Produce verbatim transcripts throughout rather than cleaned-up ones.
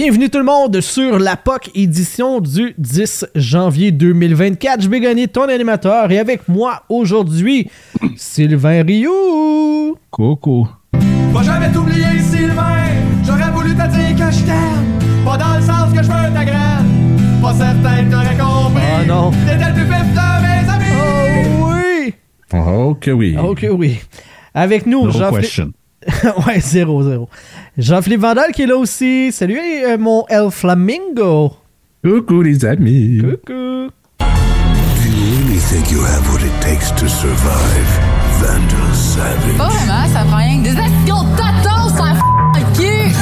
Bienvenue tout le monde sur la P O C édition du dix janvier deux mille vingt-quatre. Je vais gagner ton animateur et avec moi aujourd'hui, Sylvain Rioux. Coucou. Va jamais t'oublier, Sylvain. J'aurais voulu te dire que je t'aime. Pas dans le sens que je veux ta graine. Pas certain que t'aurais compris. Oh non. T'étais le plus vif de mes amis. Oh oui. Oh que oui. Oh que oui. Avec nous, No Jean-Philippe... question. ouais, zéro, zéro. Jean-Philippe Vandal qui est là aussi. Salut euh, mon El Flamingo. Coucou les amis. Coucou. Do you really think you have what it takes to survive, Vandal Savage? Pas vraiment, ça prend rien que des esquions de tatos, ça f*** le cul!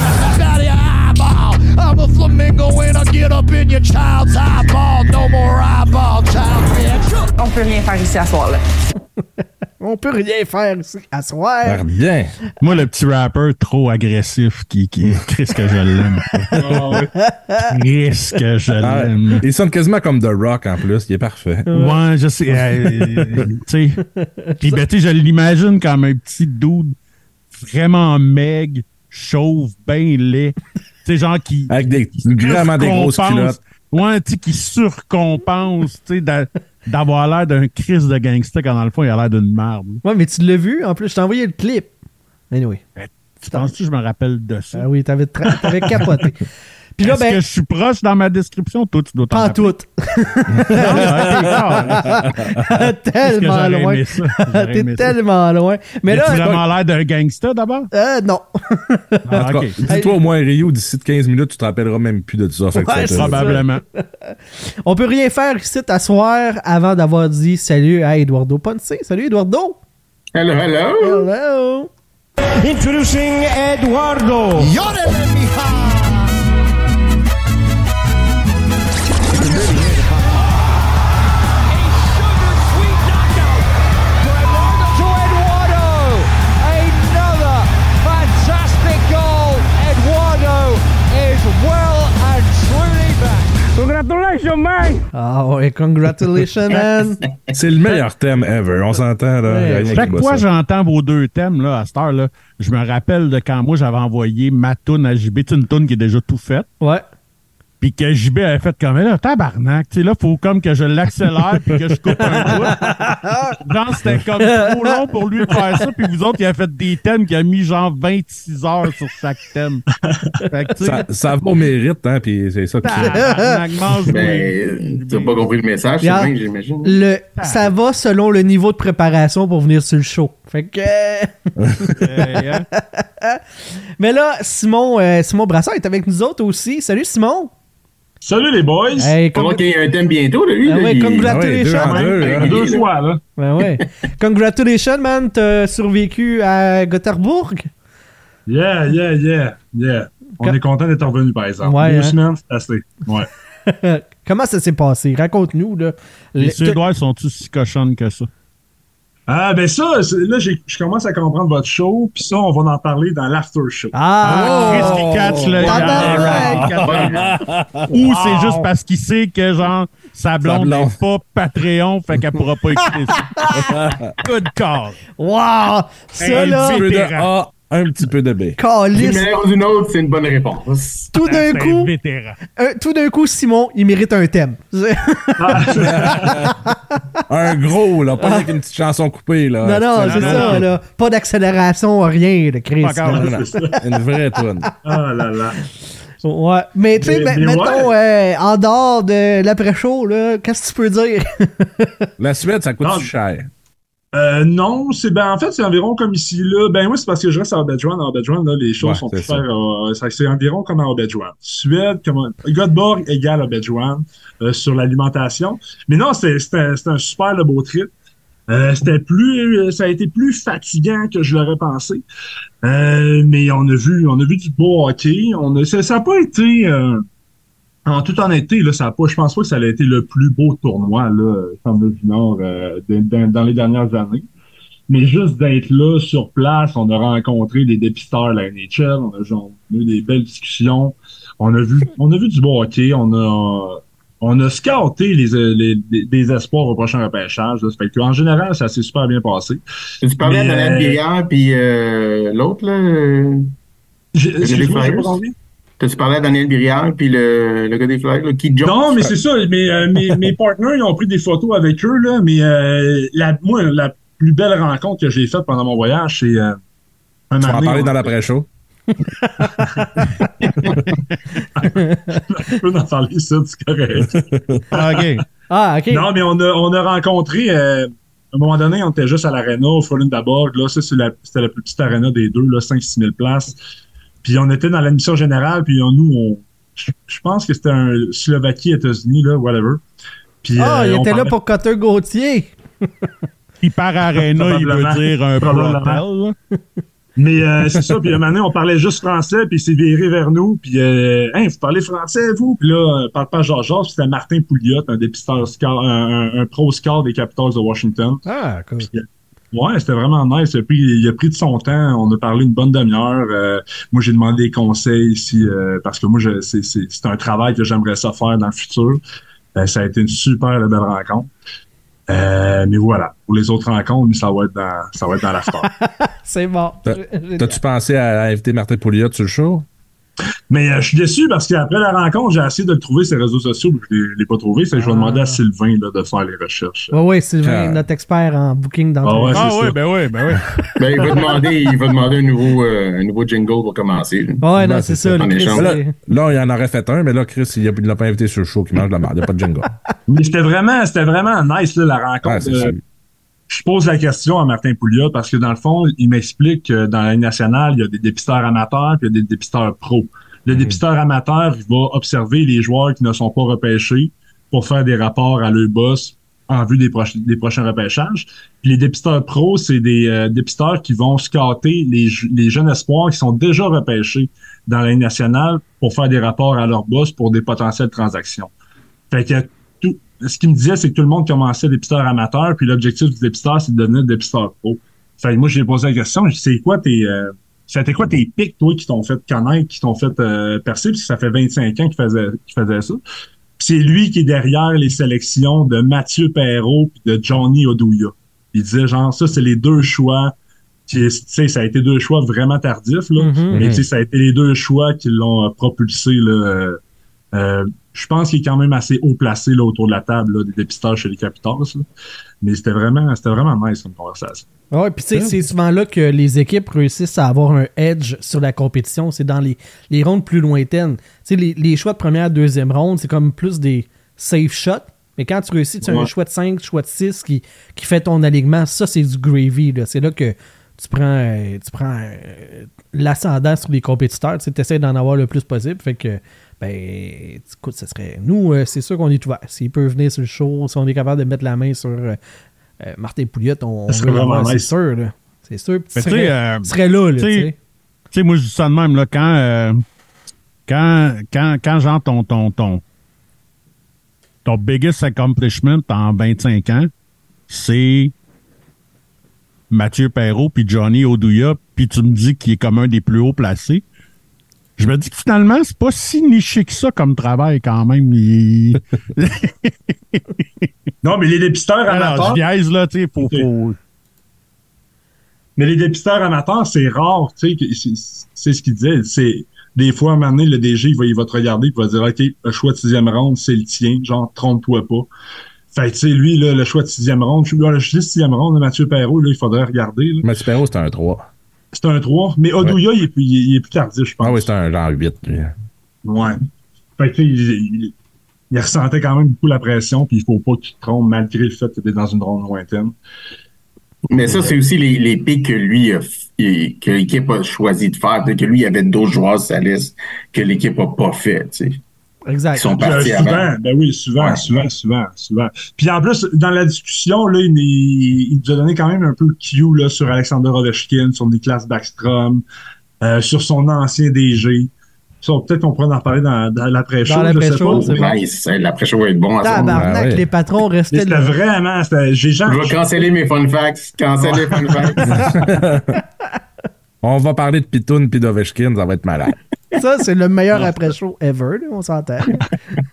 I'm a flamingo and I get up in your child's eyeball. No more eyeball, child bitch. On peut rien faire ici à soir, là. On peut rien faire ici à soir. Ah, bien. Moi, le petit rapper trop agressif qui, qui Chris que je l'aime. Chris que je Ah, l'aime. il sonne quasiment comme The Rock en plus. Il est parfait. Ouais, je sais. euh, tu sais. Puis, ben, tu sais, je l'imagine comme un petit dude vraiment maigre, chauve, bien laid. Tu sais, genre qui. Avec des, vraiment des grosses surcompense. culottes. Ouais, tu sais, qui surcompense, tu sais, d'a- d'avoir l'air d'un Chris de gangster quand dans le fond, il a l'air d'une merde. Ouais, mais tu l'as vu en plus. Je t'ai envoyé le clip. Anyway. Tu penses-tu que je me rappelle de ça? Ah oui, t'avais, tra- t'avais capoté. Puis là, Est-ce ben. que je suis proche dans ma description? Toi, tu dois t'en Pas rappeler. toutes. Tellement loin. Aimé ça. J'aurais T'es aimé ça. tellement loin. Mais Mais tu là. vraiment l'air d'un gangster d'abord? Euh, non. Ah, En tout cas, ok. dis-toi au moins, Rio, d'ici de quinze minutes, tu te rappelleras même plus de ça. Fait que Ouais, ça te- c'est ça. Probablement. On peut rien faire ici à soir avant d'avoir dit salut à Eduardo Ponce. Salut Eduardo. Hello, hello. Hello. Introducing Eduardo. Yodel, mija. Congratulations, man! Ah ouais, congratulations, man. C'est le meilleur thème ever. On s'entend, là. Ouais. Rien qui Chaque bat fois que ça. j'entends vos deux thèmes là, à cette heure-là, je me rappelle de quand moi j'avais envoyé ma toune à J B. C'est une toune qui est déjà tout faite. Ouais. Puis que J B avait fait comme là, tabarnak, tu sais, là, faut comme que je l'accélère puis que je coupe un bout. Genre, c'était comme trop long pour lui de faire ça. Puis vous autres, il a fait des thèmes qui a mis genre vingt-six heures sur chaque thème. Fait que, tu sais, Ça, ça va au mérite, hein, puis c'est ça qui tabarnak, mange Ben, tu n'as pas compris le message, c'est Regarde, bien, j'imagine. Le, ça va selon le niveau de préparation pour venir sur le show. Fait que. euh, hein. Mais là, Simon, euh, Simon Brassard est avec nous autres aussi. Salut Simon. Salut les boys! Hey, On congr- voit qu'il y a un thème bientôt, là, lui. Ah là, ouais, il- congratulations. Ah ouais, deux en deux, hein. Deux fois, là. Ben ouais. Congratulations, man. T'as survécu à Gothenburg. Yeah, yeah, yeah, yeah. On Quand- est content d'être revenu, par exemple. Ouais, Deux hein. semaines, c'est assez. Ouais. Comment ça s'est passé? Raconte-nous. Là. Les Le- Suédois sont-ils si cochonnes que ça? Ah, ben ça, c'est- là, j'ai- je commence à comprendre votre show, puis ça, on va en parler dans l'after show. Ah! Chris qui catch le Tabarnak! Ou c'est juste parce qu'il sait que, genre, sa blonde Sa blonde. n'est pas Patreon, fait qu'elle pourra pas écouter ça. Good call. Wow! Ça, Un là, Un petit peu de vétéran. A, un petit peu de B. D'une calice. manière ou d'une autre, c'est une bonne réponse. Tout d'un C'est un coup, vétéran. un- tout d'un coup, Simon, il mérite un thème. Un gros, là, pas avec une petite chanson coupée, là. non, non, c'est non, ça, non. là. Pas d'accélération, rien, de Chris. Pas encore. Non, non, une vraie toune. Ah là là. Ouais. Mais, tu sais, Mais- me- mais mettons, euh, en dehors de l'après-show, là, qu'est-ce que tu peux dire? La Suède, ça coûte Non. cher. Euh, non, c'est ben en fait c'est environ comme ici là. Ben oui, c'est parce que je reste à Obedjuan. À Obedjuan, là, les choses Ouais, sont c'est plus ça. chères. euh, ça- c'est environ comme à Obedjuan. Suède, comme Göteborg égale Obedjuan euh, sur l'alimentation. Mais non, c'était c'était c'était un super le beau trip. Euh, c'était plus, euh, ça a été plus fatigant que je l'aurais pensé. Euh, mais on a vu, on a vu du beau hockey. On a, ça, ça a pas été, euh, en toute honnêteté, là, ça a pas, je pense pas que ça a été le plus beau tournoi, là, Centre du Nord, euh, de- de- dans les dernières années. Mais juste d'être là, sur place, on a rencontré des dépisteurs de la N H L, on a, genre, eu des belles discussions. On a vu, on a vu du beau hockey, on a, on a scouté les, les, les, des espoirs au prochain repêchage. Là. Ça fait que, en général, ça s'est super bien passé. Tu parlais Mais, de la euh, bière puis euh, l'autre, là. euh, J'ai, J'ai excuse-moi, des j'ai pas Flyers. compris. T'as-tu parlé à Daniel Brière puis le, le gars des Flyers, là, Keith Jones? Non, mais c'est ça. Mais, euh, mes, mes partners, ils ont pris des photos avec eux, là. Mais euh, la, moi, la plus belle rencontre que j'ai faite pendant mon voyage, c'est euh, un Tu vas en parler on... dans l'après-show. Je peux en parler, ça, c'est correct. OK. Ah, OK. Non, mais on a, on a rencontré... Euh, à un moment donné, on était juste à l'aréna, au Frölundaborg. Là, ça, c'est la, c'était la plus petite aréna des deux, là, cinq six mille places. Puis on était dans l'admission générale, puis on, nous, on, je, je pense que c'était un Slovaquie, États-Unis, là, whatever. Puis, Ah, euh, il on était là parlait- pour Cotter Gauthier. Puis par arena, il veut Probablement. dire un Probablement. brothel. là. Mais euh, c'est ça, puis un moment donné, on parlait juste français, puis il s'est viré vers nous, puis euh, hein, vous parlez français, vous? Puis là, euh, parle pas Georges, puis c'était Martin Pouliot, un dépisteur score, un, un, un pro score des Capitals de Washington. Ah, cool. Puis, euh, ouais, c'était vraiment nice. Il a, pris, il a pris de son temps, on a parlé une bonne demi-heure. Euh, moi, j'ai demandé des conseils ici, euh, parce que moi, je, c'est, c'est, c'est un travail que j'aimerais ça faire dans le futur. Euh, ça a été une super belle rencontre. Euh, mais voilà, pour les autres rencontres, ça va être dans, ça va être dans l'after. C'est bon. T'as- T'as-tu pensé à, à inviter Martin Pouliot sur le show? Mais euh, je suis déçu parce qu'après la rencontre, j'ai essayé de le trouver sur les réseaux sociaux, puis je ne l'ai pas trouvé. C'est que je vais demander à Sylvain là, de faire les recherches. Oui, oui, Sylvain, Ah. notre expert en booking Ah ouais, d'entreprise. Ah c'est oui, ça. ben oui, ben oui. Ben, il va demander, il va demander un nouveau, euh, un nouveau jingle pour commencer. là. Ouais, non, Ouais, c'est c'est ça. ça, le en Chris, échange. Là, c'est- là, il en aurait fait un, mais là, Chris, il ne l'a pas invité sur le show qui mange de la merde. Il n'y a pas de jingle. Mais c'était vraiment, c'était vraiment nice, là, la rencontre. Ouais, c'est Euh, sûr. je pose la question à Martin Pouliot parce que dans le fond, il m'explique que dans la Ligue nationale, il y a des dépisteurs amateurs puis il y a des dépisteurs pros. Le dépisteur amateur, il va observer les joueurs qui ne sont pas repêchés pour faire des rapports à leur boss en vue des, proches- des prochains repêchages. Puis les dépisteurs pros, c'est des euh, dépisteurs qui vont scatter les, ju- les jeunes espoirs qui sont déjà repêchés dans la Ligue nationale pour faire des rapports à leur boss pour des potentielles transactions. Fait que tout, ce qu'il me disait, c'est que tout le monde commençait dépisteur amateur, puis l'objectif du dépisteur, c'est de devenir dépisteur pro. Fait que moi, j'ai posé la question, j'ai dit, c'est quoi tes, euh, c'était quoi tes pics, toi, qui t'ont fait connaître, qui t'ont fait euh, percer, puis ça fait vingt-cinq ans qu'il faisait, qu'il faisait ça. Puis c'est lui qui est derrière les sélections de Mathieu Perreault puis de Johnny Oduya. Il disait, genre, ça, c'est les deux choix, qui, tu sais, ça a été deux choix vraiment tardifs, là, Mhm. mais tu sais, ça a été les deux choix qui l'ont euh, propulsé, là, euh, euh, je pense qu'il est quand même assez haut placé là, autour de la table là, des dépisteurs chez les Capitals. Là. Mais c'était vraiment, c'était vraiment nice comme conversation. Ouais, puis tu sais, c'est souvent là que les équipes réussissent à avoir un edge sur la compétition. C'est dans les, les rondes plus lointaines. Tu sais, les, les choix de première, deuxième ronde, c'est comme plus des safe shots. Mais quand tu réussis, tu as Ouais. un choix de cinq, choix de six qui, qui fait ton alignement. Ça, c'est du gravy. Là. C'est là que tu prends, euh, tu prends euh, l'ascendant sur les compétiteurs. Tu essaies d'en avoir le plus possible. Fait que, ben, écoute, ça serait. Nous, euh, c'est sûr qu'on est ouvert. S'il peut venir sur le show, si on est capable de mettre la main sur euh, euh, Martin Pouliot, on, on Ça serait veut l'avoir, vraiment c'est nice. sûr. Là. C'est sûr. Puis Mais tu tu sais, serais, euh, tu serais là. là tu sais, tu sais. Tu sais, moi, je dis ça de même, là, quand, euh, quand, quand, quand, genre, ton, ton, ton, ton biggest accomplishment en vingt-cinq ans, c'est Mathieu Perreault puis Johnny Oduya, puis tu me dis qu'il est comme un des plus hauts placés. Je me dis que finalement, c'est pas si niché que ça comme travail quand même. Il... Non, mais les dépisteurs Alors, amateurs. je niaise, là, tu sais, faut, faut... Mais les dépisteurs amateurs, c'est rare, tu sais, que- c'est c'est ce qu'il disait. C'est des fois, à un moment donné, le D G, il va, il va te regarder, il va dire, OK, le choix de sixième ronde, c'est le tien, genre, trompe-toi pas. Fait que, tu sais, lui, là, le choix de sixième ronde, je je dis sixième ronde, là, Mathieu Perreault, là, il faudrait regarder. là. Mathieu Perreault, c'était un trois. C'est un trois, mais Oduya, il, est plus- il, est- il est plus tardif, je pense. Ah oui, c'était un genre huit. lui. Ouais. Fait que, tu sais, il, il, il ressentait quand même beaucoup la pression, puis il faut pas qu'il te trompe malgré le fait que tu es dans une ronde lointaine. Mais ça, c'est aussi les, les pics que lui, a f- et- que l'équipe a choisi de faire. Peut-être que lui, il y avait d'autres joueurs sur sa liste que l'équipe a pas fait, tu sais. Exact. Ils sont Euh, partis souvent, avant. ben oui, souvent, Ouais. souvent, souvent, souvent. Puis en plus, dans la discussion, là, il, il, il nous a donné quand même un peu le cue là, sur Alexander Ovechkin, sur Niklas Backstrom, euh, sur son ancien D G. Ça, peut-être qu'on pourrait en parler dans, dans l'après-show. Dans je sais l'après-show, pas. c'est bon. Nice. L'après-show va être bon à ça. Tabarnak, Ouais, ouais. les patrons Mais restaient c'était là. vraiment, c'était, j'ai Je jamais. vais canceller mes fun facts. Canceller les fun facts. On va parler de Pitoun puis d'Ovechkin, ça va être malade. Ça, c'est le meilleur après-show ever, là, on s'entend.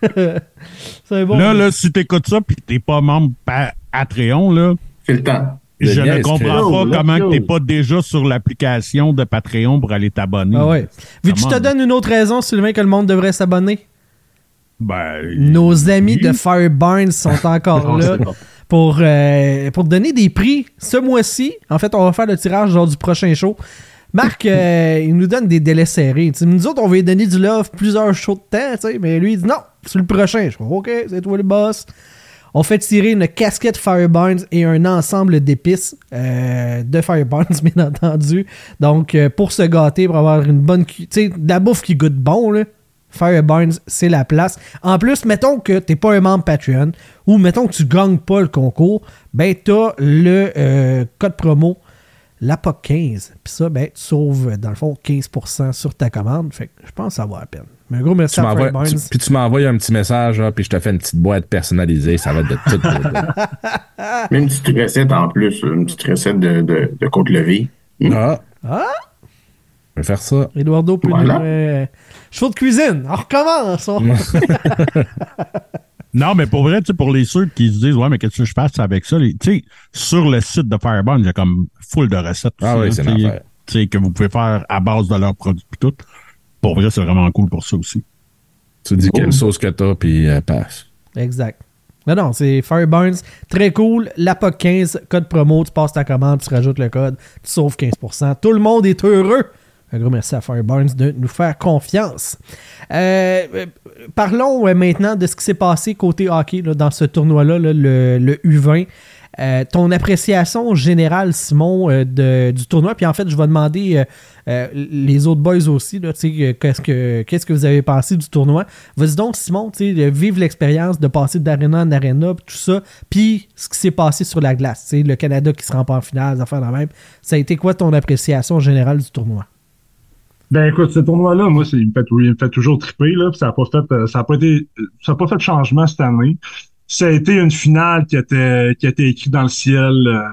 C'est bon. Là, là, si t'écoutes ça pis t'es pas membre pa- Patreon, là, C'est le temps. Je Denis, ne comprends go, pas comment let's tu n'es go. pas déjà sur l'application de Patreon pour aller t'abonner. Ah ouais. Veux-tu Come te on. donne une autre raison, Sylvain, que le monde devrait s'abonner? Ben, Nos amis oui. de Fireburns sont encore là pour, euh, pour donner des prix ce mois-ci. En fait, on va faire le tirage lors du prochain show. Marc, euh, il nous donne des délais serrés. T'sais, nous autres, on va lui donner du love plusieurs shows de temps, t'sais, mais lui, il dit non, c'est le prochain. Je dis, OK, c'est toi le boss. On fait tirer une casquette Fireburns et un ensemble d'épices euh, de Fireburns, bien entendu. Donc, euh, pour se gâter, pour avoir une bonne... cu- Tu sais, de la bouffe qui goûte bon, là, Fireburns, c'est la place. En plus, mettons que t'es pas un membre Patreon ou mettons que tu gagnes pas le concours, ben t'as le euh, code promo la P O C quinze. Puis ça, ben, tu sauves, dans le fond, quinze pour cent sur ta commande. Fait que je pense que ça vaut la peine. Mais un gros merci Tu à m'envoies- Fireburns. tu- Puis tu m'envoies un petit message, là, puis je te fais une petite boîte personnalisée. Ça va être de tout. Même une petite recette en plus, une petite recette de, de, de côte levée. Ah, Ah! je vais faire ça. Eduardo peut Voilà. nous... Euh, chevaux de cuisine! On recommence! On... Non, mais pour vrai, tu sais, pour les ceux qui se disent, ouais, mais qu'est-ce que je fasse avec ça? les- Tu sais, sur le site de Fireburns, il y a comme full de recettes. Ah aussi, oui, c'est hein, tu sais, l'enfer. tu sais, que vous pouvez faire à base de leurs produits pis tout. Pour vrai, c'est vraiment cool pour ça aussi. Tu dis quelle sauce que t'as, puis euh, passe. Exact. Non, non, c'est Fireburns. Très cool. La P O C quinze, code promo, tu passes ta commande, tu rajoutes le code, tu sauves quinze pour cent. Tout le monde est heureux. Un gros merci à Fireburns de nous faire confiance. Euh, euh, parlons euh, maintenant de ce qui s'est passé côté hockey là, dans ce tournoi-là, là, le, le U vingt. Euh, ton appréciation générale, Simon, euh, de, du tournoi. Puis en fait, je vais demander euh, euh, les autres boys aussi, là, tu sais, euh, qu'est-ce que, qu'est-ce que vous avez pensé du tournoi. Vas-y donc, Simon, tu sais, de vivre l'expérience de passer d'aréna en aréna, puis tout ça. Puis ce qui s'est passé sur la glace, tu sais, le Canada qui se rend pas en finale, des affaires de même. Ça a été quoi ton appréciation générale du tournoi? Ben écoute, ce tournoi-là, moi, c'est, il, me fait, il me fait toujours triper, là, puis ça n'a pas fait euh, ça a pas été ça a pas fait de changement cette année. Ça a été une finale qui était qui a été écrite dans le ciel. Euh,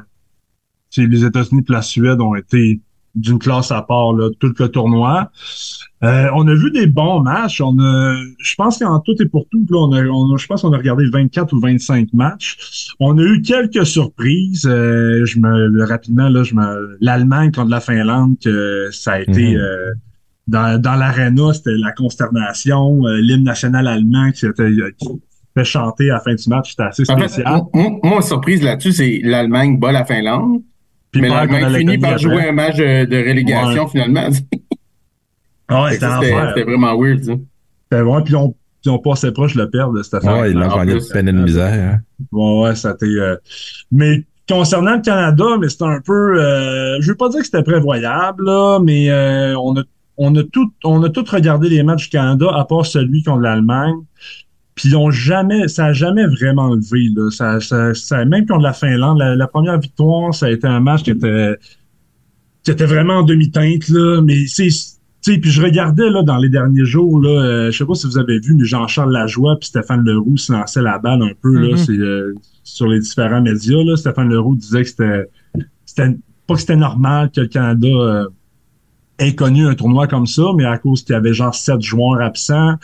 tu sais, les États-Unis et la Suède ont été d'une classe à part là, tout le tournoi. Euh, on a vu des bons matchs. On a, je pense qu'en tout et pour tout, là, on a, on a, je pense qu'on a regardé vingt-quatre ou vingt-cinq matchs. On a eu quelques surprises. Euh, je me rapidement là, je me l'Allemagne contre la Finlande, que ça a été Mhm. euh, dans dans l'aréna, c'était la consternation. Euh, l'hymne national allemand qui était qui fait chanter à la fin du match, c'était assez En fait, spécial. moi, moi, moi, surprise là-dessus, c'est l'Allemagne bat la Finlande. Puis mais perd contre l'Allemagne la finit Lettonie par jouer après. un match de, de relégation Ouais. finalement. Ah ouais, Fait que c'était ça, C'était l'enfer. c'était vraiment weird, ça. C'était bon, puis on puis on passait proche de le perdre de cette affaire. Ah, il l'a en gagné de plus, peine et de misère. Hein. Ouais, ouais, ça a été... euh, Mais concernant le Canada, mais c'était un peu... Euh... Je veux pas dire que c'était prévoyable, là, mais euh, on a on a tout on a tout regardé les matchs du Canada, à part celui contre l'Allemagne. Puis ils ont jamais... Ça a jamais vraiment levé, là. Ça, ça, ça, même contre la Finlande, la, la première victoire, ça a été un match qui était qui était vraiment en demi-teinte, là. Mais c'est... Tu sais, puis je regardais là dans les derniers jours, là, euh, je sais pas si vous avez vu, mais Jean-Charles Lajoie puis Stéphane Leroux se lançaient la balle un peu là, Mm-hmm. c'est euh, sur les différents médias. Là, Stéphane Leroux disait que c'était, c'était pas que c'était normal que le Canada euh, ait connu un tournoi comme ça, mais à cause qu'il y avait genre sept joueurs absents.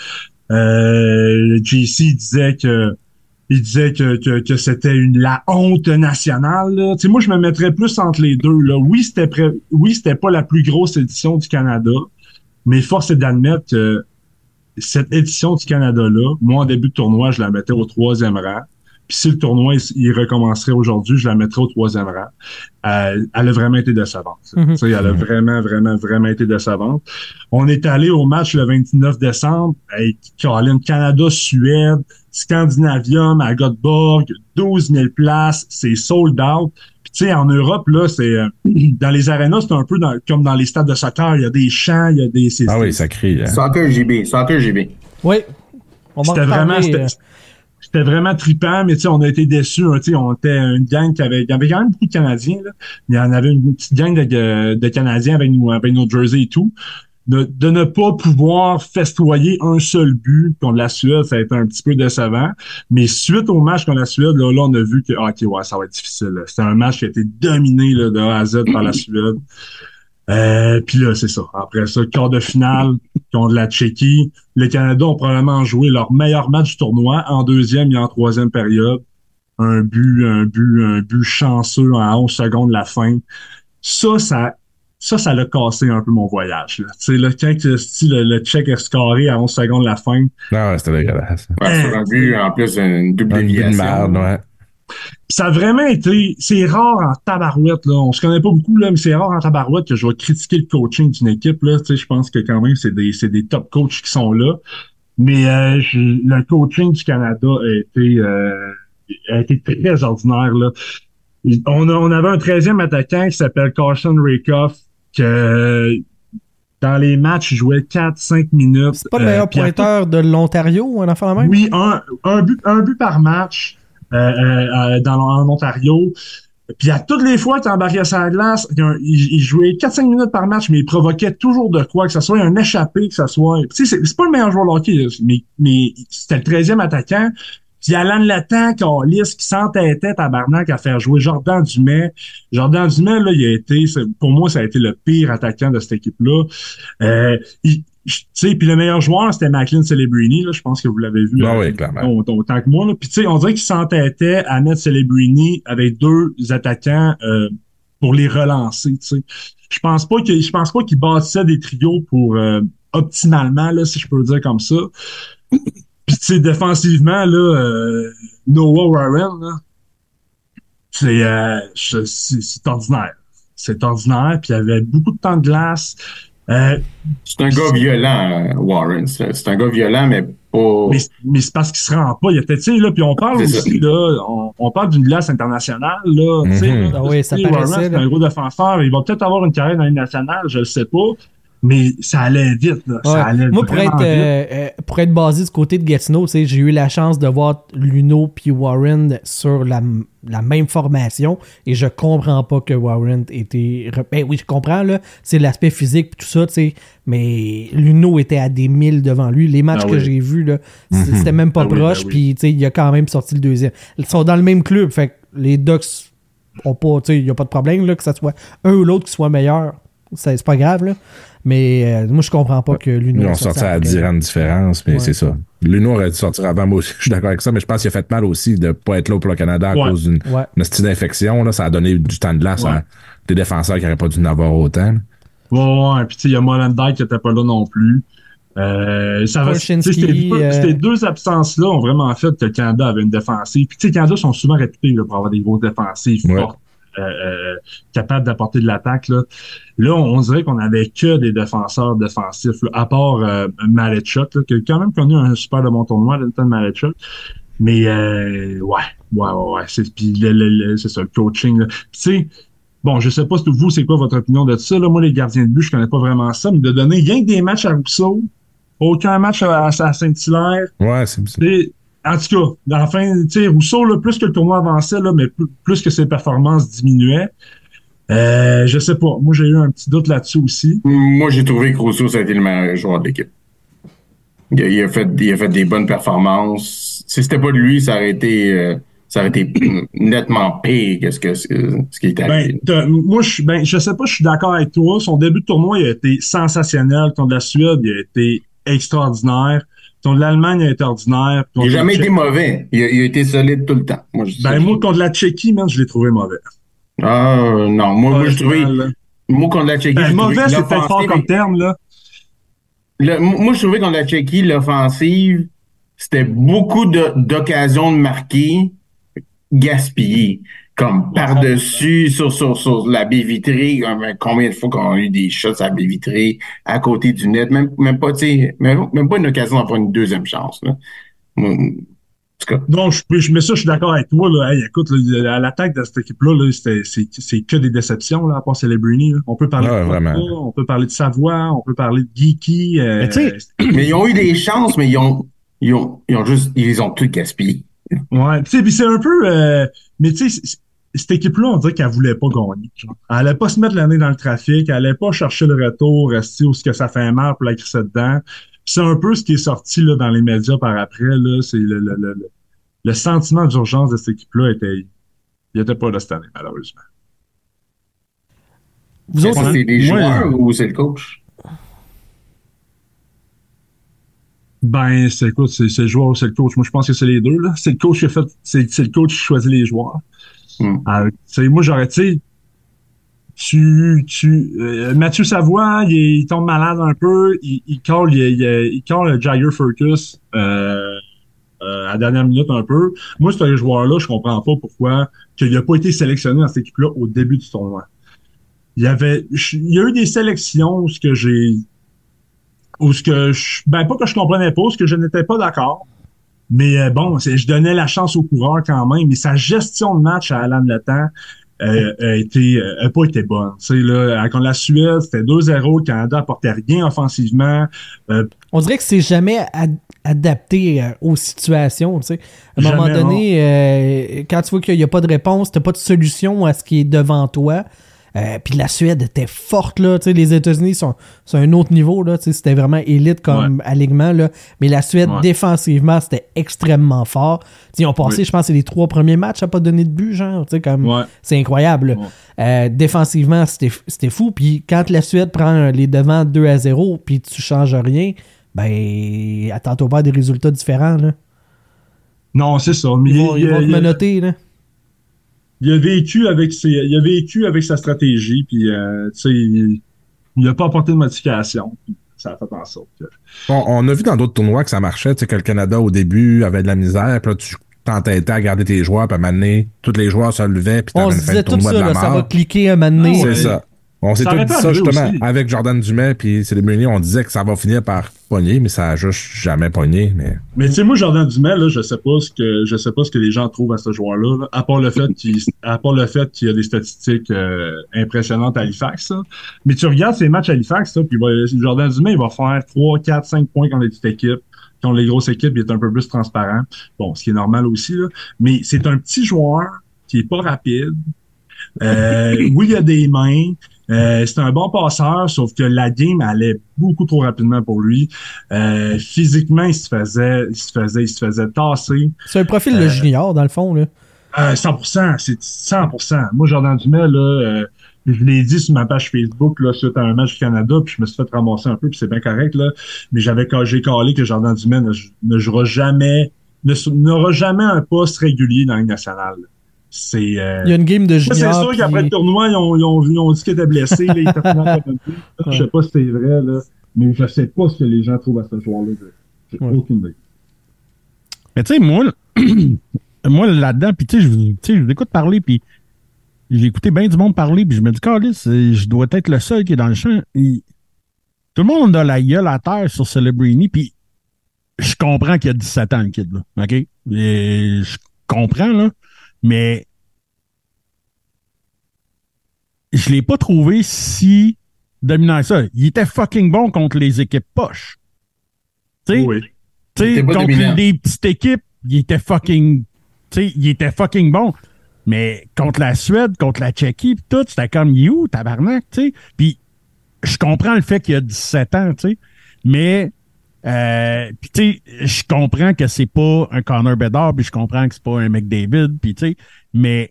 Euh, J C disait que il disait que, que, que c'était une la honte nationale. Là. Tu sais, moi, je me mettrais plus entre les deux. Là. Oui, c'était pré... oui, c'était pas la plus grosse édition du Canada. Mais force est d'admettre que cette édition du Canada-là, moi, en début de tournoi, je la mettais au troisième rang. Puis si le tournoi, il, il recommencerait aujourd'hui, je la mettrais au troisième rang. Euh, elle a vraiment été décevante. Mm-hmm. Tu sais, elle a vraiment, vraiment, vraiment été décevante. On est allé au match le vingt-neuf décembre. Hey, Caroline, Canada-Suède, Scandinavium à Göteborg, douze mille places, c'est sold out. Puis tu sais, en Europe, là, c'est euh, dans les arénas, c'est un peu dans, comme dans les stades de soccer, il y a des chants, il y a des... c'est- Ah oui, ça crie. Hein. Soccer J B, Soccer J B. Oui. On va en C'était vraiment, reparler, c'était, euh, c'était vraiment trippant, mais tu sais, on a été déçus. Hein, tu sais, on était une gang qui avait, il y avait quand même beaucoup de Canadiens. Là. Il y en avait une petite gang de, de Canadiens avec nous, avec nos jerseys et tout. De, de ne pas pouvoir festoyer un seul but contre la Suède, ça a été un petit peu décevant. Mais suite au match contre la Suède, là, là on a vu que, ah, ok, ouais, ça va être difficile. Là. C'était un match qui a été dominé là, de A à Z par la Suède. Euh, puis là, c'est ça. Après ça, quart de finale contre la Tchéquie. Les Canadiens ont probablement joué leur meilleur match du tournoi en deuxième et en troisième période. un but, un but, un but chanceux à onze secondes de la fin. Ça, ça, ça, ça l'a cassé un peu mon voyage, là. Tu sais, là, quand le, le check est scoré à onze secondes de la fin. Non, ouais, c'était dégueulasse. Ouais, sur un but, en plus, une double Un but de déviation. merde, ouais. Ça a vraiment été, c'est rare en tabarouette, là. On se connaît pas beaucoup, là, mais c'est rare en tabarouette que je vais critiquer le coaching d'une équipe, là. Tu sais, je pense que quand même, c'est des, c'est des top coachs qui sont là. Mais, euh, je- le coaching du Canada a été, euh, a été très ordinaire, là. On, a, on avait un treizième attaquant qui s'appelle Carson Rakoff, que dans les matchs, il jouait quatre cinq minutes. C'est pas le meilleur Euh, puis à pointeur de l'Ontario ou un enfant la même? oui, un, un, but, un but par match euh, euh, dans, en Ontario. Puis à toutes les fois qu'il embarquait sur la glace, il, il jouait quatre cinq minutes par match, mais il provoquait toujours de quoi, que ce soit un échappé, que ce soit... Tu sais, c'est, c'est pas le meilleur joueur de hockey, là, mais, mais c'était le treizième attaquant. Puis Alan Lattan, Calis, qui s'entêtait tabarnak à faire jouer Jordan Dumais. Jordan Dumais, là, il a été... Pour moi, ça a été le pire attaquant de cette équipe-là. Euh, il, tu sais, puis le meilleur joueur, c'était Macklin Celebrini, là, je pense que vous l'avez vu. Ah euh, oui, clairement. autant, autant que moi. Là. Puis tu sais, on dirait qu'il s'entêtait à mettre Celebrini avec deux attaquants euh, pour les relancer. Tu sais, je pense pas que je pense pas qu'il bâtissait des trios pour euh, optimalement, là, si je peux le dire comme ça. Puis tu sais, défensivement, là, euh, Noah Warren, là, c'est, euh, c'est c'est ordinaire. C'est ordinaire. Puis il y avait beaucoup de temps de glace. Euh, C'est un gars violent, euh, Warren. C'est c'est un gars violent, mais pas... Mais, mais c'est parce qu'il se rend pas. Il était, tu sais, là, puis on parle C'est aussi, ça. là, on, on parle d'une glace internationale, là, tu sais, Mhm. là, Ah oui, ça tu sais, paraissait, Warren, c'est là. un gros défenseur. Il va peut-être avoir une carrière dans la Ligue nationale, je le sais pas, mais ça allait vite, là. Ouais. Ça allait Moi, pour vraiment être, vite. euh, euh, pour être basé du côté de Gatineau, tu sais, j'ai eu la chance de voir Luno puis Warren sur la, la même formation et je comprends pas que Warren était... re- Ben oui, je comprends, là, c'est l'aspect physique puis tout ça, tu sais, mais Luno était à des milles devant lui. Les matchs Ah que oui. j'ai vus, là, c- c'était même pas Ah oui, proche, ben oui. puis tu sais, il a quand même sorti le deuxième. Ils sont dans le même club, fait que les Ducks ont pas, tu sais, il y a pas de problème, là, que ça soit un ou l'autre qui soit meilleur. C'est c'est pas grave, là. Mais euh, moi, je comprends pas que l'Uno... Ils ont sorti à dix rangs de différence, mais Ouais. c'est ça. L'Uno aurait dû sortir avant, moi aussi, je suis d'accord avec ça, mais je pense qu'il a fait mal aussi de ne pas être là pour le Canada à Ouais. cause d'une Ouais. d'une style d'infection. Là, ça a donné du temps de glace Ouais. à des défenseurs qui n'auraient pas dû en avoir autant. Ouais, ouais, puis tu sais, il y a Molenbeek qui était pas là non plus. Euh, ça va, tu sais, Korchinski, c'était deux, euh, ces deux absences-là ont vraiment fait que le Canada avait une défensive. Puis tu sais, les Canada sont souvent réputés là, pour avoir des grosses défensives Ouais. fortes, euh, euh, capables d'apporter de l'attaque. Là, là on, on dirait qu'on avait que des défenseurs défensifs, là, à part euh, Malechuk, là, qui a quand même connu un super de bon tournoi, Denton Malechuk. Mais euh, ouais, ouais, ouais, ouais. C'est, puis le, le, le- c'est ça, le coaching. Là. Puis tu sais, bon, je sais pas si vous, c'est quoi votre opinion de ça. Là. Moi, les gardiens de but, je connais pas vraiment ça, mais de donner rien que des matchs à Rousseau, aucun match à, à Saint-Hilaire. Ouais, c'est ça. Et, en tout cas, enfin, tu sais, Rousseau, là, plus que le tournoi avançait, là, mais plus, plus que ses performances diminuaient. Euh, je sais pas. Moi, j'ai eu un petit doute là-dessus aussi. Moi, j'ai trouvé que Rousseau, ça a été le meilleur joueur de l'équipe. Il a, il a fait, il a fait des bonnes performances. Si c'était pas lui, ça aurait été, euh, ça aurait été nettement pire que ce, que, ce, ce qui est Ben, arrivé. t'as- moi, je, ben, je sais pas, je suis d'accord avec toi. Son début de tournoi, il a été sensationnel. Contre la Suède, il a été extraordinaire. Contre l'Allemagne, il a été ordinaire. Il n'a Contre jamais la été Tchèque- mauvais. Il a, il a été solide tout le temps. Moi, je, Ben, moi, contre la Tchéquie, man, je l'ai trouvé mauvais. Ah, non. Moi, moi, je trouvais, Honnêtement, là. moi, contre la Tchéquie, Ben, je trouvais mauvais, que c'est peut-être fort l'offensive- comme terme, là. Le- moi, je trouvais contre la Tchéquie, l'offensive, c'était beaucoup de- d'occasions de marquer gaspillées. Comme par-dessus, sur, sur, sur la baie vitrée, comme, combien de fois qu'on a eu des shots à la baie vitrée, à côté du net, même, même pas, tu sais, même, même pas une occasion d'avoir une deuxième chance, là. Moi, en tout cas. Non, je, je, mais ça, je suis d'accord avec toi, là. Hey, écoute, là, à l'attaque de cette équipe-là, là, c'était- c'est, c'est que des déceptions, là, à part Celebrini, là. On peut parler Ouais, de vraiment. Pogba, on peut parler de Savoie, on peut parler de Geeky, euh, Mais tu sais, Mais ils ont eu des chances, mais ils ont, ils ont, ils ont juste, ils les ont toutes gaspillées. ouais, tu sais, puis c'est un peu, euh, mais tu sais, c- cette équipe-là, on dirait qu'elle voulait pas gagner. Genre. Elle allait pas se mettre l'année dans le trafic, elle allait pas chercher le retour, rester où ce que ça fait mal pour la crisser dedans. Puis c'est un peu ce qui est sorti là dans les médias par après, là, c'est le, le, le, le, le sentiment d'urgence de cette équipe-là était, il était pas là cette année, malheureusement. Vous Est-ce autres, que c'est les moi, joueurs ou c'est le coach? Ben, c'est écoute, c'est c'est le joueur ou c'est le coach. Moi, je pense que c'est les deux, là. C'est le coach qui a fait, c'est c'est le coach qui choisit les joueurs. Mm. Euh, tu sais, moi, j'aurais, tu sais, tu, tu, euh, Mathieu Savoie, il, est- il tombe malade un peu, il, il call, il, il, il call le Jagger Furcus, euh, euh, à la dernière minute un peu. Moi, ce joueur-là, je comprends pas pourquoi qu'il n'a pas été sélectionné dans cette équipe-là au début du tournoi. Il y avait, je- il y a eu des sélections où ce que j'ai, où ce que je, ben pas que je comprenais pas, où ce que je n'étais pas d'accord. Mais euh, bon, c'est- je donnais la chance au coureur quand même. Mais sa gestion de match à Alan Le Temps euh, a été, euh, a pas été bonne. Tu sais, là, contre la Suède, c'était deux zéro. Le Canada apportait rien offensivement. Euh, On dirait que c'est jamais ad- adapté euh, aux situations. Tu sais. À un moment Jamais, donné, euh, quand tu vois qu'il n'y a pas de réponse, tu n'as pas de solution à ce qui est devant toi. Euh, Puis la Suède était forte, là. Tu sais, les États-Unis sont sur un autre niveau, là. Tu sais, c'était vraiment élite comme alignement, là. Mais la Suède, Ouais. défensivement, c'était extrêmement fort. Tu sais, ils ont passé, Oui. je pense, c'est les trois premiers matchs à pas donner de but, genre. Tu sais, comme, Ouais. c'est incroyable. là. Ouais. Euh, défensivement, c'était c'était fou. Puis quand la Suède prend les devants deux à zéro, puis tu changes rien, ben, attends-toi pas à des résultats différents, là. non, c'est ça. Mais Ils il, vont, il- ils vont te il- menotter, là. il a vécu avec ses, il a vécu avec sa stratégie. Puis, euh, tu sais, il, il a pas apporté de modification. Puis ça a fait en sorte que. On, on a vu dans d'autres tournois que ça marchait, tu sais, que le Canada, au début, avait de la misère, puis là, tu t'entêtais à garder tes joueurs, puis à un moment donné, tous les joueurs se levaient, puis On t'avais se une fin disait de tout tournoi ça, de la là, ça va mort. cliquer un moment donné. Ah ouais. C'est ça. On s'est Ça tous aurait dit pu ça, arriver justement, aussi. avec Jordan Dumais, puis c'est les Bruni, on disait que ça va finir par pogner, mais ça a juste jamais pogné, mais... Mais tu sais, moi, Jordan Dumais, là, je sais pas ce que je sais pas ce que les gens trouvent à ce joueur-là, là, à part le fait qu'il à part le fait qu'il y a des statistiques euh, impressionnantes à Halifax. Là. Mais tu regardes ces matchs à Halifax, ça, puis il va- Jordan Dumais, il va faire trois, quatre, cinq points contre les petites équipes. Contre les grosses équipes, il est un peu plus transparent. Bon, ce qui est normal aussi, là. Mais c'est un petit joueur qui est pas rapide. Euh, oui, il y a des mains. Euh, c'est un bon passeur, sauf que la game allait beaucoup trop rapidement pour lui. Euh, physiquement, il se faisait, il se faisait, il se faisait tasser. C'est un profil de Euh, junior, dans le fond, là. Euh, cent pour cent, c'est cent pour cent. Moi, Jordan Dumais, là, euh, je l'ai dit sur ma page Facebook, là, suite à un match du Canada, puis je me suis fait ramasser un peu, puis c'est bien correct, là. Mais j'avais, j'ai calé que Jordan Dumais ne, ne jouera jamais, ne, n'aura jamais un poste régulier dans la Ligue nationale. C'est, euh, Il y a une game de Moi, junior. c'est sûr puis- qu'après le tournoi, ils ont, ils ont, ils ont dit qu'il était blessé. Là, il était finalement pas blessé. Je sais pas si c'est vrai, là, mais je sais pas ce que les gens trouvent à ce joueur-là. J'ai Ouais. aucune idée. Mais tu sais, moi, là- moi là-dedans, puis tu sais, je vous- tu sais, je vous écoute parler, puis j'ai écouté bien du monde parler, puis je me dis, Carlis, euh, je dois être le seul qui est dans le champ. Et tout le monde a la gueule à terre sur Celebrini, puis je comprends qu'il y a dix-sept ans, le kid, là. OK? Et je comprends, là, mais je l'ai pas trouvé si dominant que ça. Il était fucking bon contre les équipes poches. Tu sais, Oui. tu sais, Il était pas contre dominant. les petites équipes, il était fucking, tu sais, il était fucking bon. Mais contre la Suède, contre la Tchéquie, pis tout, c'était comme you, tabarnak, tu sais. Puis je comprends le fait qu'il a dix-sept ans, tu sais, mais euh, puis tu sais, je comprends que c'est pas un Connor Bedard, puis je comprends que c'est pas un McDavid, puis tu sais, mais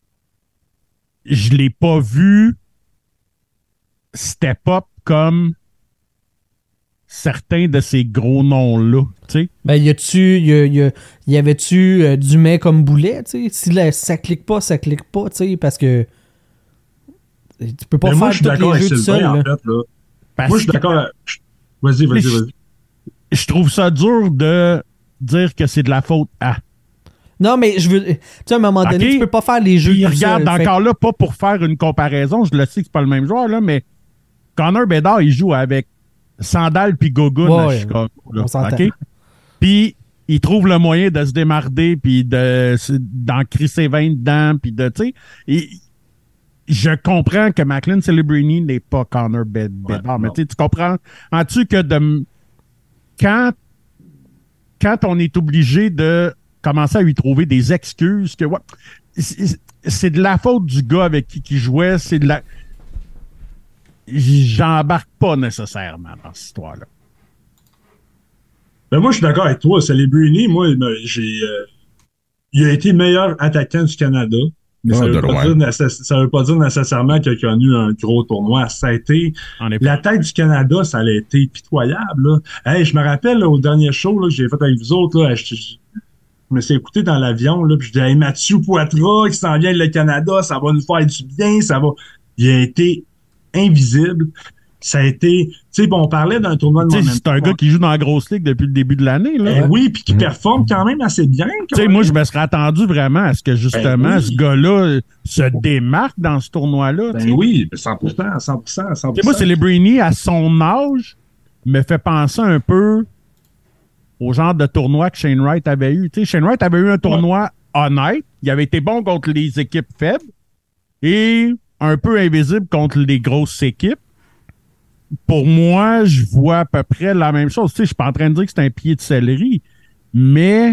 je l'ai pas vu step up comme certains de ces gros noms-là, tu sais. Ben, y a-tu, y, a- y, a- y avait-tu euh, du mets comme boulet, tu sais? Si là, ça clique pas, ça clique pas, tu sais, parce que tu peux pas Mais faire moi, je suis tous d'accord les avec jeux tout Sylvain, seul, en là. fait, là. Parce Moi, je suis que- d'accord. avec- Vas-y, vas-y, Mais vas-y. je trouve ça dur de dire que c'est de la faute à. Non, mais je veux. Tu sais, à un moment donné, Ok. tu peux pas faire les jeux Puis tout regarde, seul. Fait- encore là, pas pour faire une comparaison, je le sais que c'est pas le même joueur, là, mais Connor Bedard, il joue avec Sandal puis Gogun Ouais, à ouais, Chicago. là, on s'entend. OK? Puis il trouve le moyen de se démarder puis de d'en ses veines dedans, puis de, tu sais, et- je comprends que Macklin Celebrini n'est pas Connor Bed- Bedard, mais non. tu sais, tu comprends en-tu que de quand quand on est obligé de commencer à lui trouver des excuses que ouais, c'est c'est de la faute du gars avec qui il jouait, c'est de la j'embarque pas nécessairement dans cette histoire-là. Ben, moi, je suis d'accord avec toi. Celebrini, moi, il m'a- j'ai, euh, il a été meilleur attaquant du Canada Mais Ah, ça, veut de pas loin. dire nécess- ça veut pas dire nécessairement qu'il a connu un gros tournoi. Ça a été... En effet. La tête du Canada, ça a été pitoyable. Là. Hey, je me rappelle là, au dernier show là, que j'ai fait avec vous autres, là, je, je- je me suis écouté dans l'avion, là, puis je disais hey, Mathieu Poitras qui s'en vient le Canada, ça va nous faire du bien, ça va. Il a été invisible. Ça a été... Tu sais, bon, on parlait d'un tournoi de Tu sais, momentum. c'est un gars qui joue dans la grosse ligue depuis le début de l'année. Là. Ben oui, puis qui performe quand même assez bien. Tu sais, moi, je me serais attendu vraiment à ce que, justement, Ben oui. ce gars-là se démarque dans ce tournoi-là. tu sais. Ben oui, cent pour cent, cent pour cent, cent pour cent. Tu sais, moi, Celebrini, à son âge, me fait penser un peu au genre de tournoi que Shane Wright avait eu. Tu sais, Shane Wright avait eu un tournoi honnête. Il avait été bon contre les équipes faibles et un peu invisible contre les grosses équipes. Pour moi, je vois à peu près la même chose. Tu sais, je suis pas en train de dire que c'est un pied de céleri, mais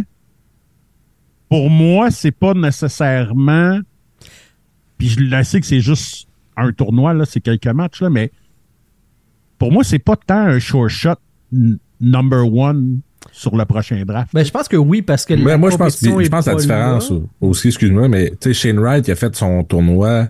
pour moi, c'est pas nécessairement... Puis je le sais que c'est juste un tournoi, là, c'est quelques matchs, là, mais pour moi, c'est pas tant un sure shot n- number one sur le prochain draft. Ben, je pense que oui, parce que Mais la moi, je pense, compétition je est pense à la pas différence là. aussi, excuse-moi, mais tu sais, Shane Wright, il a fait son tournoi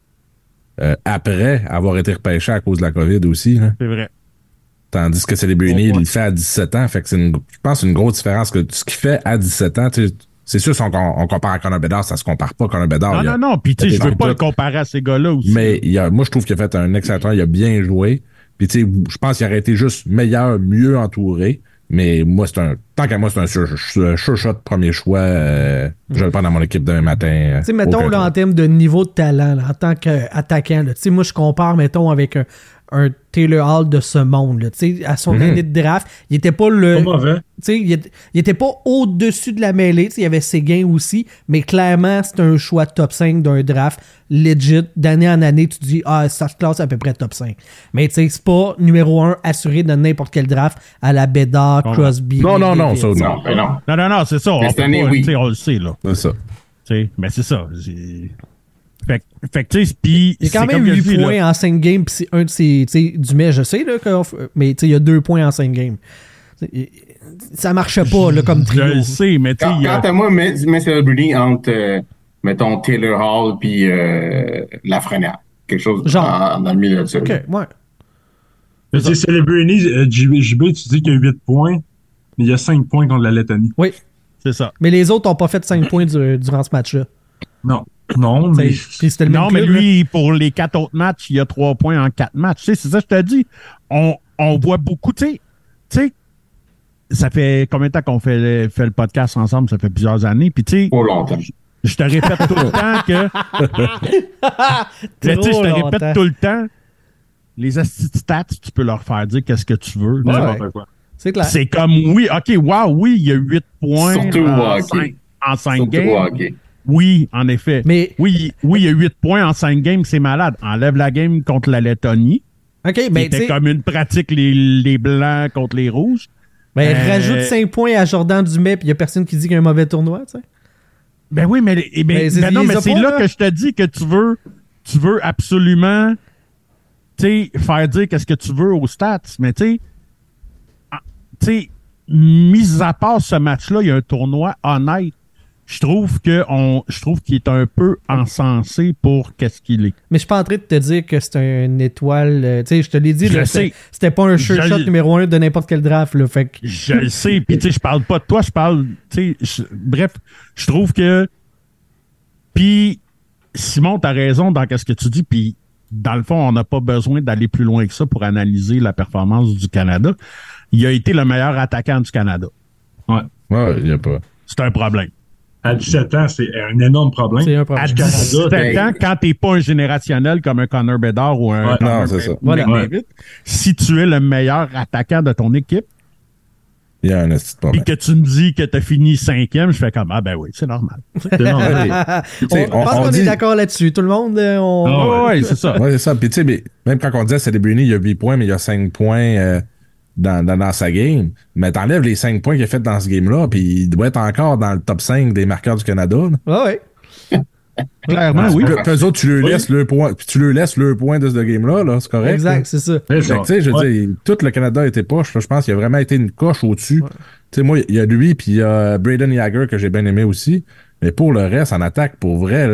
euh, après avoir été repêché à cause de la COVID aussi. Là. C'est vrai. Tandis que Celebrini, Ouais, ouais. il le fait à dix-sept ans. Fait que c'est une, je pense que c'est une grosse différence que ce qu'il fait à dix-sept ans, tu sais, c'est sûr, si on, on compare à Connor Bedard, ça se compare pas à Connor Bedard. Non, il a- non, non. Puis, tu sais, il a je des veux pas le inputs. comparer à ces gars-là aussi. Mais il a, moi, je trouve qu'il a fait un excellent travail. Il a bien joué. Puis, tu sais, je pense qu'il aurait été juste meilleur, mieux entouré. Mais moi, c'est un. Tant qu'à moi, c'est un sure, sure, sure shot premier choix. Euh, je vais le prendre dans mon équipe demain matin. Tu sais, mettons, là, en termes de niveau de talent, là, en tant qu'attaquant, tu sais, moi, je compare, mettons, avec un, un Taylor Hall de ce monde, là, tu sais, à son Mhm. année de draft, il était pas le... Pas mauvais. Tu sais, il, était- il était pas au-dessus de la mêlée, tu sais, il y avait ses gains aussi, mais clairement, c'est un choix top cinq d'un draft legit. D'année en année, tu te dis, ah, ça se classe à peu près top cinq. Mais tu sais, c'est pas numéro un assuré de n'importe quel draft à la Bédard, Crosby. Non, non, non, David. ça, Non, ben non. Non, non, non, c'est ça. On, Mais cette peut année, pas, oui. tu sais, on le sait, là. C'est ça. Tu sais, mais c'est ça. C'est- Fait, que- fait que, tu sais, puis. Il y a quand c'est même comme que je huit dis, là. points en cinq games, puis c'est un de ses. Tu sais, Dumais, je sais, là, qu'on f- mais tu sais, il y a deux points en cinq games. T'sais, ça marchait pas, là, comme Je trio. le sais, mais tu sais, Quant, il y a- quant à moi, mets, mets Celebrity entre, euh, mettons, Taylor Hall puis euh, Lafrenière. Quelque chose Genre. dans, dans le milieu de ça. Ok, ouais. Tu sais, Celebrini, euh, J B, J B, tu dis qu'il y a huit points, mais il y a cinq points contre la Lettonie. Oui. c'est ça. Mais les autres n'ont pas fait cinq points du- durant ce match-là. Non. Non, mais. T'sais, Puis c'était le Non, même mais club, là. lui, pour les quatre autres matchs, il y a trois points en quatre matchs. Tu sais, c'est ça que je te dis. On, on voit beaucoup, tu sais, tu sais, ça fait combien de temps qu'on fait, le- fait le podcast ensemble? Ça fait plusieurs années. Puis, tu sais, Pas longtemps. je te répète tout le temps que. Mais tu sais, je te Trop répète longtemps. tout le temps. Les asti de stats, tu peux leur faire dire qu'est-ce que tu veux. Ouais. N'importe quoi. C'est clair. C'est comme, oui, OK, wow, oui, il y a huit points Surtout au en hockey. cinq, en cinq Surtout games. au hockey. Oui, en effet. Mais- Oui, oui, il y a huit points en cinq games, c'est malade. Enlève la game contre la Lettonie. OK, ben, tu C'était sais, comme une pratique les, les blancs contre les rouges. ben, Euh, rajoute cinq points à Jordan Dumais, puis il n'y a personne qui dit qu'il y a un mauvais tournoi, tu sais. Ben oui, mais, eh ben, Ben, c'est- ben non, il les mais a c'est pas, là, là. que je te dis que tu veux, tu veux absolument, tu sais, faire dire qu'est-ce que tu veux aux stats. Mais tu sais, ah, tu sais, mis à part ce match-là, il y a un tournoi honnête. Je trouve que on, je trouve qu'il est un peu encensé pour qu'est-ce qu'il est. Mais je suis pas en train de te dire que c'est une étoile. euh, tu sais, je te l'ai dit, Je là, le c'était sais. c'était pas un sure Je shot le- numéro un de n'importe quel draft, là. Fait que. Je le sais, puis tu sais, je parle pas de toi, je parle, tu sais, je- bref, je trouve que, puis Simon, t'as raison dans ce que tu dis, puis dans le fond, on n'a pas besoin d'aller plus loin que ça pour analyser la performance du Canada. Il a été le meilleur attaquant du Canada. Ouais. Ouais, il n'y a pas. C'est un problème. À dix-sept ans, c'est un énorme problème. C'est un problème. À Du Canada, dix-sept ben- ans, quand t'es pas un générationnel comme un Connor Bedard ou un Ouais. Connor Non, c'est ça. Voilà. McDavid, si tu es le meilleur attaquant de ton équipe, Il y a un esti de puis problème. que tu me dis que t'as fini cinquième, je fais comme, ah ben oui, c'est normal. C'est normal. on, sais, je on- pense on qu'on dit- est d'accord là-dessus. Tout le monde, euh, on. Ah Ouais, ouais, c'est ça. Ouais, c'est ça. Puis tu sais, mais même quand on disait Celebrini, il y a huit points, mais il y a cinq points euh, dans, dans, dans sa game. Mais t'enlèves les cinq points qu'il a fait dans ce game-là, puis il doit être encore dans le top cinq des marqueurs du Canada. là. Ouais, ouais. Clairement, oui. Puis eux autres, tu leur laisses le point, puis tu leur laisses le point de ce game-là, là, c'est correct. Exact, là. c'est ça. C'est Fait ça. que, tu sais, je veux Ouais. dire, tout le Canada était poche. Là, je pense qu'il a vraiment été une coche au-dessus. Tu sais, moi, il y a lui, puis il y a Braden Yager que j'ai bien aimé aussi. Mais pour le reste, en attaque, pour vrai, là,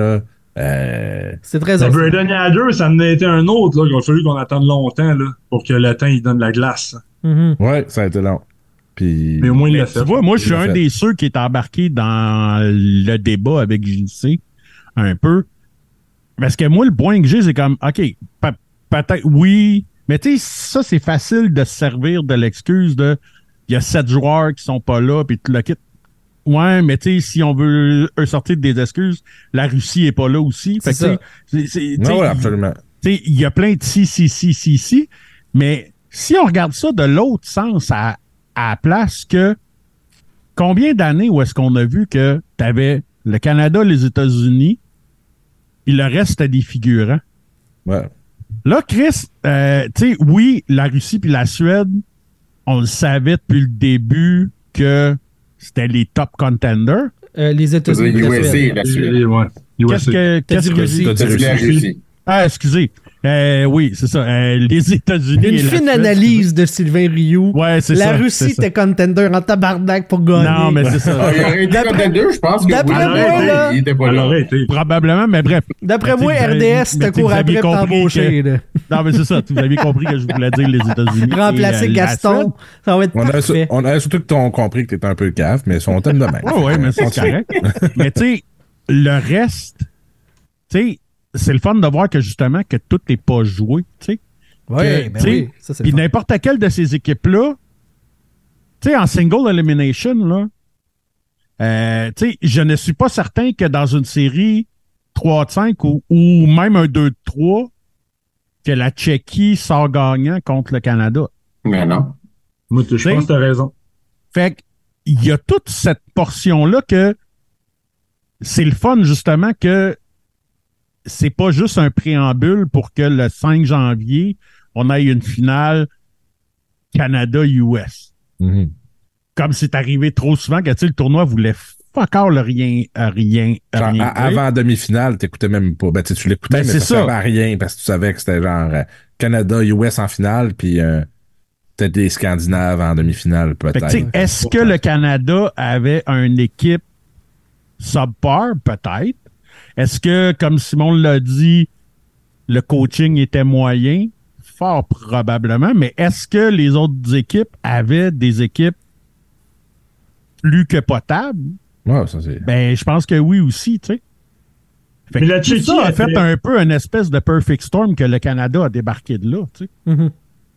Euh... C'est très Le Braden Yager, ça en a été un autre, là, qu'il a fallu qu'on attende longtemps, là, pour que le temps, il donne la glace. Mm-hmm. Ouais, ça a été long. Puis... Mais au moins, il l'a Tu fait. vois, moi, je suis Il l'a un fait. des ceux qui est embarqué dans le débat avec J C, un peu. Parce que moi, le point que j'ai, c'est comme, OK, pe- peut-être, oui, mais tu sais, ça, c'est facile de se servir de l'excuse de, il y a sept joueurs qui sont pas là, puis tu le quittes. Ouais, mais tu sais, si on veut euh, sortir des excuses, la Russie est pas là aussi. Fait C'est que, tu sais, c'est- c'est- tu sais, Non, ouais, absolument. tu sais, il y a plein de si, si, si, si, si, mais si on regarde ça de l'autre sens à, à la place que combien d'années où est-ce qu'on a vu que tu avais le Canada, les États-Unis, et le reste, c'était des figurants. Ouais. Là, Chris, euh, tu sais, oui, la Russie puis la Suède, on le savait depuis le début que c'était les top contenders. Euh, les États-Unis. U la S A, Suède. la Les- Suède. les- ouais. Qu'est-ce U S A. que... T'as Qu'est-ce dit que Russie. T'as dit T'as dit la Russie. Russie. Ah, excusez. Euh, oui, c'est ça. Euh, les États-Unis Une et la fine Suède, analyse de Sylvain Rioux. Ouais, c'est La ça. Russie c'est ça. était contender en tabarnak pour gagner. Non, mais c'est ça. Ah, il aurait été D'après- contender, je pense que d'après oui. moi, Il était- là, il était pas Elle là. aurait été. Probablement, mais bref. D'après Mais moi, tu sais, R D S mais te tu sais, court vous aviez après pour compris t'embaucher. que- là. Non, mais c'est ça. Vous avez compris que je voulais dire les États-Unis. Remplacer et, euh, la Gaston, Suède. ça va être On a, parfait. on a surtout que t'as compris que t'étais un peu cave, mais son thème de même. Oui, oui, mais c'est correct. Mais tu sais, le reste, tu sais, c'est le fun de voir que justement que tout n'est pas joué, tu sais. Oui, Que, ben tu sais, oui, ça c'est Puis le fun. n'importe quelle de ces équipes-là, tu sais, en single elimination, là, euh, tu sais, je ne suis pas certain que dans une série trois de cinq ou, ou même un deux de trois, que la Tchéquie sort gagnant contre le Canada. Mais non. Moi, je T'sais, pense que t'as raison. Fait qu'il y a toute cette portion-là que c'est le fun, justement, que c'est pas juste un préambule pour que le cinq janvier, on ait une finale Canada-U S. Mhm. Comme c'est arrivé trop souvent que, tu sais, le tournoi voulait fuck all rien, euh, rien, euh, Genre, rien. à- avant la demi-finale, t'écoutais même pas. Ben, tu sais, tu l'écoutais, Ben, mais c'est ça ça. servait à rien parce que tu savais que c'était genre euh, Canada-U S en finale, puis euh, peut-être des Scandinaves en demi-finale, Fait que, tu sais, peut-être. est-ce que le Canada avait une équipe subpar? Peut-être. Est-ce que, comme Simon l'a dit, le coaching était moyen? Fort probablement. Mais est-ce que les autres équipes avaient des équipes plus que potables? Ouais, ça, c'est... Ben, je pense que oui aussi, tu sais. Fait Mais que la tout Tchéquie ça a a fait fait- un peu une espèce de perfect storm que le Canada a débarqué de là, tu sais. Mhm.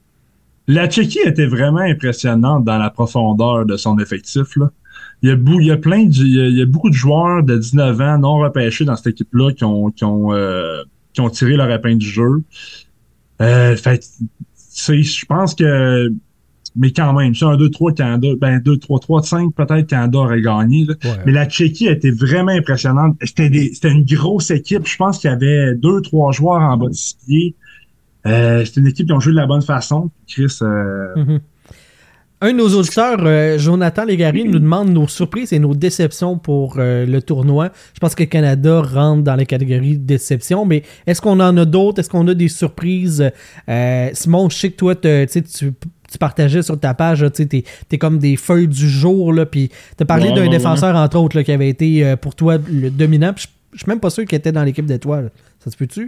La Tchéquie était vraiment impressionnante dans la profondeur de son effectif, là. Il y a, bou- il y a plein de, il y a, il y a beaucoup de joueurs de dix-neuf ans non repêchés dans cette équipe-là qui ont, qui ont, euh, qui ont tiré leur épingle du jeu. Euh, fait, tu sais, je pense que, mais quand même, c'est un deux trois Canada, ben deux trois trois cinq peut-être Canada aurait gagné, là. Ouais. Mais la Tchéquie a été vraiment impressionnante. C'était des, c'était une grosse équipe. Je pense qu'il y avait deux, trois joueurs en bas de six pieds. Euh, c'était une équipe qui ont joué de la bonne façon. Chris, euh, Mhm. Un de nos auditeurs, euh, Jonathan Légaré, nous demande nos surprises et nos déceptions pour euh, le tournoi. Je pense que le Canada rentre dans les catégories de déception, mais est-ce qu'on en a d'autres? Est-ce qu'on a des surprises? Euh, Simon, je sais que toi, te- tu sais, tu tu partageais sur ta page, là, tu sais, t'es, t'es comme des feuilles du jour, là, puis t'as parlé Ouais, d'un ouais, défenseur, entre autres, là, qui avait été euh, pour toi le dominant, puis je je suis même pas sûr qu'il était dans l'équipe d'étoiles. Ça se peut-tu?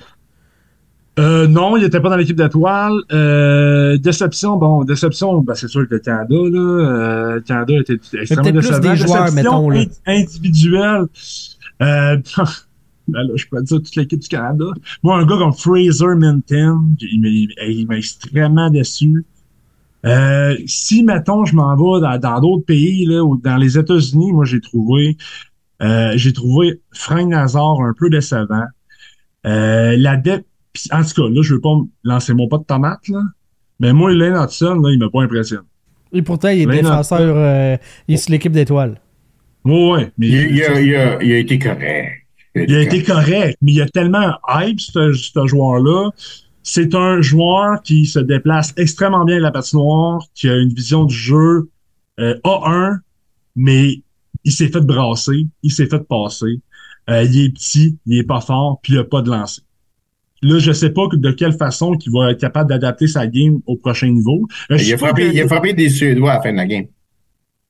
Euh, non, il était pas dans l'équipe d'étoiles. Euh, déception, bon, déception, ben, c'est sûr que le Canada, là, euh, le Canada était extrêmement peut-être plus décevant. des joueurs, Déception mettons, là. in- individuelle. Euh, ben là, je peux dire toute l'équipe du Canada. Moi, un gars comme Fraser Minton, il m'a, il m'a extrêmement déçu. Euh, si, mettons, je m'en vais dans, dans d'autres pays, là, ou dans les États-Unis, moi, j'ai trouvé, euh, j'ai trouvé Frank Nazar un peu décevant. Euh, la dé- Pis, en tout cas, là, je veux pas me lancer mon pas de tomate, là. Mais moi, Lane Hudson, là, il m'a pas impressionné. Et pourtant, il est Mais non. défenseur, euh, il est sur l'équipe d'étoiles. Ouais, ouais. Mais Il, il a, il, a, il a été correct. il a été correct, mais il y a tellement hype, ce, ce joueur-là. C'est un joueur qui se déplace extrêmement bien à la patinoire, qui a une vision du jeu euh, A un, mais il s'est fait brasser, il s'est fait passer. Euh, il est petit, il est pas fort, puis il a pas de lancer. Là, je sais pas de quelle façon il va être capable d'adapter sa game au prochain niveau. Euh, je Il sais a, pas frappé, que- il a frappé des Suédois à la fin de la game.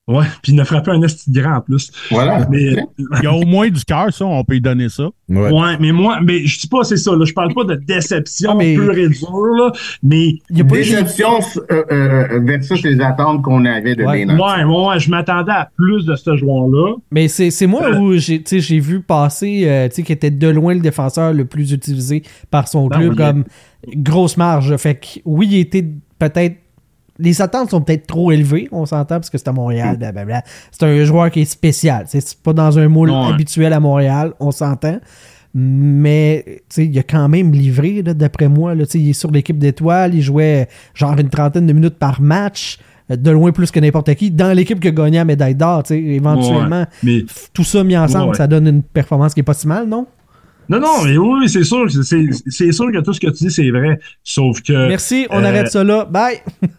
Ouais, puis il a frappé un esti de grand en plus. Voilà. Mais, Il y a au moins du cœur, ça, on peut lui donner ça. Ouais. ouais, mais moi, mais je dis pas c'est ça, là. Je parle pas de déception Ah, mais- pure et dure, là. Mais. Il y a pas eu des- Déception euh, euh, versus les attentes qu'on avait de Ouais. Dane Ouais, ouais, ouais, je m'attendais à plus de ce joueur-là. Mais c'est, c'est moi Euh. où j'ai, tu sais, j'ai vu passer, euh, tu sais, qui était de loin le défenseur le plus utilisé par son Ben club, oui. comme grosse marge. Fait que oui, il était peut-être. Les attentes sont peut-être trop élevées, on s'entend, parce que c'est à Montréal, blablabla. C'est un joueur qui est spécial. C'est, c'est pas dans un moule Ouais. habituel à Montréal, on s'entend. Mais tu sais, il a quand même livré, là, d'après moi. Là, tu sais, il est sur l'équipe d'étoiles, il jouait genre une trentaine de minutes par match, euh, de loin plus que n'importe qui, dans l'équipe qui a gagné la médaille d'or. Tu sais, éventuellement, Ouais, mais- f- tout ça mis ensemble, Ouais. ça donne une performance qui est pas si mal, non? Non, non, mais oui, c'est sûr, que c'est, c'est sûr que tout ce que tu dis, c'est vrai. Sauf que. Merci, on euh, arrête ça là. Bye!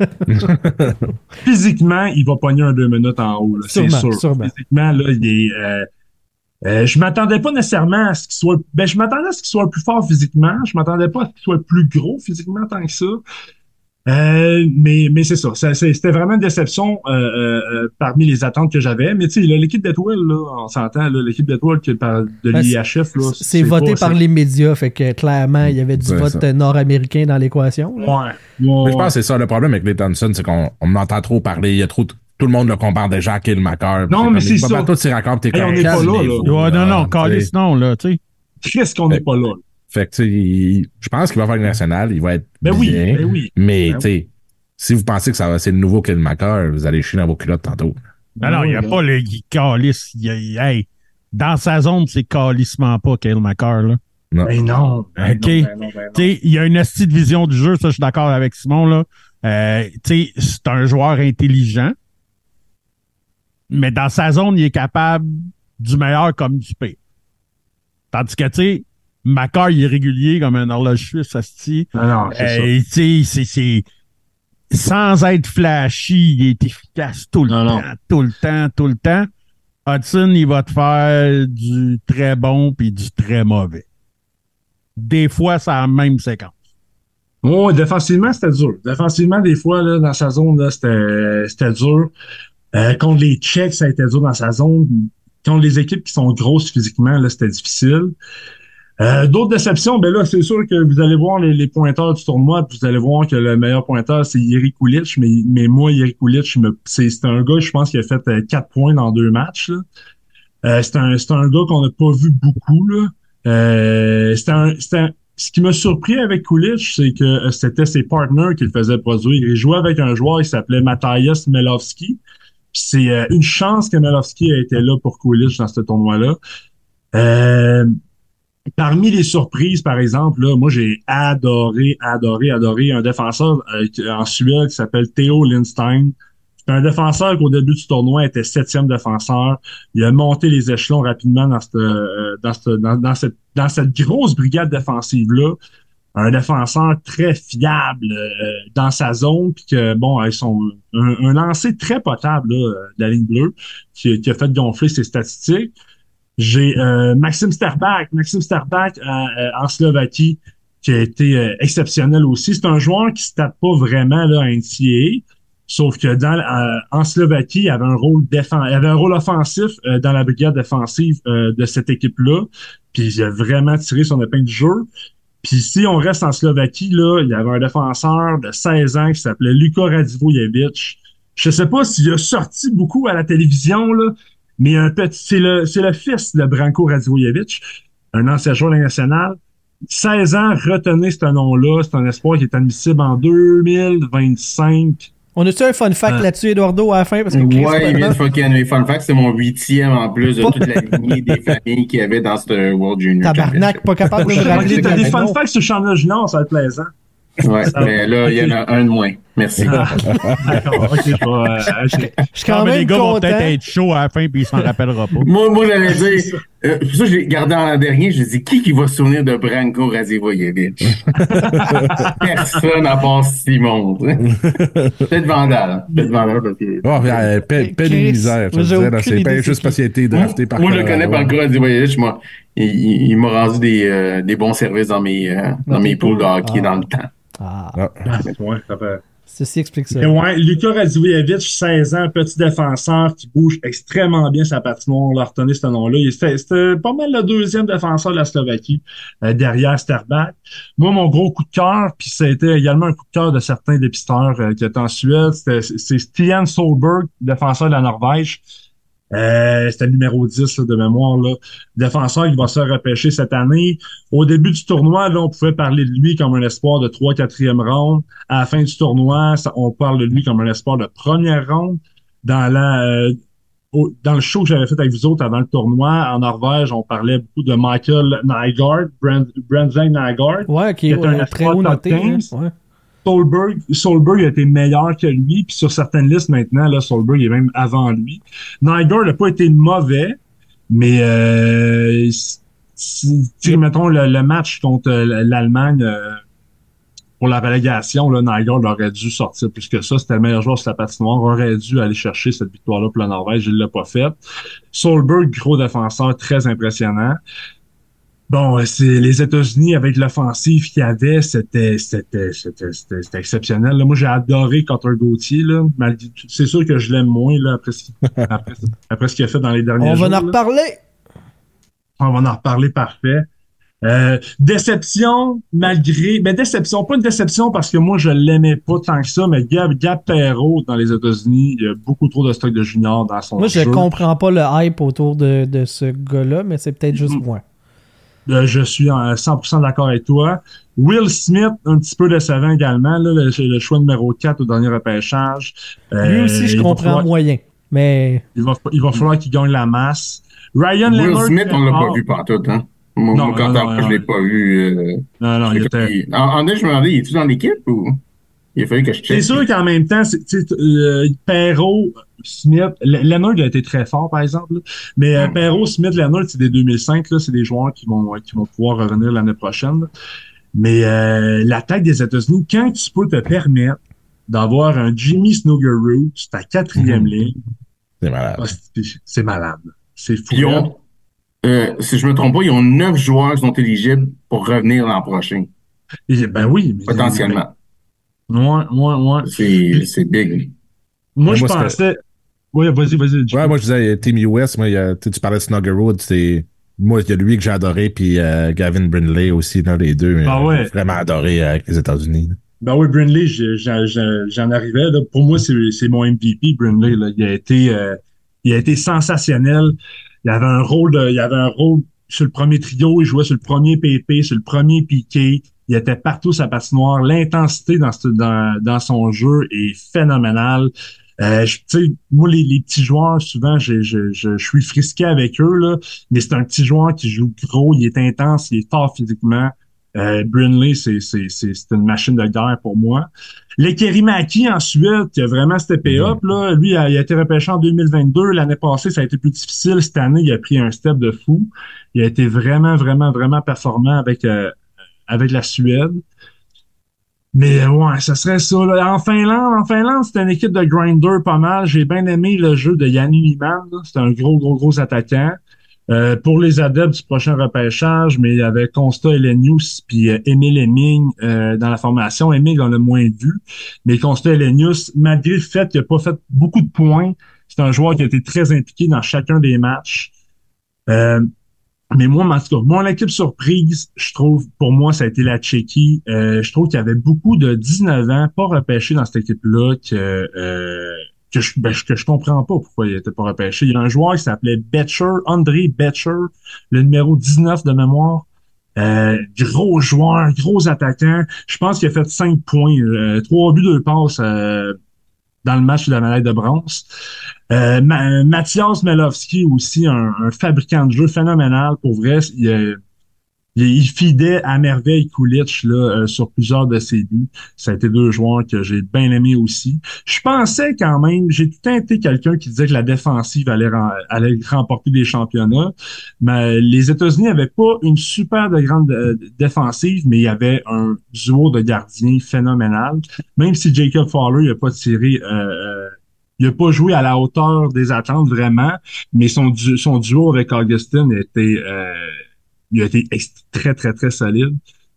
Physiquement, il va pogner un deux minutes en haut, là, c'est Sûrement, sûr. sûrement. Physiquement, là, il est. Euh, euh, je m'attendais pas nécessairement à ce qu'il soit. Ben, je m'attendais à ce qu'il soit plus fort physiquement. Je m'attendais pas à ce qu'il soit plus gros physiquement tant que ça. Euh, mais mais c'est ça. ça c'est- c'était vraiment une déception euh, euh, euh, parmi les attentes que j'avais. Mais tu sais, là, l'équipe d'étoiles, là, on s'entend, là, l'équipe d'étoiles qui est par, de Ben, l'I H F, là. C'est voté pas- par c'est- les médias, fait que clairement, il y avait du Ouais, vote ça. euh, nord-américain dans l'équation. là. Ouais. ouais, Mais je ouais. pense que c'est ça le problème avec les Thompson, c'est qu'on on en entend trop parler. Il y a trop, tout le monde le compare déjà à Cale Makar. Non, mais c'est ça. Tous ces raccords, t'es Hey, on correct. est pas là, mais là. faut, Ouais, non, non, tu sais. calice, non, là, tu sais. Qu'est-ce qu'on n'est pas là? là? Fait que, tu sais, il- je pense qu'il va faire le national, il va être Ben oui, bien. ben oui. Mais, Ben tu sais, si vous pensez que ça va, c'est le nouveau Cale Makar, vous allez chier dans vos culottes tantôt. Non, non, il n'y a Ouais, pas le il calice. il y a- Hey, dans sa zone, c'est calissement pas Cale Makar, là. Non. Ben non. Ben OK. non, ben non, ben non. Tu sais, il y a une astuce de vision du jeu, ça, je suis d'accord avec Simon, là. Euh, tu sais, c'est un joueur intelligent, mais dans sa zone, il est capable du meilleur comme du pire. Tandis que, tu sais, Makar, il est régulier comme un horloge suisse, ça se dit. Non, non, c'est ça. Euh, tu sais, c'est, c'est, sans être flashy, il est efficace tout le Non, non. temps, tout le temps, tout le temps. Hudson, il va te faire du très bon puis du très mauvais. Des fois, c'est la même séquence. Ouais, défensivement, c'était dur. Défensivement, des fois, là, dans sa zone, là, c'était, c'était dur. Euh, contre les Tchèques, ça a été dur dans sa zone. Contre les équipes qui sont grosses physiquement, là, c'était difficile. Euh, d'autres déceptions, ben là, c'est sûr que vous allez voir les, les pointeurs du tournoi, puis vous allez voir que le meilleur pointeur, c'est Jiri Kulich, mais, mais moi, Jiri Kulich, me, c'est, c'est un gars, je pense, qui a fait euh, quatre points dans deux matchs, là. Euh, c'est un, c'est un gars qu'on n'a pas vu beaucoup, là. Euh, c'est un, c'est un, ce qui m'a surpris avec Kulich, c'est que euh, c'était ses partners qui le faisaient produire. Il jouait avec un joueur qui s'appelait Matthias Melowski. Puis c'est euh, une chance que Melowski a été là pour Kulich dans ce tournoi-là. Euh, Parmi les surprises, par exemple, là, moi j'ai adoré, adoré, adoré un défenseur euh, en Suède qui s'appelle Theo Lindstein. C'est un défenseur qu'au début du tournoi était septième défenseur. Il a monté les échelons rapidement dans cette, euh, dans cette, dans, dans cette, dans cette grosse brigade défensive-là. Un défenseur très fiable euh, dans sa zone, puis que bon, ils sont un, un lancer très potable là, de la ligne bleue, qui, qui a fait gonfler ses statistiques. J'ai euh, Maxime Sterbak, Maxime Sterbak euh, euh, en Slovaquie, qui a été euh, exceptionnel aussi. C'est un joueur qui se tape pas vraiment là, à N C A A, sauf que dans euh, en Slovaquie, il avait un rôle défense, il avait un rôle offensif euh, dans la brigade défensive euh, de cette équipe-là. Puis il a vraiment tiré son épingle du jeu. Puis si on reste en Slovaquie, là, il y avait un défenseur de seize ans qui s'appelait Luka Radivojevic. Je sais pas s'il a sorti beaucoup à la télévision, là, mais un petit, c'est le, c'est le fils de Branko Radivojevic, un ancien joueur de la nationale. seize ans, retenez ce nom-là. C'est un espoir qui est admissible en deux mille vingt-cinq. On a-tu un fun fact Ah. là-dessus, Eduardo, à la fin? Parce que Chris, Ouais, il vient de vraiment, fucking mes fun facts. C'est mon huitième en plus de toute la lignée des familles qu'il y avait dans ce World Junior tabarnak, pas capable de me rappeler. Ok, t'as de- des fun non. facts sur le championnat junior, ça va être plaisant. Ouais, mais là, il y en a un de moins. Merci. Ah, d'accord, ok, je vais, euh, ok. Je suis quand Non, mais même les gars vont content. peut-être être chauds à la fin puis ils s'en rappellera pas. Moi, moi, j'allais dire, euh, pour ça, j'ai gardé en dernier, j'ai dit, qui qui va se souvenir de Branko Radivojevic? Personne à part Simon. tu sais. Peut-être Vandal. Peut-être Vandal parce que... Oh, euh, paix, paix des Chris, misères, je te j'ai disais, dans aucune ses idée pains, c'est juste qui. parce qu'il a été drafté par Moi, je le connais Colorado. Branko Radivojevic, moi. Il, il, il m'a rendu des, euh, des bons services dans mes, euh, dans Dans mes tes poules de poules? hockey Ah. dans le temps. Ah, Ah. Ah, ouais, ça fait... ceci explique ça. Mais ouais, Luka Radzojevic, seize ans, petit défenseur qui bouge extrêmement bien sa patinoire. On l'a retenu ce nom-là. Il- C'était c'était pas mal le deuxième défenseur de la Slovaquie, euh, derrière Sterbak. Moi, mon gros coup de cœur, puis c'était également un coup de cœur de certains dépisteurs euh, qui étaient en Suède, c'était- c'est Stian Solberg, défenseur de la Norvège. Euh, c'était le numéro dix là, de mémoire. Là. Défenseur qui va se faire repêcher cette année. Au début du tournoi, là, on pouvait parler de lui comme un espoir de trois quatrième ronde. À la fin du tournoi, ça, on parle de lui comme un espoir de première ronde. Dans la euh, au- dans le show que j'avais fait avec vous autres avant le tournoi, en Norvège, on parlait beaucoup de Michael Nygaard, Brand, Brandon Nygaard, Ouais, qui qui est est un ouais, très espoir haut top noté. Hein, quinze. ouais. Solberg, Solberg a été meilleur que lui, puis sur certaines listes maintenant, là, Solberg est même avant lui. Nygaard n'a pas été mauvais, mais euh, si, si, mettons le, le match contre l'Allemagne euh, pour la relégation, là, Nygaard aurait dû sortir plus que ça. C'était le meilleur joueur sur la patinoire, aurait dû aller chercher cette victoire-là pour la Norvège, il l'a pas fait. Solberg, gros défenseur, très impressionnant. Bon, c'est les États-Unis avec l'offensive qu'il y avait, c'était c'était c'était c'était, c'était exceptionnel. Là, moi, j'ai adoré Cutter Gauthier. Là, malgré, c'est sûr que je l'aime moins là après ce, après, après ce qu'il a fait dans les derniers On jours. va en là. reparler. On va en reparler, parfait. Euh, déception, malgré... Ben, déception, pas une déception parce que moi, je l'aimais pas tant que ça, mais Gab, Gab Perreault, dans les États-Unis, il y a beaucoup trop de stock de juniors dans son Moi, je jeu. comprends pas le hype autour de, de ce gars-là, mais c'est peut-être juste moi. Euh, je suis en cent pour cent d'accord avec toi. Will Smith, un petit peu décevant également, là, le, le choix numéro quatre au dernier repêchage. Euh, Lui aussi, je il va comprends falloir- moyen, mais... Il va, il va falloir qu'il gagne la masse. Ryan Will Leonard... Smith, on l'a pas fort. vu pantoute, hein? Moi, Non, moi, quand non, moi, non, je l'ai non. pas vu. Euh, Non, non, je il l'ai- était... il- En, en est, je me demandais, il est-tu dans l'équipe ou il a fallu que je check? C'est sûr qu'en même temps, c'est, tu sais, euh, Perrault, Smith, Le- Leonard a été très fort, par exemple, là. Mais euh, Mm. Perrault, Smith, Leonard, c'est des deux mille cinq, là, c'est des joueurs qui vont, qui vont pouvoir revenir l'année prochaine. Là. Mais euh, l'attaque des États-Unis, quand tu peux te permettre d'avoir un Jimmy Snuggerud, c'est ta quatrième Mhm. ligne, C'est malade. ah, c'est, c'est malade. C'est fou. Puis ils ont, euh, si je me trompe pas, ils ont neuf joueurs qui sont éligibles pour revenir l'an prochain, Et, ben oui. Mais, potentiellement. Ouais, ouais, ouais. C'est, c'est big. Moi, Mais je moi, c'était- pensais... Ouais, vas-y, vas-y. Jimmy. Ouais, moi, je disais, Team U S, moi, il y a- tu sais, tu parlais de Snuggerwood, c'est. Moi, il y a lui que j'ai adoré, puis euh, Gavin Brindley aussi, là, les deux. Ah euh, ouais. j'ai vraiment adoré euh, avec les États-Unis. là. Ben oui, Brindley, j'ai- j'ai- j'ai- j'en arrivais. Là. Pour moi, c'est c'est mon M V P, Brindley. Là. Il a été euh, il a été sensationnel. Il avait un rôle de, il avait un rôle sur le premier trio, il jouait sur le premier P P, sur le premier piqué. Il était partout sa patinoire. L'intensité dans, ce- dans, dans son jeu est phénoménale. Euh, je- tu sais, moi, les, les petits joueurs, souvent, je, je, je, je suis frisqué avec eux, là, mais c'est un petit joueur qui joue gros, il est intense, il est fort physiquement. Euh, Brindley, c'est, c'est, c'est, c'est une machine de guerre pour moi. Lekeri Maki en Suède, qui a vraiment steppé up, là, lui, il a, il a été repêché en deux mille vingt-deux. L'année passée, ça a été plus difficile. Cette année, il a pris un step de fou. Il a été vraiment, vraiment, vraiment performant avec, euh, avec la Suède. Mais ouais, ça serait ça. Là. En Finlande, en Finlande, c'était une équipe de grinder pas mal. J'ai bien aimé le jeu de Yanni Niman. C'était un gros, gros, gros attaquant. Euh, pour les adeptes du prochain repêchage, mais il y avait Consta Elenius puis euh, Emile Hemming euh, dans la formation. Hemming, on l'a moins vu. Mais Consta Elenius, malgré le fait qu'il n'a pas fait beaucoup de points, c'est un joueur qui a été très impliqué dans chacun des matchs. Euh, Mais moi, en tout cas, mon équipe surprise, je trouve, pour moi, ça a été la Tchéquie. Euh, je trouve qu'il y avait beaucoup de dix-neuf ans pas repêchés dans cette équipe-là que euh, que je ben, que je comprends pas pourquoi il était pas repêché. Il y a un joueur qui s'appelait Betcher, André Betcher, le numéro dix-neuf de mémoire. Euh, gros joueur, gros attaquant. Je pense qu'il a fait cinq points, euh, trois buts, deux passes euh, dans le match de la médaille de bronze. Euh, Ma- Mathias Melowski aussi, un, un fabricant de jeu phénoménal. Pour vrai, il, euh, il, il fidait à merveille Kulich là, euh, sur plusieurs de ses buts. Ça a été deux joueurs que j'ai bien aimés aussi. Je pensais quand même, j'ai tout le temps été quelqu'un qui disait que la défensive allait, rem- allait remporter des championnats. Mais les États-Unis n'avaient pas une super de grande euh, défensive, mais il y avait un duo de gardiens phénoménal. Même si Jacob Fowler n'a pas tiré... Euh, euh, il n'a pas joué à la hauteur des attentes vraiment, mais son, du- son duo avec Augustin était, euh, il a été ext- très, très, très solide.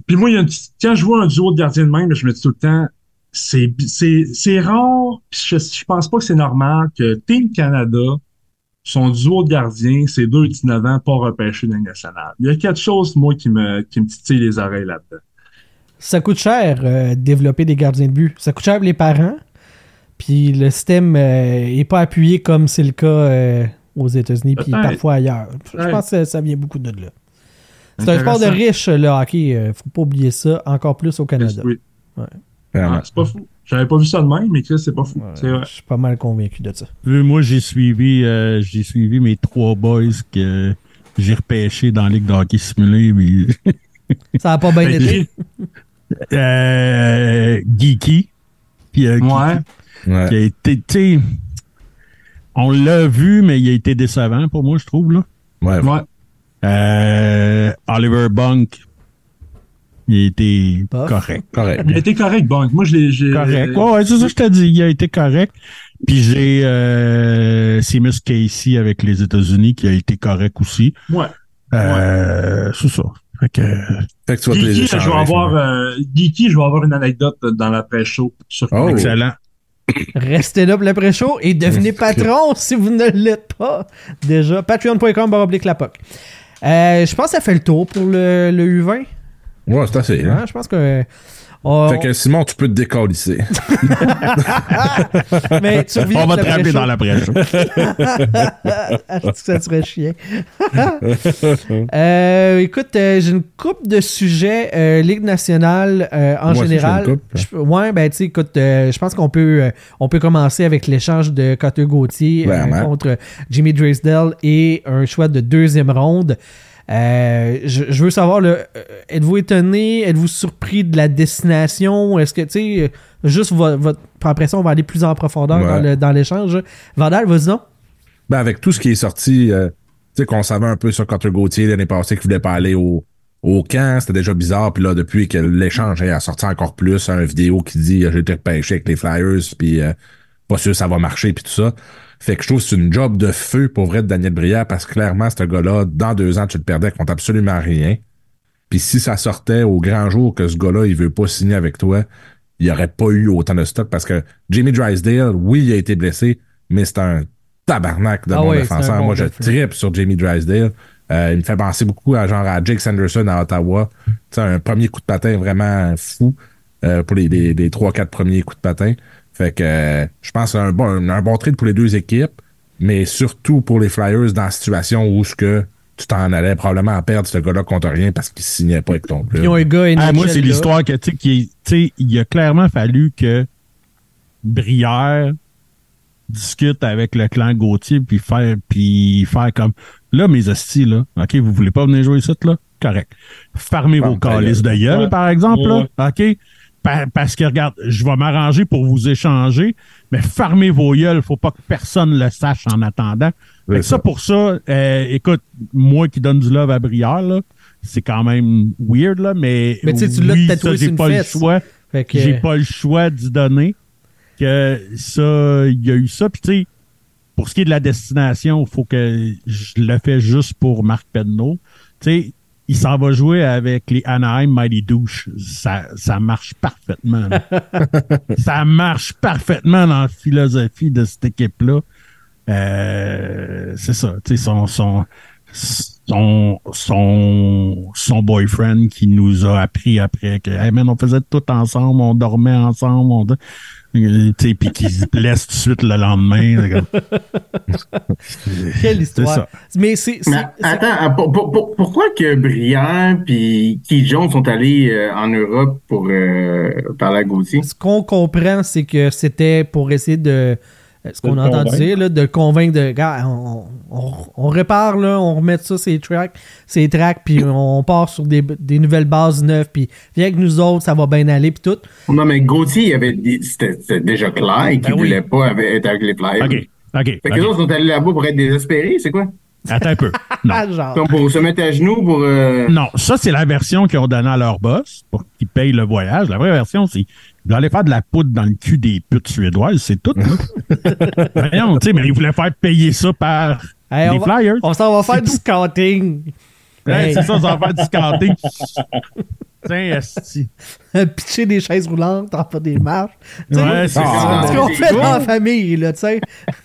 Puis moi, il y a une petite- quand je vois un duo de gardiens de même, je me dis tout le temps, c'est, c'est, c'est rare, puis je, je pense pas que c'est normal que Team Canada, son duo de gardiens, c'est deux dix-neuf ans, pas repêchés dans le national. Il y a quelque chose, moi, qui me, qui me titille les oreilles là-dedans. Ça coûte cher, euh, développer des gardiens de but. Ça coûte cher pour les parents. Puis le système euh, est pas appuyé comme c'est le cas euh, aux États-Unis, puis Peut-être. parfois ailleurs. Je Ouais. pense que ça vient beaucoup de là. C'est un sport de Intéressant. riche, le hockey. Euh, faut pas oublier ça, encore plus au Canada. Oui. Vraiment. Ah, c'est pas fou. J'avais pas vu ça de même, mais Chris, c'est pas fou. Ouais, C'est vrai. je suis pas mal convaincu de ça. Euh, Moi, j'ai suivi, euh, j'ai suivi mes trois boys que j'ai repêchés dans la Ligue de hockey simulé. Mais... Ça a pas bien été. euh, Geeky. Puis, euh, Geeky, Ouais. Ouais. qui a été, tu sais, on l'a vu, mais il a été décevant pour moi, je trouve, là. Ouais. Ouais. Euh, Oliver Bunk, il a été Bof. correct. Correct. Il a été correct, Bunk. Moi, je l'ai. j'ai- Correct. Ouais, ouais, c'est ça que je t'ai dit. Il a été correct. Puis j'ai euh, Seamus Casey avec les États-Unis qui a été correct aussi. Ouais. Euh, C'est ça. Fait que, Fait que tu vas te les Geeky, je échanger. vais avoir, finalement. euh, Geeky, je vais avoir une anecdote dans l'après-show sur Oh. excellent. Restez là pour l'après-show et devenez patron si vous ne l'êtes pas déjà. patreon point com barre oblique la P O C. Euh, je pense que ça fait le tour pour le, le U vingt. Ouais, c'est assez. Hein? Hein, je pense que... on- Fait que Simon, tu peux te décalisser. Mais tu reviens On va pour te rappeler dans l'après-show. l'après-show. Est-ce que ça serait chiant? Euh, écoute, euh, j'ai une couple de sujets euh, Ligue nationale euh, en Moi aussi, général. j'ai une couple. Je- ouais, ben tu sais, écoute, euh, je pense qu'on peut, euh, on peut commencer avec l'échange de Cotter Gauthier euh, Vraiment. contre Jimmy Drysdale et un choix de deuxième ronde. Euh, je, je veux savoir, là, euh, êtes-vous étonné, êtes-vous surpris de la destination? Est-ce que, tu sais, euh, juste vo- votre impression, on va aller plus en profondeur Ouais. dans, le- dans l'échange. Vandal, vas-y donc. Ben, avec tout ce qui est sorti, euh, tu sais, qu'on savait un peu sur Cotter Gauthier l'année passée qu'il voulait pas aller au, au camp, c'était déjà bizarre. Puis là, depuis que l'échange a sorti encore plus, une vidéo qui dit euh, j'ai été repêché avec les Flyers, puis euh, pas sûr que ça va marcher, puis tout ça. Fait que je trouve que c'est une job de feu pour vrai de Daniel Brière, parce que clairement, ce gars-là, dans deux ans, tu le perdais contre absolument rien. Puis si ça sortait au grand jour que ce gars-là, il veut pas signer avec toi, il n'y aurait pas eu autant de stock, parce que Jimmy Drysdale, oui, il a été blessé, mais c'est un tabarnak de Ah bon ouais, c'est un défenseur. bon Moi, je défenseur. trippe sur Jamie Drysdale. Euh, il me fait penser beaucoup à genre à Jake Sanderson à Ottawa. Tu sais, un premier coup de patin vraiment fou euh, pour les, les, les trois quatre premiers coups de patin. Fait que euh, je pense que c'est un bon, un, un bon trade pour les deux équipes, mais surtout pour les Flyers dans la situation où ce que tu t'en allais probablement à perdre ce gars-là contre rien parce qu'il signait pas avec ton club. Ils ont un gars N H L Ah, moi, c'est là. l'histoire que, tu sais, qui est- tu sais, il a clairement fallu que Brière discute avec le clan Gauthier puis faire, puis faire comme, là, mes hosties, là, OK, vous voulez pas venir jouer ici, là? Correct. Fermez vos Ferme ta calices de gueule. gueule, Ouais. par exemple, Ouais. là. OK? Pa- parce que, regarde, je vais m'arranger pour vous échanger, mais fermez vos gueules, faut pas que personne le sache en attendant. Fait que C'est ça, ça. pour ça, euh, écoute, moi qui donne du love à Brière, là, c'est quand même weird, là, mais. Mais tu sais, tu l'as oui, tatoué ça, j'ai sur une pas fesse. le choix. Fait que, J'ai pas le choix d'y donner. Que ça, il y a eu ça. Puis, tu sais, pour ce qui est de la destination, il faut que je le fais juste pour Marc Pedneau. Tu sais, il s'en va jouer avec les Anaheim Mighty Douche. Ça, ça marche parfaitement. là. Ça marche parfaitement dans la philosophie de cette équipe-là. Euh, c'est ça. Tu sais, son, son, son, son, son boyfriend qui nous a appris après que, hey man, on faisait tout ensemble, on dormait ensemble, on, euh, tu sais, puis qui se blesse tout de suite le lendemain. C'est comme- quelle histoire. ça. Mais c'est... c'est- Mais c'est- attends, pour- pour- pour- pourquoi que Brière puis Keith Jones sont allés euh, en Europe pour euh, parler à Gauthier? Ce qu'on comprend, c'est que c'était pour essayer de... Ce qu'on le a entendu convaincre. dire, là, de le convaincre de... Gars, on, on, on répare, là, on remet ça, ces tracks, ces tracks, puis on part sur des, des nouvelles bases neuves, puis viens avec nous autres, ça va bien aller, puis tout. Non, mais Gauthier, il avait dit- c'était c'était déjà clair qu'il Ben oui. voulait pas avec- être avec les Flyers. OK, OK. Fait que ok. les autres sont allés là-bas pour être désespérés, c'est quoi? Attends un peu. Non. Ah, genre. Comme pour se mettre à genoux pour... euh, Non, ça, c'est la version qu'ils ont donnée à leur boss pour qu'ils payent le voyage. La vraie version, c'est qu'ils allaient faire de la poudre dans le cul des putes suédoises, c'est tout. là. Voyons, tu sais, mais ils voulaient faire payer ça par Hey, les on va- Flyers. On s'en va faire C'est du tout. scouting. Ouais, Hey. c'est ça, ça va faire du scouting. Tiens, esti. Pitcher des chaises roulantes en fait des marches. Tu sais, Ouais, c'est Ah, ça. ce qu'on c'est fait cool. dans la famille, là, tu sais.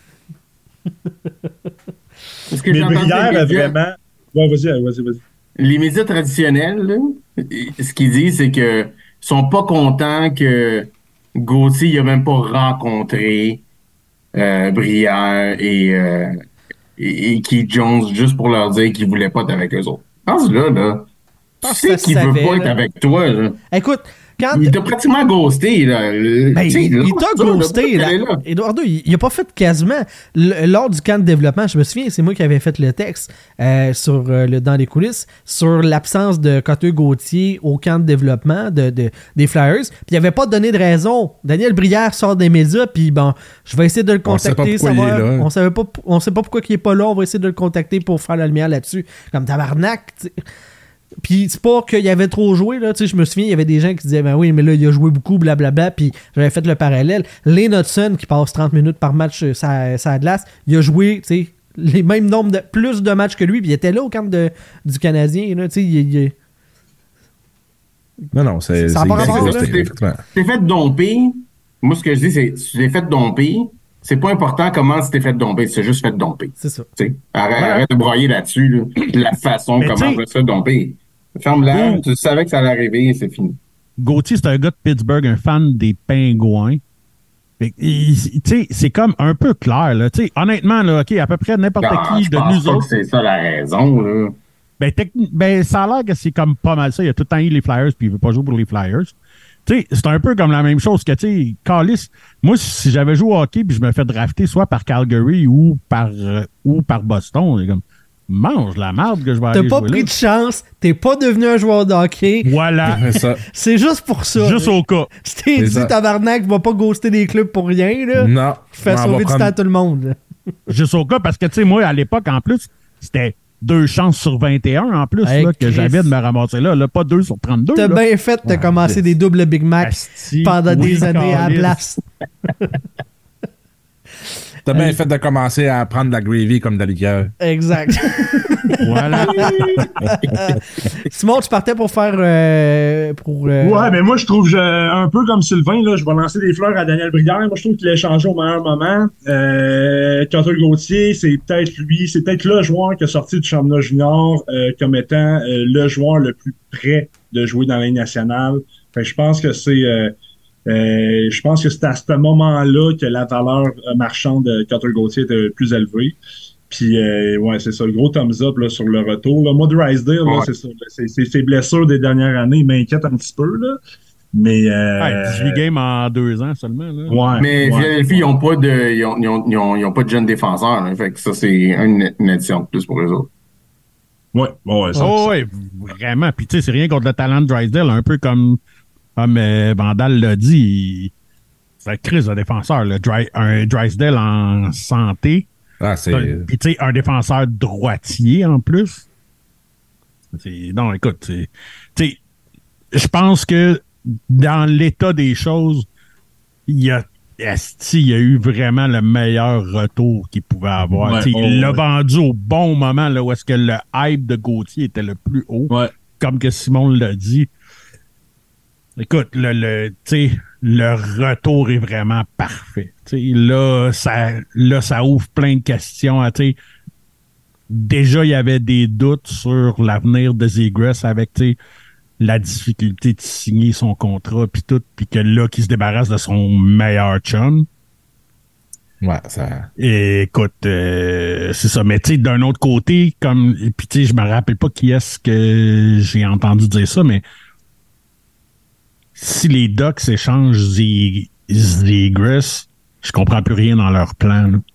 Parce que Mais j'ai entendu Brière les a médias- vraiment. Ouais, vas-y, vas-y, vas-y. Les médias traditionnels, là, ce qu'ils disent, c'est que sont pas contents que Gauthier il a même pas rencontré euh, Brière et, euh, et, et Keith Jones juste pour leur dire qu'il voulait pas être avec eux autres. Pense là, là. Tu Pense sais que ça qu'il veut savait, pas être là. avec toi, là. Écoute, quand. Il t'a pratiquement ghosté, là. Ben, Tu sais, il, il lâche t'a ça, là, ghosté. pourquoi Là. t'es là? Eduardo, il, il a pas fait quasiment. Le- lors du camp de développement, je me souviens, c'est moi qui avais fait le texte euh, sur euh, le dans les coulisses sur l'absence de Coteux Gauthier au camp de développement de, de- des Flyers. Puis il avait pas donné de raison. Daniel Brière sort des médias, puis bon, je vais essayer de le On sait pas contacter. pourquoi il savoir- est là. on savait pas, on sait pas pourquoi il est pas là. On va essayer de le contacter pour faire la lumière là-dessus. Comme tabarnak, tu sais. Puis c'est pas qu'il avait trop joué, là. Tu sais, je me souviens, il y avait des gens qui disaient, ben oui, mais là, il a joué beaucoup, blablabla. Puis j'avais fait le parallèle. Lane Hudson, qui passe trente minutes par match euh, sa, sa glace, il a joué, tu sais, les mêmes nombres de, plus de matchs que lui. Puis il était là au camp de, du Canadien, là. Tu sais, il, il- Non, non, c'est. Ça a c'est- pas rapport, c'est- là. c'est- effectivement. Tu t'es fait domper. Moi, ce que je dis, c'est tu t'es fait domper. C'est pas important comment tu t'es fait domper. Tu t'es juste fait domper. c'est ça. Tu sais, arrête, arrête de broyer là-dessus, là, de la façon Mais comment tu sais- on va se faire domper. Ferme-la, Ouh. tu savais que ça allait arriver et c'est fini. Gauthier, c'est un gars de Pittsburgh, un fan des Pingouins. Fait que, il- Tu sais, c'est comme un peu clair, là. Tu sais, honnêtement, là, OK, à peu près n'importe Ah, qui je de pense nous pas autres. que c'est ça la raison, là. Ben, techni- ben, ça a l'air que c'est comme pas mal ça. Il a tout le temps eu les Flyers, puis il veut pas jouer pour les Flyers. Tu sais, c'est un peu comme la même chose que, tu sais, Callis, moi, si j'avais joué au hockey, puis je me fais drafter soit par Calgary ou par, euh, ou par Boston, c'est comme, mange la merde que je vais T'as aller pas jouer pris là. de chance, t'es pas devenu un joueur de hockey. Voilà. C'est ça. C'est juste pour ça. Juste là. au cas. Tu t'es C'est dit, ça. tabarnak, va pas ghoster des clubs pour rien, là. Non. Fais Non, on va sauver du prendre- temps à tout le monde, là. Juste au cas, parce que, tu sais, moi, à l'époque, en plus, c'était deux chances sur vingt et un, en plus, Hey, là, que Chris. j'avais de me ramasser là. là pas deux sur trente-deux. T'as là. bien fait de commencer des doubles Big Mac Asti, pendant oui, des années à la Callis. place. T'as bien fait de commencer à prendre de la gravy comme de la liqueur. Exact. Voilà. Simon, tu partais pour faire. euh, pour, euh, Ouais, mais moi, je trouve, je- un peu comme Sylvain, là, je vais lancer des fleurs à Daniel Brière. Moi, je trouve qu'il a changé au meilleur moment. Euh, Coteux Gauthier, c'est peut-être lui, c'est peut-être le joueur qui a sorti du championnat junior euh, comme étant euh, le joueur le plus prêt de jouer dans la Ligue nationale. Fait que je pense que c'est... Euh, euh, je pense que c'est à ce moment-là que la valeur euh, marchande de Coteux Gauthier était plus élevée. Puis, euh, ouais, c'est ça, le gros thumbs up là, sur le retour. Là. Moi, Drysdale, là, Ouais. c'est ça. là, c'est, c'est, ses blessures des dernières années m'inquiètent un petit peu. Là. Mais. Euh, Ouais, dix-huit games en deux ans seulement. Là. Ouais, Mais ouais. Philadelphie, ils n'ont pas de, ils ont, ils ont, ils ont, ils ont pas de jeunes défenseurs, là. Fait que ça, c'est une, une addition de plus pour eux autres. Ouais, ouais, ça, Oh, ça. ouais, vraiment. Puis, tu sais, c'est rien contre le talent de Drysdale, un peu comme, comme euh, Vandal l'a dit. il- C'est un crise de défenseur. Là. Dry- un Drysdale en santé. Ah, c'est. Puis, tu sais, un défenseur droitier en plus. C'est- non, écoute, c'est- tu sais, je pense que dans l'état des choses, il y a, esti, il y a eu vraiment le meilleur retour qu'il pouvait avoir. Ouais, Tu sais, oh, il l'a ouais. vendu au bon moment là, où est-ce que le hype de Gauthier était le plus haut. Ouais. Comme que Simon l'a dit. Écoute, le, le, tu sais, le retour est vraiment parfait. Tu sais, là, ça, là, ça ouvre plein de questions. à, tu sais, déjà, il y avait des doutes sur l'avenir de Zegras avec tu sais, la difficulté de signer son contrat, puis tout, puis que là, qu'il se débarrasse de son meilleur chum. Ouais, ça. Et écoute, euh, c'est ça. Mais tu sais, d'un autre côté, comme, et puis tu sais, je me rappelle pas qui est-ce que j'ai entendu dire ça, mais si les Ducks échangent Zé- Zegras, je comprends plus rien dans leur plan. là.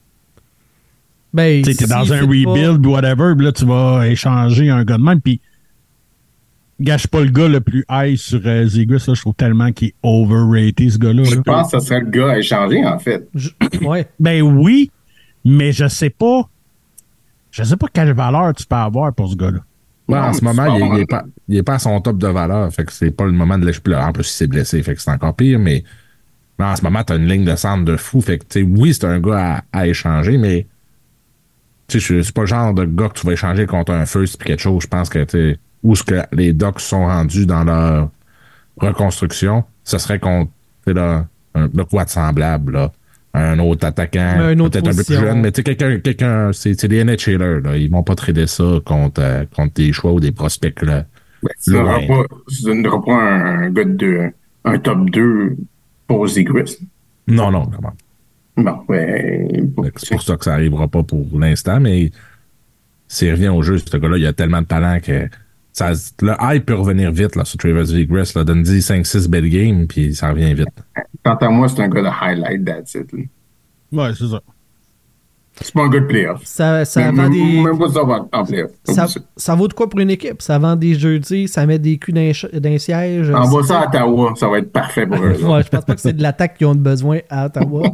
Ben, Tu sais, t'es dans s'il un fit pas- rebuild, whatever, puis là, tu vas échanger un gars de même, puis gâche pas le gars le plus high sur euh, Zegras, là, je trouve tellement qu'il est overrated, ce gars-là. Je là. pense que ce serait le gars à échanger, en fait. Je- Ouais. Ben oui, mais je sais pas. Je sais pas quelle valeur tu peux avoir pour ce gars-là. Ouais, Non, en ce mais moment, c'est il, pas est- il est mal. pas, il est pas à son top de valeur. Fait que c'est pas le moment de l'explorer. En plus, il s'est blessé. Fait que c'est encore pire. Mais, mais en ce moment, t'as une ligne de centre de fou. Fait que, tu sais, oui, c'est un gars à, à échanger, mais tu sais, c'est pas le genre de gars que tu vas échanger contre un first pis quelque chose. Je pense que, tu sais, où ce que les Ducks sont rendus dans leur reconstruction, ce serait qu'on fait là, un, de quoi de semblable, là. Un autre attaquant, un autre peut-être position. un peu plus jeune, mais tu sais, quelqu'un, quelqu'un, c'est, c'est des N H L ers, là. Ils vont pas trader ça contre, euh, contre des choix ou des prospects, là. Ben, ça ne Loin. pas, ça ne donnera pas un, un gars de un top deux pour Zegras. Non, non, comment. Bon, ben, Fait que C'est pour ça que ça arrivera pas pour l'instant, mais s'il revient au jeu, ce gars-là, il a tellement de talent que ça, le hype peut revenir vite, là, sur Travis Zegras, là. Donne-y cinq six belles games, puis ça revient vite. quant à moi, c'est un gars de highlight, that's it. Là. Ouais, c'est ça. C'est pas un gars de playoff. Ça, ça même, vend même, des... même pas ça en, en playoff. Ça, ça vaut de quoi pour une équipe? Ça vend des jeudis, ça met des culs d'un, d'un siège. Envoie ça à Ottawa, ça va être parfait pour eux. Ouais, je pense pas que c'est de l'attaque qu'ils ont besoin à Ottawa.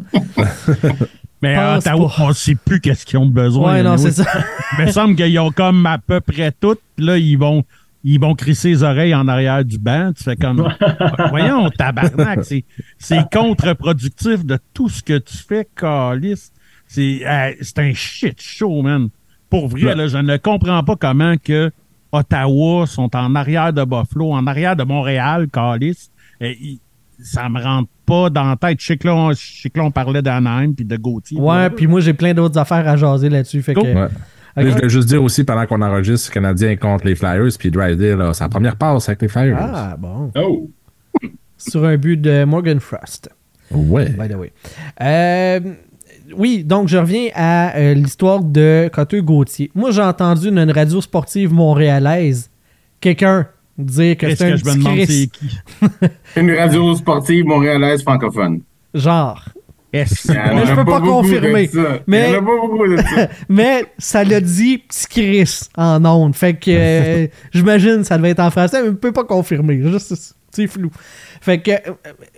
Mais à Pense Ottawa, pas. on sait plus qu'est-ce qu'ils ont besoin. Ouais, non, anyway. c'est ça. Il me semble qu'ils ont comme à peu près tout. Là, ils vont, ils vont crisser les oreilles en arrière du banc. Tu fais comme, voyons, tabarnak, c'est, c'est contre-productif de tout ce que tu fais, calice. C'est, euh, c'est un shit show, man. Pour vrai, Ouais. là, je ne comprends pas comment que Ottawa sont en arrière de Buffalo, en arrière de Montréal, calice. Et ils- ça me rentre pas dans la tête. Je sais que là, on, je sais que là, on parlait d'Anaheim puis de Gauthier. Ouais, puis moi, j'ai plein d'autres affaires à jaser là-dessus. Fait que, Cool. Ouais. Ok. Là, je voulais juste dire aussi, pendant qu'on enregistre, le Canadien contre les Flyers, puis Drysdale, là, sa première passe avec les Flyers. Ah, bon. Oh! Sur un but de Morgan Frost. Ouais. By the way. Euh, oui, donc je reviens à euh, l'histoire de Coteux Gauthier. Moi, j'ai entendu dans une radio sportive montréalaise quelqu'un dire que Qu'est-ce c'est un que je me petit demande, Chris. c'est qui? Une radio sportive montréalaise francophone. Genre. Est-ce- Il y en Mais a je peux pas beaucoup confirmer. de ça. Mais- Il y en a pas beaucoup de ça. Mais ça l'a dit petit Chris en ondes. Fait que euh, j'imagine que ça devait être en français, mais je peux pas confirmer. Juste, c'est flou. Fait que euh,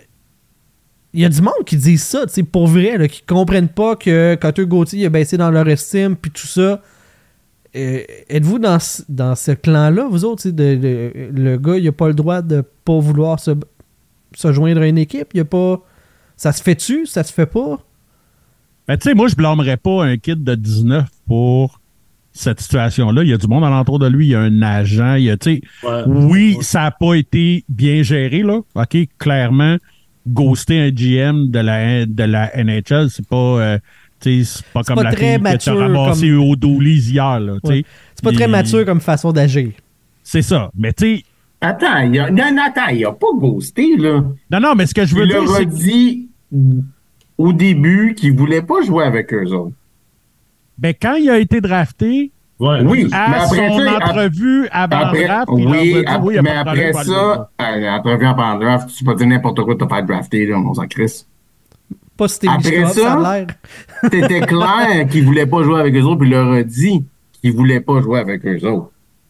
il y a du monde qui dit ça, tu sais, pour vrai, là, qui comprennent pas que Coteux Gauthier a baissé dans leur estime, puis tout ça. Euh, êtes-vous dans, ce- dans ce clan-là, vous autres? Tu sais, de, de- le gars, il a pas le droit de pas vouloir se, se joindre à une équipe? Il a pas... Ça se fait-tu? Ça se fait pas? Ben, tu sais, moi, je blâmerais pas un kid de dix-neuf pour cette situation-là. Il y a du monde alentour de lui. Il y a un agent. Il y a, tu sais, Ouais. oui, ça n'a pas été bien géré, là. OK, clairement, ghoster un G M de la, de la N H L, c'est pas, euh, tu sais, c'est pas comme pas la très fille que mature t'as ramassée comme- au Doolies hier, là, tu sais. Ouais. C'est pas très Il- mature comme façon d'agir. C'est ça. Mais, tu sais, Attends, il a, non, non, attends, il a pas ghosté, là. non, non, mais ce que je veux Il dire, leur a c'est... dit au début qu'il voulait pas jouer avec eux autres. Ben, quand il a été drafté, Ouais. Oui, à mais après son ça, entrevue avant Après, le draft, il leur a oui, dit, ap- oui, il y a mais pas de après problème, on va le ça, à l'entrevue en draft, tu peux pas dire n'importe quoi de te faire drafter, là, on s'en crisse. Pas si t'es Après Mishkov, ça- ça a l'air. C'était clair qu'il voulait pas jouer avec eux autres, puis il leur a dit qu'il voulait pas jouer avec eux autres.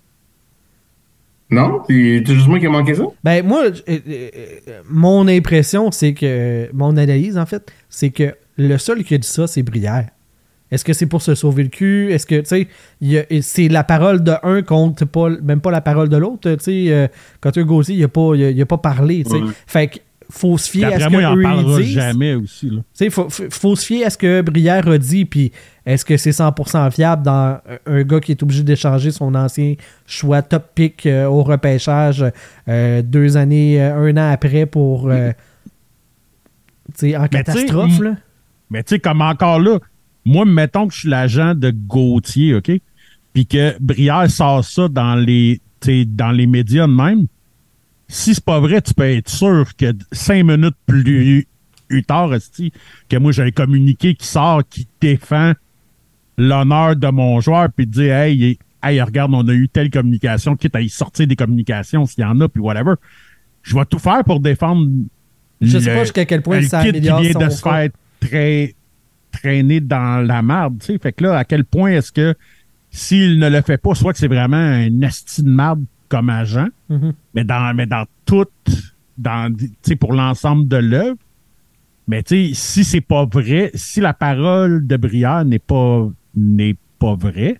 Non? C'est c'est juste moi qui ai manqué ça? Ben, moi, j- euh, euh, mon impression, c'est que. Mon analyse, en fait, c'est que le seul qui a dit ça, c'est Brière. Est-ce que c'est pour se sauver le cul? Est-ce que, tu sais, il y a- c'est la parole de un contre pas, même pas la parole de l'autre? Tu sais, euh, Coteux Gauthier, il a pas, il a, il a pas parlé, tu sais. Ouais. Fait que, faut se Puis fier à ce après moi, il en qu'eux, ils parlera disent. jamais aussi, là. Tu sais, faut, faut faut se fier à ce que Brière a dit, puis est-ce que c'est cent pour cent fiable dans un, un gars qui est obligé d'échanger son ancien choix top pick euh, au repêchage euh, deux années, euh, un an après pour. euh, tu sais, en Mais tu sais, catastrophe, m- là. Mais tu sais, comme encore là, moi, mettons que je suis l'agent de Gauthier, OK? Puis que Brière sort ça dans les, tu sais, dans les médias de même. Si c'est pas vrai, tu peux être sûr que cinq minutes plus, plus tard, esti, que moi, j'ai un communiqué qui sort, qui défend l'honneur de mon joueur, puis dire, hey, hey, regarde, on a eu telle communication, quitte à y sortir des communications s'il y en a, puis whatever. Je vais tout faire pour défendre. Je sais le- pas jusqu'à quel point le ça kid qui améliore vient son de se cas. faire très traîner dans la marde, tu sais. Fait que là, à quel point est-ce que s'il ne le fait pas, soit que c'est vraiment un esti de marde comme agent, Mhm. mais dans, mais dans tout, dans, tu sais, pour l'ensemble de l'œuvre. Mais tu sais, si c'est pas vrai, si la parole de Brière n'est pas, n'est pas vraie,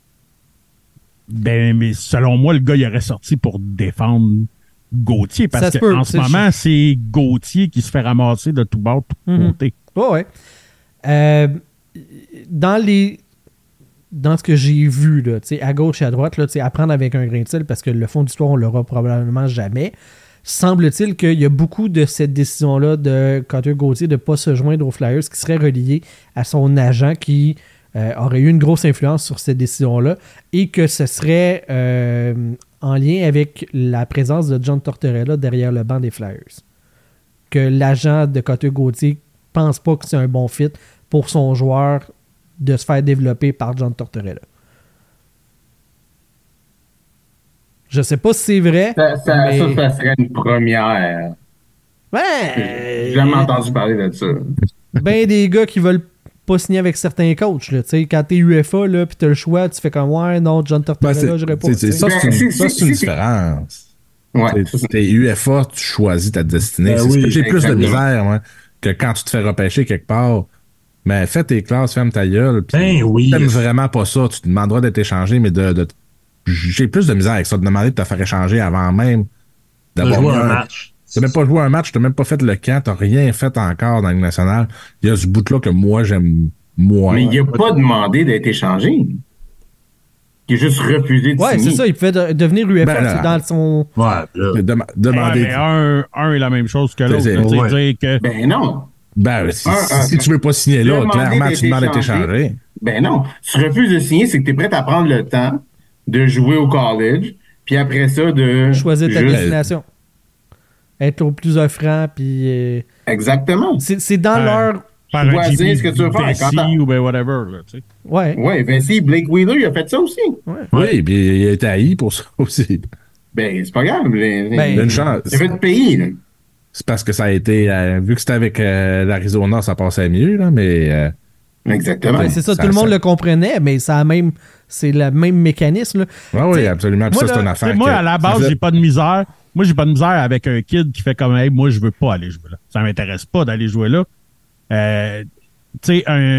ben, mais selon moi, le gars, il aurait sorti pour défendre Gauthier, Ça parce se que peut, en ce c'est- moment, c'est Gauthier qui se fait ramasser de tout bord, de tout Mhm. côté. Ouais, ouais. Euh, dans les dans ce que j'ai vu, là, à gauche et à droite, là, à prendre avec un grain de sel, parce que le fond d'histoire, on l'aura probablement jamais, semble-t-il qu'il y a beaucoup de cette décision-là de Cutter Gauthier de ne pas se joindre aux Flyers qui serait reliée à son agent qui euh, aurait eu une grosse influence sur cette décision-là et que ce serait euh, en lien avec la présence de John Tortorella derrière le banc des Flyers. Que l'agent de Cutter Gauthier pense pas que c'est un bon fit pour son joueur de se faire développer par John Tortorella. Je sais pas si c'est vrai. Ça, ça, mais... ça, ça serait une première. Ouais. J'ai jamais entendu parler de ça. Ben des gars qui veulent pas signer avec certains coachs. Là. Quand t'es U F A puis t'as le choix, tu fais comme ouais, non, John Tortorella, ben j'irai pas. C'est, ça, c'est une, ça, c'est une différence. Ouais. T'es U F A, tu choisis ta destinée. Ben oui, j'ai plus de misère moi, que quand tu te fais repêcher quelque part. Mais fais tes classes, ferme ta gueule. Ben oui. T'aimes vraiment pas ça, tu te demanderas d'être échangé, mais de, de j'ai plus de misère avec ça, de demander de te faire échanger avant même d'avoir joué un, un match. T'as même pas joué un match, t'as même pas fait le camp, t'as rien fait encore dans la Ligue nationale. Il y a ce bout-là que moi, j'aime moins. Mais il a pas demandé d'être échangé. Il a juste refusé de ouais, signer. Ouais, c'est ça, il pouvait de, devenir U F A, ben, c'est dans son... Ouais, là. Dem- demander... Ouais, mais un, un est la même chose que l'autre. C'est, ouais. dire que... Ben non. Ben, si, un, si, si tu veux pas signer là, clairement, tu demandes d'être échangé. Ben non. Si tu refuses de signer, c'est que tu es prêt à prendre le temps de jouer au college, puis après ça, de... choisir ta juste... destination. Être au plus offrant, puis... Euh... Exactement. C'est, c'est dans euh, leur... choisir ce que tu veux faire. Vinci ou ben whatever, là, tu sais. Ouais. Ouais, Vinci, Blake Wheeler, il a fait ça aussi. Ouais. Oui, puis il a été haï pour ça aussi. Ben, c'est pas grave. Les, ben, il a une chance. Il a fait de pays, là. C'est parce que ça a été... Euh, vu que c'était avec euh, l'Arizona, ça passait mieux, là, mais... Euh, Exactement. Ben, c'est ça, ça, tout le monde ça... le comprenait, mais ça a même... C'est le même mécanisme, là. Ah oui, absolument. Puis moi, ça, là, c'est une affaire Moi, que... à la base, fait... j'ai pas de misère. Moi, j'ai pas de misère avec un kid qui fait comme hey, moi, je veux pas aller jouer là. Ça m'intéresse pas d'aller jouer là. Euh, tu sais, un,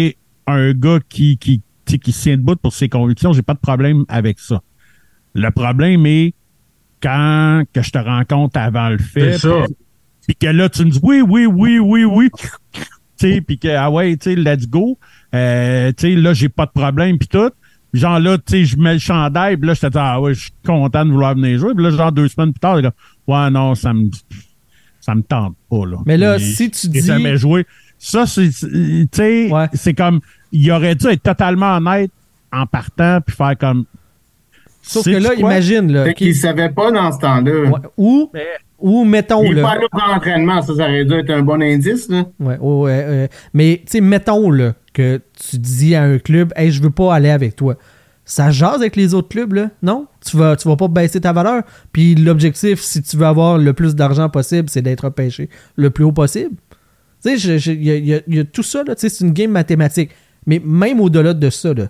un gars qui, qui, qui se tient debout pour ses convictions, j'ai pas de problème avec ça. Le problème est quand que je te rencontre avant le fait, puis que là, tu me dis oui, oui, oui, oui, oui, tu sais, puis que, ah ouais, tu sais, let's go. Euh, tu sais, là, j'ai pas de problème, puis tout. Genre là, tu sais, je mets le chandail, puis là, je te dis, ah ouais, je suis content de vouloir venir jouer. Puis là, genre deux semaines plus tard, là, ouais, non, ça me ça me tente pas, là. Mais là, et, si tu dis... jamais joué. Ça, c'est, tu sais, ouais. c'est comme, il aurait dû être totalement honnête en partant, puis faire comme... Sauf que là, quoi? Imagine, là... Fait qu'il savait pas dans ce temps-là. Ouais. Ou... Mais... Ou mettons il là. Il pas là pour l'entraînement, ça, ça aurait dû être un bon indice, là. Ouais, ouais, euh, mais tu sais, mettons là que tu dis à un club, hey, je veux pas aller avec toi. Ça jase avec les autres clubs, là, non? Tu vas, tu vas pas baisser ta valeur. Puis l'objectif, si tu veux avoir le plus d'argent possible, c'est d'être repêché le plus haut possible. Tu sais, il y, y, y a tout ça, là, tu sais, c'est une game mathématique. Mais même au-delà de ça, là,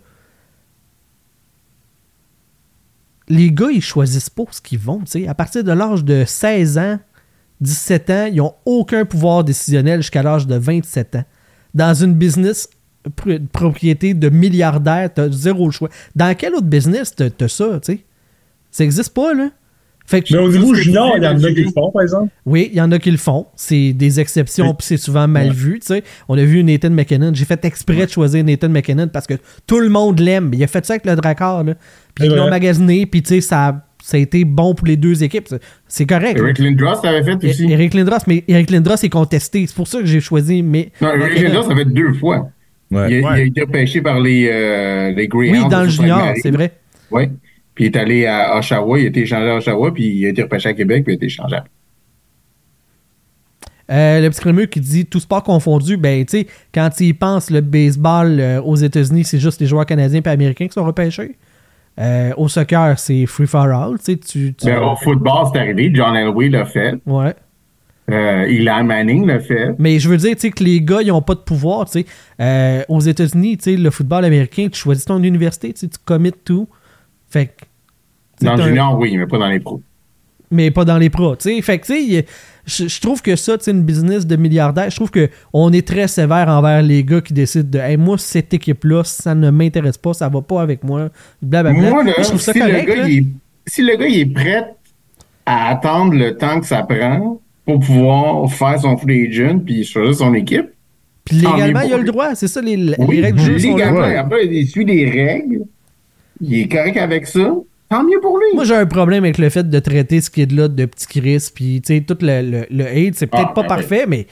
les gars, ils choisissent pas ce qu'ils vont. T'sais. À partir de l'âge de seize ans, dix-sept ans, ils n'ont aucun pouvoir décisionnel jusqu'à l'âge de vingt-sept ans. Dans une business pr- propriété de milliardaires, tu as zéro choix. Dans quel autre business tu as ça? T'sais? Ça n'existe pas, là. Fait que mais au niveau junior, il y en a qui le font, par exemple. Oui, il y en a qui le font. C'est des exceptions, puis c'est souvent mal ouais. vu. T'sais. On a vu Nathan McKinnon. J'ai fait exprès de choisir Nathan McKinnon parce que tout le monde l'aime. Il a fait ça avec le Drakkar, là. Puis ils l'ont magasiné, puis tu sais, ça, ça a été bon pour les deux équipes. C'est correct. Eric Lindros l'avait fait aussi. Eric Lindros, mais Eric Lindros est contesté. C'est pour ça que j'ai choisi. Mais... Non, Eric Lindros, ça fait deux fois. Ouais. Il, a, ouais. il a été repêché par les, euh, les Greyhounds. Oui, dans le junior, c'est vrai. Oui. Puis il est allé à Oshawa, il a été échangé à Oshawa, puis il a été repêché à Québec, puis il a été échangé. Euh, le petit crémeux qui dit tout sport confondu, ben tu sais, quand il pense le baseball euh, aux États-Unis, c'est juste les joueurs canadiens et américains qui sont repêchés. Euh, au soccer, c'est free for all. Tu, tu... Ben, au football, c'est arrivé. John Elway l'a fait. Ouais. Euh, Eli Manning l'a fait. Mais je veux dire, tu sais, que les gars, ils n'ont pas de pouvoir. Tu sais. Euh, aux États-Unis, tu sais, le football américain, tu choisis ton université, tu commits tout. Fait que. Dans le junior, un... oui, mais pas dans les pros. Mais pas dans les pros. Tu sais, fait que, tu sais, je, je trouve que ça, tu sais, une business de milliardaires, je trouve qu'on est très sévère envers les gars qui décident de, hey, moi, cette équipe-là, ça ne m'intéresse pas, ça va pas avec moi, blablabla. Moi, là, je trouve ça si, correct, le gars, là. il est, si le gars, il est prêt à attendre le temps que ça prend pour pouvoir faire son free agent puis choisir son équipe, Puis légalement, Ah, mais il a bon, le droit. C'est ça, les, les Oui, règles du jeu sont légalement, là. après, il suit les règles. Il est correct avec ça. Tant mieux pour lui. Moi, j'ai un problème avec le fait de traiter ce kid-là de petit Chris. Puis, tu sais, tout le, le, le hate, c'est peut-être Ah, pas ben parfait, mais.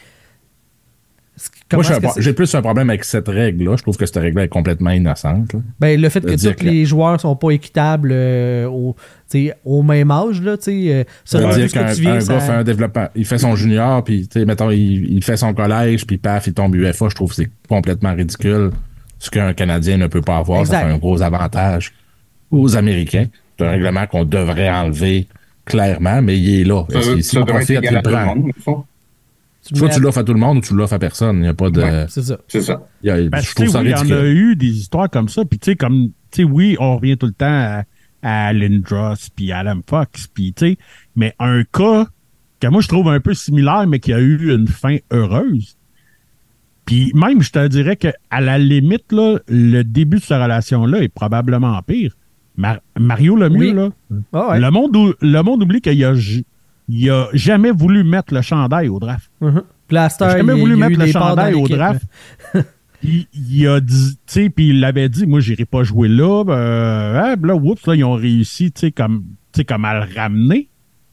Moi, Comment j'ai est-ce un que pro- c'est- j'ai plus un problème avec cette règle-là. Je trouve que cette règle-là est complètement innocente. là. Ben, le fait de que dire tous que- les joueurs sont pas équitables euh, au, tu sais, au même âge, là, tu sais. euh, selon C'est-à-dire tout ce que qu'un tu viens, un ça- gars fait un développement, il fait son junior, puis, tu sais, mettons, il, il fait son collège, puis paf, il tombe U F A. Je trouve que c'est complètement ridicule. Ce qu'un Canadien ne peut pas avoir, Exact. ça fait un gros avantage aux Américains. C'est un règlement qu'on devrait enlever clairement, mais il est là. Ça, S'il ça s'il devrait être profite, égal il à tout le prend. monde, au fond. tu Soit mets tu à- l'offres à tout le monde ou tu l'offres à personne. Il n'y a pas de. Ouais. C'est ça. C'est ça. il y a- Parce je que, trouve tu sais, ça oui, il y en ridicule. a eu des histoires comme ça. Puis, tu sais, comme, tu sais, oui, on revient tout le temps à, à Lindros puis Adam Fox. Puis, tu sais, mais un cas que moi, je trouve un peu similaire, mais qui a eu une fin heureuse. Puis, même, je te dirais qu'à la limite, là, le début de cette relation-là est probablement pire. Mar- Mario Lemieux, Oui. là, Ah ouais. le, monde, ou- le monde oublie qu'il a, j- il a jamais voulu mettre le chandail au draft. Mhm. Puis là, à cette Il a heure, jamais il y a- voulu il y a eu mettre le des parts dans chandail au l'équipe, draft. là. Puis il a dit, tu sais, puis il l'avait dit, moi, j'irai pas jouer là. Euh, hein, puis là, oups, là, ils ont réussi, tu sais, comme, tu sais, comme à le ramener.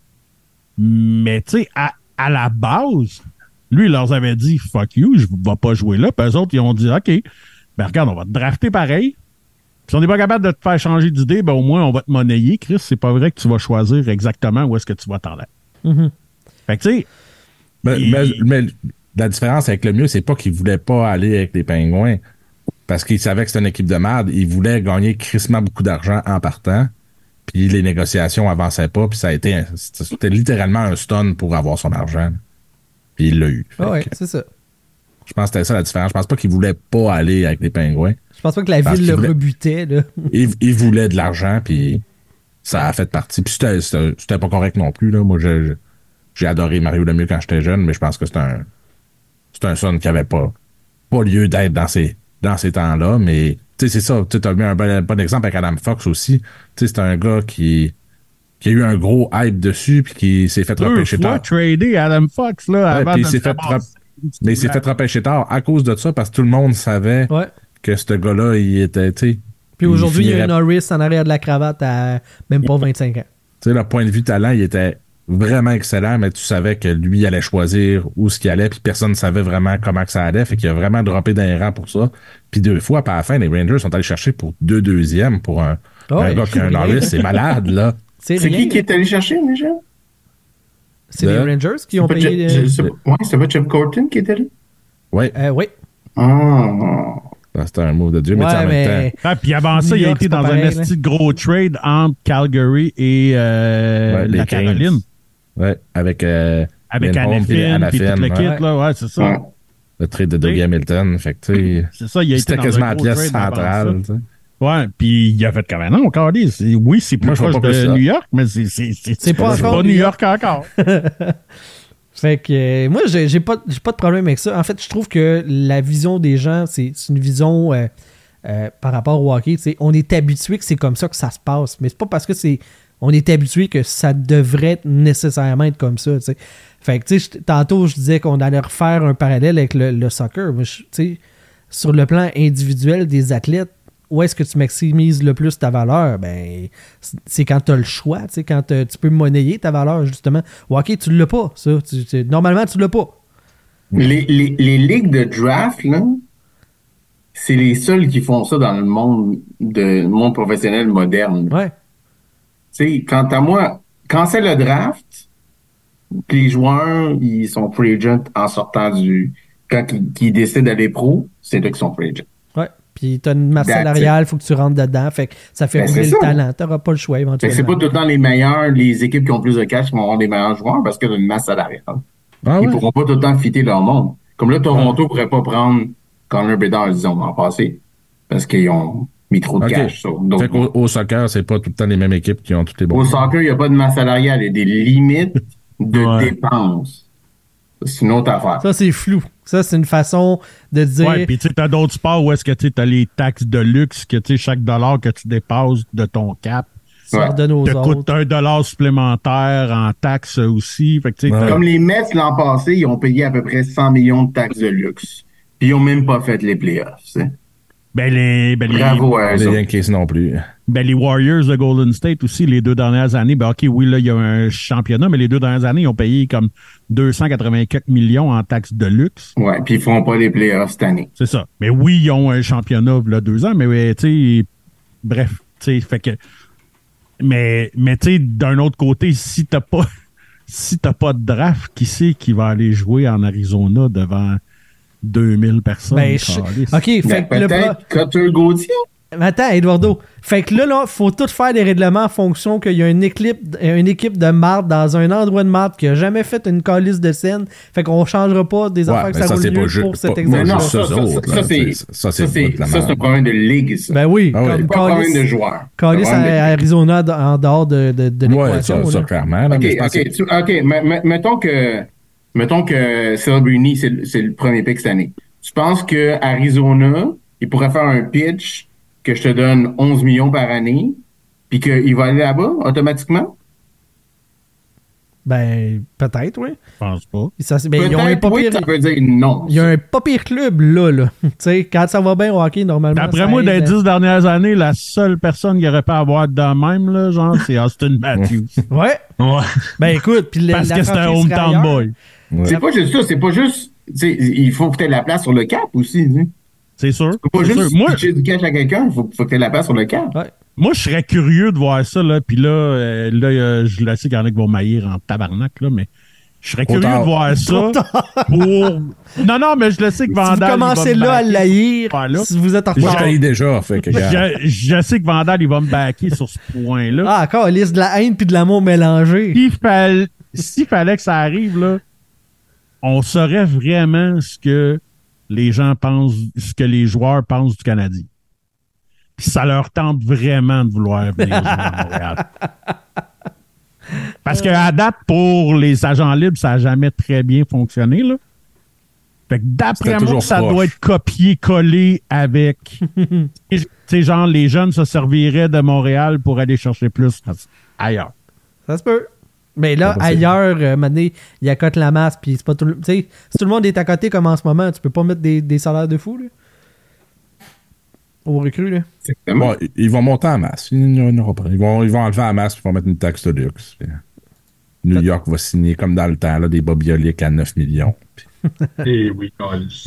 Mais, tu sais, à, à la base, lui, il leur avait dit, fuck you, je vais pas jouer là. Puis eux autres, ils ont dit, OK, ben regarde, on va te drafter pareil. Puis si on n'est pas capable de te faire changer d'idée, ben au moins, on va te monnayer. Chris, c'est pas vrai que tu vas choisir exactement où est-ce que tu vas t'en aller. Mhm. Fait que, tu sais, Mais, Il- mais- mais la différence avec le mieux, c'est pas qu'il voulait pas aller avec les Pingouins parce qu'il savait que c'était une équipe de merde. Il voulait gagner crissement beaucoup d'argent en partant. Puis les négociations avançaient pas. Puis ça a été un- c'était littéralement un stun pour avoir son argent. Puis il l'a eu. Fait Ah ouais, que c'est ça. je pense que c'était ça la différence. Je pense pas qu'il voulait pas aller avec les Pingouins. Je pense pas que la Parce ville qu'il le voulait- rebutait, là. Il, il voulait de l'argent. Puis ça a fait partie. Puis c'était- c'était c'était pas correct non plus. Là. Moi, je- je- j'ai adoré Mario Lemieux quand j'étais jeune, mais je pense que c'est un c'est un son qui avait pas, pas lieu d'être dans ces, dans ces temps-là. Mais tu sais, c'est ça. Tu as mis un bon, bon exemple avec Adam Fox aussi. Tu sais, c'est un gars qui, qui a eu un gros hype dessus puis qui s'est fait deux repêcher fois tard. trader Adam Fox, là, Ouais, avant puis il de s'est se fait ramasser. rep- Mais il s'est fait repêcher tard à cause de ça parce que tout le monde savait Ouais. que ce gars-là, il était, tu sais. Puis aujourd'hui, il y a finirait- un Norris en arrière de la cravate à même pas vingt-cinq ans. Tu sais, le point de vue talent, il était vraiment excellent, mais tu savais que lui il allait choisir où ce qu'il allait, puis personne ne savait vraiment comment que ça allait, fait qu'il a vraiment droppé d'un rang pour ça. Puis deux fois, puis à la fin, les Rangers sont allés chercher pour deux deuxièmes pour un, Oh, un ouais, gars qui a un c'est rien. Norris, c'est malade, là. C'est C'est rien. qui qui est allé chercher déjà? C'est De- les Rangers qui ont C'est pas payé. Jeff- euh, c'est pas- Ouais, c'est pas Jeff Gorton qui est allé? Ouais, euh, oui. Ah. ça, c'était un move de Dieu, mais tu sais, en Ouais, même mais. temps. Ah, puis avant ça, New il a York, été c'est pas dans un pareil, esti de gros trade entre Calgary et euh, Ouais, les la Kings. Caroline. Ouais, avec euh, Avec Lindholm puis Anafin, puis toute Anafin, l'équipe, ouais. là, ouais, c'est ça. Ouais. Le trade de Dougie Oui. Hamilton, fait que tu sais, C'est ça, il a été c'était dans quasiment un la gros pièce trade avant centrale, ça. tu sais. Ouais, puis il a fait comme non, encore c'est oui, c'est plus Moi, je vois proche pas de plus ça. New York, mais c'est c'est c'est C'est pas c'est encore New New York encore. Fait que euh, moi, j'ai j'ai pas, j'ai pas de problème avec ça. En fait, je trouve que la vision des gens, c'est c'est une vision euh, euh, par rapport au hockey. Tu sais, on est habitué que c'est comme ça que ça se passe. Mais c'est pas parce que c'est. On est habitué que ça devrait nécessairement être comme ça. Tu sais. Fait que, tu sais, je- tantôt, je disais qu'on allait refaire un parallèle avec le, le soccer. Moi, je- tu sais, sur le plan individuel des athlètes, où est-ce que tu maximises le plus ta valeur? Ben, c'est- c'est quand tu as le choix, tu sais, quand euh, tu peux monnayer ta valeur, justement. Au hockey, tu l'as pas, ça. Tu- tu- normalement, tu l'as pas. Les, les, les ligues de draft, là, c'est les seuls qui font ça dans le monde de le monde professionnel moderne. Ouais. Tu sais, quant à moi, quand c'est le draft, puis les joueurs, ils sont free agent en sortant du... Quand ils, qu'ils décident d'aller pro, c'est eux qui sont free agent. Ouais. Puis tu as une masse That's salariale, il faut que tu rentres dedans. Fait que ça fait Ben, rouler c'est le ça. talent. Tu n'auras pas le choix Fait que éventuellement. c'est pas tout le temps les meilleurs, les équipes qui ont plus de cash qui vont avoir des meilleurs joueurs parce qu'il y a une masse salariale. Ah Ils ouais? pourront pas tout le temps fitter leur monde. Comme là, Toronto pourrait pas prendre Connor Bedard, disons, en passé. Parce qu'ils ont mis trop de Ok. cash sur d'autres Fait qu'au au soccer, c'est pas tout le temps les mêmes équipes qui ont toutes les bons. Au soccer, il n'y a pas de masse salariale. Il y a des limites de Ouais. dépenses. C'est une autre affaire. Ça, c'est flou. Ça, c'est une façon de dire. Ouais, puis tu sais, t'as d'autres sports où est-ce que tu as les taxes de luxe, que tu sais, chaque dollar que tu dépasses de ton cap ça Ouais. redonne aux te autres. coûte un dollar supplémentaire en taxes aussi. Fait que tu sais, Ouais. t'as- Comme les Mets l'an passé, ils ont payé à peu près cent millions de taxes de luxe. Puis ils ont même pas fait les playoffs. T'sais. Ben les, ben les, Bravo à eux Les autres. Yankees non plus. ben les Warriors de Golden State aussi, les deux dernières années, ben OK, oui, là, il y a un championnat, mais les deux dernières années, ils ont payé comme deux cent quatre-vingt-quatre millions en taxes de luxe. Ouais, puis ils feront pas les playoffs cette année. C'est ça. Mais oui, ils ont un championnat, là, deux ans, mais ouais, tu sais, bref, tu sais, fait que... Mais, mais tu sais, d'un autre côté, si t'as pas... si t'as pas de draft, qui c'est qui va aller jouer en Arizona devant deux mille personnes? Ben, je- câlisse? OK, fait Ben, que le pro- peut-être Cutter Gauthier. Mais attends, Eduardo. Fait que là, là, faut tout faire des règlements en fonction qu'il y a une équipe, une équipe de marde dans un endroit de marde qui a jamais fait une calice de scène. Fait qu'on changera pas des Ouais, affaires que mais ça, ça, roule c'est mieux pas ju- pour cet pas- exemple. Mais non, juste ça, eux ça, autres, ça, là, c'est tu sais, ça, c'est ça, c'est pas de la ça, c'est un merde. problème de ligue, ça. Ben oui, Ah oui. comme C'est pas un problème de Callis- joueurs. Callis C'est un problème à de- Arizona d- en dehors de, de, de Ouais, l'équation. ça, ça, là. clairement. là, OK, mais je pense OK, que- tu- OK, me- me- mettons que mettons que Celebrini, c'est le- c'est le premier pick cette année. Tu penses que Arizona, il pourrait faire un pitch que je te donne onze millions par année, puis qu'il va aller là-bas automatiquement? Ben, peut-être, oui. Je pense pas. Ça, c'est- ben, ils ont un Peut-être, pas oui, pire, ça veut dire non. il y a un pas pire club là. là. Tu sais, quand ça va bien au hockey, normalement. D'après ça moi, aide. dans les dix dernières années, la seule personne qui aurait pas à avoir de même, là, genre, c'est Austin Matthews. Ouais. Ouais. Ben écoute, puis la- Parce la que c'était un franchise serait hometown ailleurs. boy. Ouais. C'est pas juste ça, c'est pas juste... tu sais, il faut que tu aies de la place sur le cap aussi. Tu sais. C'est sûr. Tu peux pas C'est juste sûr. Moi, pitcher du cash à quelqu'un, il faut, faut que tu aies de la place sur le cap. Ouais. moi, je serais curieux de voir ça, là. Puis là, euh, là, euh, je le sais qu'il y en a qui vont maillir en tabarnak, là, mais je serais Trop curieux tard. de voir ça pour... Non, non, mais je le sais que Si vous Vandal... il va commencez me là à backer l'haïr, sur ce point-là. si vous êtes en Moi, je retard. taille déjà, fait que, regarde. Je, je sais que Vandal, il va me backer sur ce point-là. Ah, encore, liste de la haine puis de l'amour mélangé. S'il fall- s'il fallait que ça arrive, là, on saurait vraiment ce que les gens pensent, ce que les joueurs pensent du Canadien. Puis ça leur tente vraiment de vouloir venir jouer à Montréal. Parce qu'à date, pour les agents libres, ça n'a jamais très bien fonctionné, là. Fait que d'après C'était moi, toujours ça proche. doit être copié-collé avec... Tu sais, genre, les jeunes se serviraient de Montréal pour aller chercher plus ailleurs. Ça se peut. Mais là, C'est possible. ailleurs, euh, mané, il y a cote la masse, puis c'est pas tout le... Tu sais, si tout le monde est à côté comme en ce moment, tu peux pas mettre des, des salaires de fou, là. Aux recrues, là. Exactement. Bon, ils vont monter en masse. Il n'y en aura pas. Ils vont, ils vont enlever en masse et ils vont mettre une taxe de luxe. Puis New York va signer, comme dans le temps, là, des Bobiolic à neuf millions. Puis Et oui, Callis.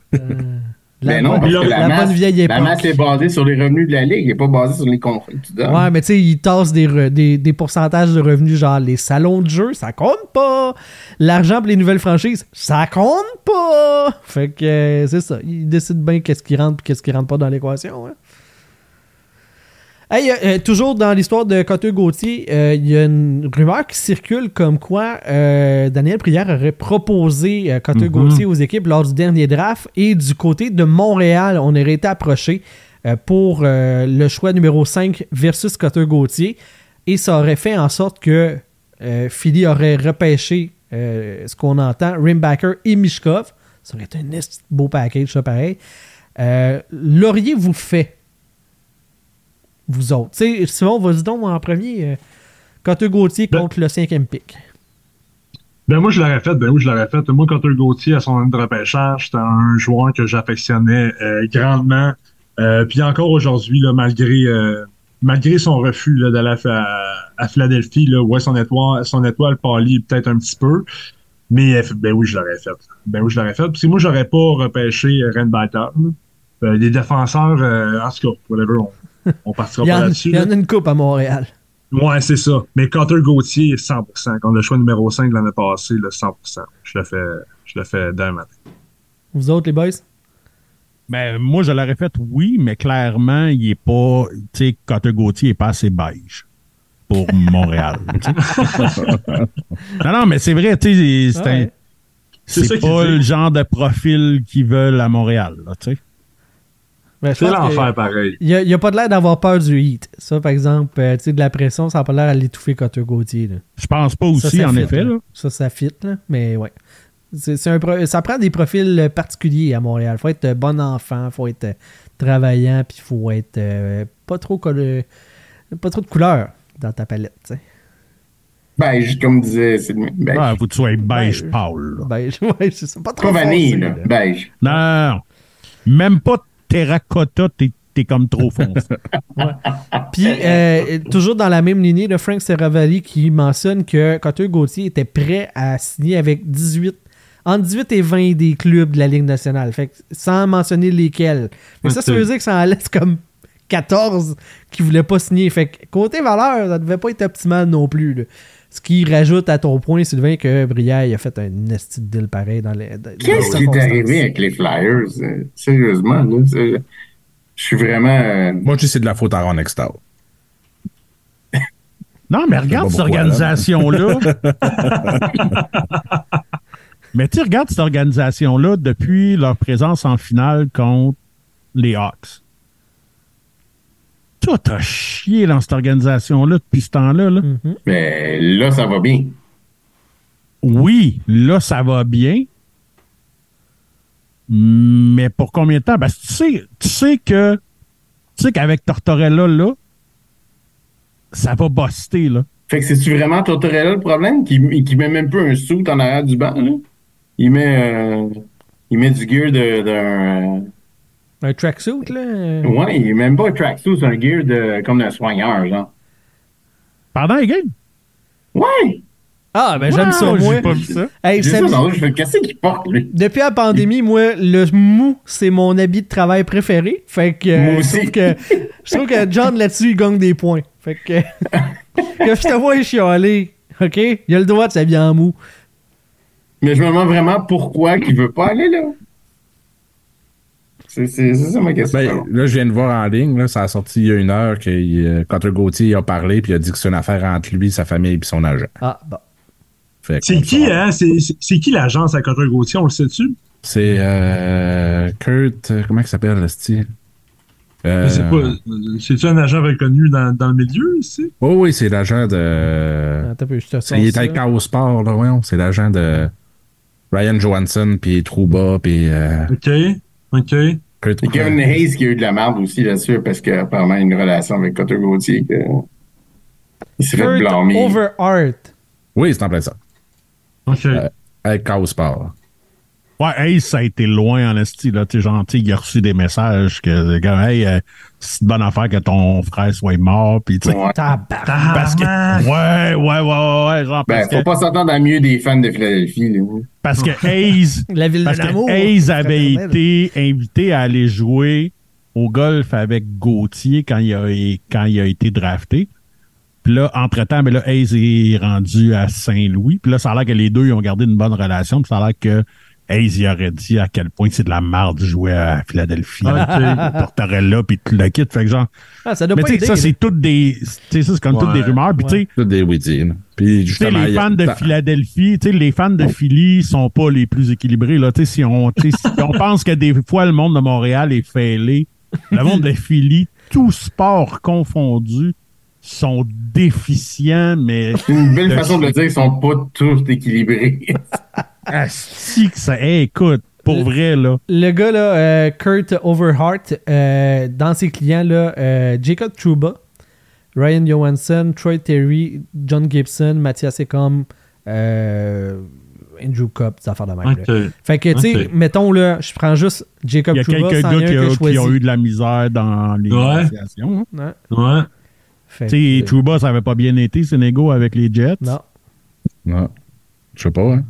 La, Ben non, bonne, parce que la la, masse, bonne vieille la époque. masse est basée sur les revenus de la Ligue, elle n'est pas basée sur les contrats que tu donnes. Ouais, mais tu sais, ils tassent des, re- des, des pourcentages de revenus, genre les salons de jeu, ça compte pas. L'argent pour les nouvelles franchises, ça compte pas. Fait que euh, c'est ça. Ils décident bien qu'est-ce qui rentre et qu'est-ce qui rentre pas dans l'équation. Hein. Hey, euh, euh, toujours dans l'histoire de Coteux Gauthier, euh, il y a une rumeur qui circule comme quoi euh, Daniel Brière aurait proposé euh, Coteux Mhm. Gauthier aux équipes lors du dernier draft. Et du côté de Montréal, on aurait été approché euh, pour euh, le choix numéro cinq versus Coteux Gauthier. Et ça aurait fait en sorte que euh, Philly aurait repêché euh, ce qu'on entend, Rimbacker et Mishkov. Ça aurait été un esti de beau package, ça pareil. Euh, L'auriez-vous fait? Vous autres. Tu sais, Simon, vas-y donc en premier. Euh, Coteux Gauthier Ben- contre le cinquième pick. Ben moi je l'aurais fait, ben oui je l'aurais fait. Moi, Cutter Gauthier, à son année de repêchage, c'était un joueur que j'affectionnais euh, grandement. Euh, puis encore aujourd'hui, là, malgré euh, malgré son refus là, d'aller à, à Philadelphie, là, où son étoile, son étoile pâlit peut-être un petit peu. Mais euh, ben oui, je l'aurais fait. Ben oui, je l'aurais fait. Parce que moi, j'aurais pas repêché Renbaiter. Euh, les défenseurs, euh, en tout cas, whatever, on, on partira Il y, pas en, là-dessus. il y là. en a une coupe à Montréal. Ouais, c'est ça. Mais Cutter Gauthier, cent pour cent. Quand le choix numéro cinq de l'année passée, là, cent pour cent. Je le fais, je le fais d'un matin. Vous autres, les boys? Ben, moi, je l'aurais fait, oui, mais clairement, il est pas, tu sais, Coteux Gauthier est pas assez beige pour Montréal. tu sais. non, non, mais c'est vrai, tu sais, c'est Ouais. un- C'est ça c'est qu'il pas dit. le genre de profil qu'ils veulent à Montréal, là, tu sais. Ben, je C'est pense que l'enfer, pareil. Il n'y a, a pas de l'air d'avoir peur du heat. Ça, par exemple, euh, tu sais, de la pression, ça n'a pas l'air à l'étouffer Coteux Gauthier. Là. Je pense pas Ça, aussi, ça en fit, effet, là. là. Ça, ça fit, là. Mais ouais. C'est, c'est un pro- ça prend des profils particuliers à Montréal. Faut être euh, bon enfant, faut être euh, travaillant, puis faut être euh, pas trop colle- pas trop de couleurs dans ta palette. T'sais. Beige, comme disait Sylvain. Beige. Ah, faut que tu sois beige pâle. là. Beige, ouais, c'est ça. Pas trop Pas vanille, foncé, là. là. Beige. Non, non, non. Même pas terracotta, t'es, t'es comme trop foncé. Puis, euh, toujours dans la même lignée, de Frank Seravalli qui mentionne que Cutter Gauthier était prêt à signer avec dix-huit, entre dix-huit et vingt des clubs de la Ligue nationale. Fait que, sans mentionner lesquels. Mais ça, ça veut dire que ça en laisse comme quatorze qui voulaient pas signer. Fait que, côté valeur, ça devait pas être optimal non plus, là. Ce qui rajoute à ton point, Sylvain, que Brière il a fait un nasty deal pareil dans les. Dans Qu'est-ce qui est arrivé avec les Flyers? Euh, sérieusement, là. c'est- Je suis vraiment. euh, Moi, je dis que c'est de la faute à Ron Extall. Non, mais regarde Je sais cette pas pourquoi, là. organisation-là. Mais tu regardes cette organisation-là depuis leur présence en finale contre les Hawks. Tout a chié dans cette organisation-là depuis ce temps-là. Là. Mhm. Mais là, ça va bien. Oui, là, ça va bien. Mais pour combien de temps? Parce que tu sais, tu sais que tu sais qu'avec Tortorella, là, ça va buster, là. Fait que c'est-tu vraiment Tortorella le problème? Qui, qui met même pas un sou en arrière du banc, là? Il met, euh, il met du gear de, d'un. Un tracksuit, là. Ouais, il met même pas un tracksuit, c'est un gear de, comme d'un soigneur, genre. Pendant les games? Ouais! Ah, ben j'aime ça, Wow, moi. j'ai pas vu ça. Hey, J'ai ça Seb, dans l'autre, je fais, qu'est-ce qu'il porte, lui? depuis la pandémie, moi, le mou, c'est mon habit de travail préféré. Fait que, euh, Moi je aussi. trouve que, je trouve que John, là-dessus, il gagne des points. Fait que, que je te vois chialer, OK? Il a le droit de s'habiller en mou. Mais je me demande vraiment pourquoi qu'il veut pas aller là. C'est, c'est, c'est ça ma question. Ben, là, je viens de voir en ligne, là, ça a sorti il y a une heure que euh, Cutter Gauthier a parlé puis il a dit que c'est une affaire entre lui, sa famille et son agent. Ah, bon. Fait que, C'est on qui, saura. hein? C'est, c'est, c'est qui l'agence à Cutter Gauthier? On le sait-tu? C'est euh, Kurt, euh, comment il s'appelle, le style? Euh, Je sais pas. euh, C'est-tu un agent reconnu dans, dans le milieu ici? Oh oui, c'est l'agent de. Attends un peu, je te sors Il est ça. avec Chaos Sport, là, voyons. C'est l'agent de Ryan Johansson, puis Trouba, puis euh, OK. OK. Kurt. Et Kevin Hayes qui a eu de la merde aussi là-dessus parce qu'apparemment il a une relation avec Cutter Gauthier. Que... Il s'est fait Kurt blâmer. Overhart. Oui, c'est en plein ça. OK. Euh, avec Chaos Sport. Ouais, hey, ça a été loin en esti, là. Tu sais, genre, tu sais, il a reçu des messages que, comme, hey, euh, c'est une bonne affaire que ton frère soit mort, puis tu sais. Ouais. Tabarnak. Parce que. Ouais, ouais, ouais, ouais, genre, Ben, parce faut que, pas s'entendre à mieux des fans de Philadelphie. Là. parce que Hayes. La ville Parce de l'amour. que Hayes avait Fraternelle. été invité à aller jouer au golf avec Gauthier quand il a, quand il a été drafté. Puis là, entre-temps, mais là, Hayes est rendu à Saint-Louis. Puis là, ça a l'air que les deux, ils ont gardé une bonne relation. Puis ça a l'air que Hayes, il aurait dit à quel point c'est de la merde de jouer à Philadelphie. Ok. Tortorella, puis tout le kit. Fait que genre... Ah, ça doit Mais pas tu sais, aider, ça, là. c'est toutes des... Tu sais, ça, c'est comme toutes Ouais. des rumeurs. Puis tu sais, Tout des witty, là. Puis tu sais, justement. les il y a- fans de dans- Philadelphie, tu sais, les fans de Philly sont pas les plus équilibrés. Là. Tu sais, si on, tu sais, si on pense que des fois le monde de Montréal est fêlé, le monde de Philly, tout sport confondu, sont déficients, mais C'est une belle Le façon de le dire, ils sont pas tous équilibrés. asti que ça... Hey, écoute, pour vrai, là. Le gars, là, euh, Kurt Overhart, euh, dans ses clients, là, euh, Jacob Trouba, Ryan Johansson, Troy Terry, John Gibson, Mathias Ekholm, euh, Andrew Copp, des affaires de même. là. OK. Fait que, tu sais, Ok. mettons, là, je prends juste Jacob Il y a Trouba, quelques c'en gars est un qui, que a- je qui choisis. ont eu de la misère dans les Ouais. négociations. hein. Ouais. Ouais. Fait Tu sais, que- Trouba, ça avait pas bien été, ses négos avec les Jets. Non. Non. Je sais pas, hein.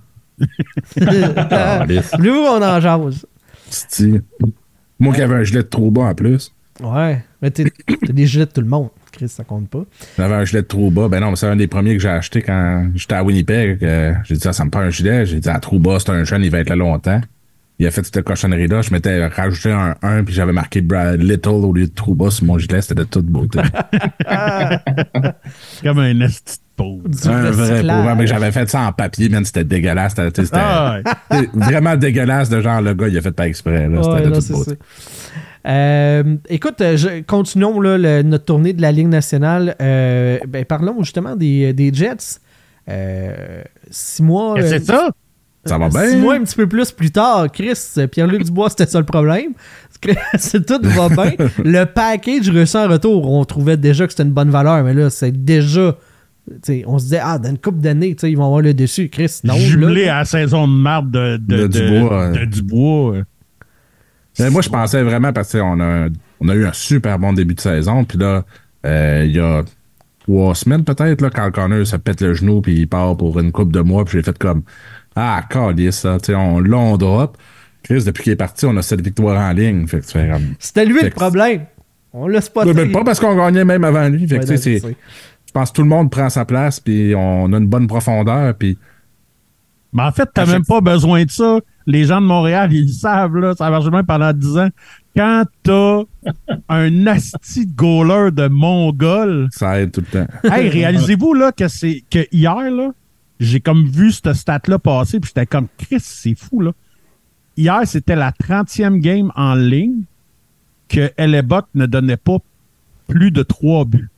Ah, lisse. Voulez-vous qu'on en jase? Sti. Moi qui avais un gilet de trop bas en plus. Ouais. Mais t'es- t'as des gilets de tout le monde. Chris, ça compte pas. J'avais un gilet de trop bas. Ben non, mais c'est un des premiers que j'ai acheté quand j'étais à Winnipeg. euh, j'ai dit, ah, ça me prend un gilet. J'ai dit, à trop bas, c'est un jeune, il va être là longtemps. Il a fait cette cochonnerie-là. Je m'étais rajouté un un, puis j'avais marqué Brad Little au lieu de trop bas sur mon gilet. C'était de toute beauté. C'est comme un esti de pauvre. Du un vrai recyclage. pauvre. Mais j'avais fait ça en papier, man. C'était dégueulasse. C'était, tu sais, c'était Ah, ouais. c'était vraiment dégueulasse de genre, le gars, il a fait pas exprès. Là. C'était Ouais, de non, toute c'est beauté. ça. Euh, écoute, euh, je- continuons là, le- notre tournée de la Ligue nationale. Euh, ben, parlons justement des, des Jets. Euh, six mois. Qu'est-ce que euh, c'est ça? Ça va Six bien. mois un petit peu plus plus tard, Chris, Pierre-Luc Dubois, c'était ça le problème. Parce que c'est tout va bien. Le package reçu en retour, on trouvait déjà que c'était une bonne valeur, mais là, c'est déjà T'sais, on se disait, ah, dans une couple d'années, ils vont avoir le dessus. Chris, non. Jumelé là, à la saison de marde de, de, De de, Dubois, de, ouais. de Dubois. Mais moi, je pensais vraiment parce qu'on a, on a eu un super bon début de saison. Puis là, euh, il y a trois semaines peut-être, là, quand Connor se pète le genou puis il part pour une couple de mois. Puis j'ai fait comme ah, calisse, ça. Tu sais, on, là, on drop. Chris, depuis qu'il est parti, on a sept victoires en ligne. Fait que tu fais comme. c'était lui fait le que- problème. On l'a spoté. Mais pas parce qu'on gagnait même avant lui. Fait que, Ouais, tu sais, non, c'est- je sais. je pense que tout le monde prend sa place. Puis on a une bonne profondeur. Puis. Mais en fait, t'as À même chaque- pas besoin de ça. Les gens de Montréal, ils le savent, là. Ça a marché même pendant dix ans. Quand t'as un asti de goaler de Mongol, Ça aide tout le temps. hey, réalisez-vous, là, que c'est, que hier, là, j'ai comme vu cette stat-là passer, puis j'étais comme, Chris, c'est fou, là. Hier, c'était la trentième game en ligne que Hellebuck ne donnait pas plus de trois buts.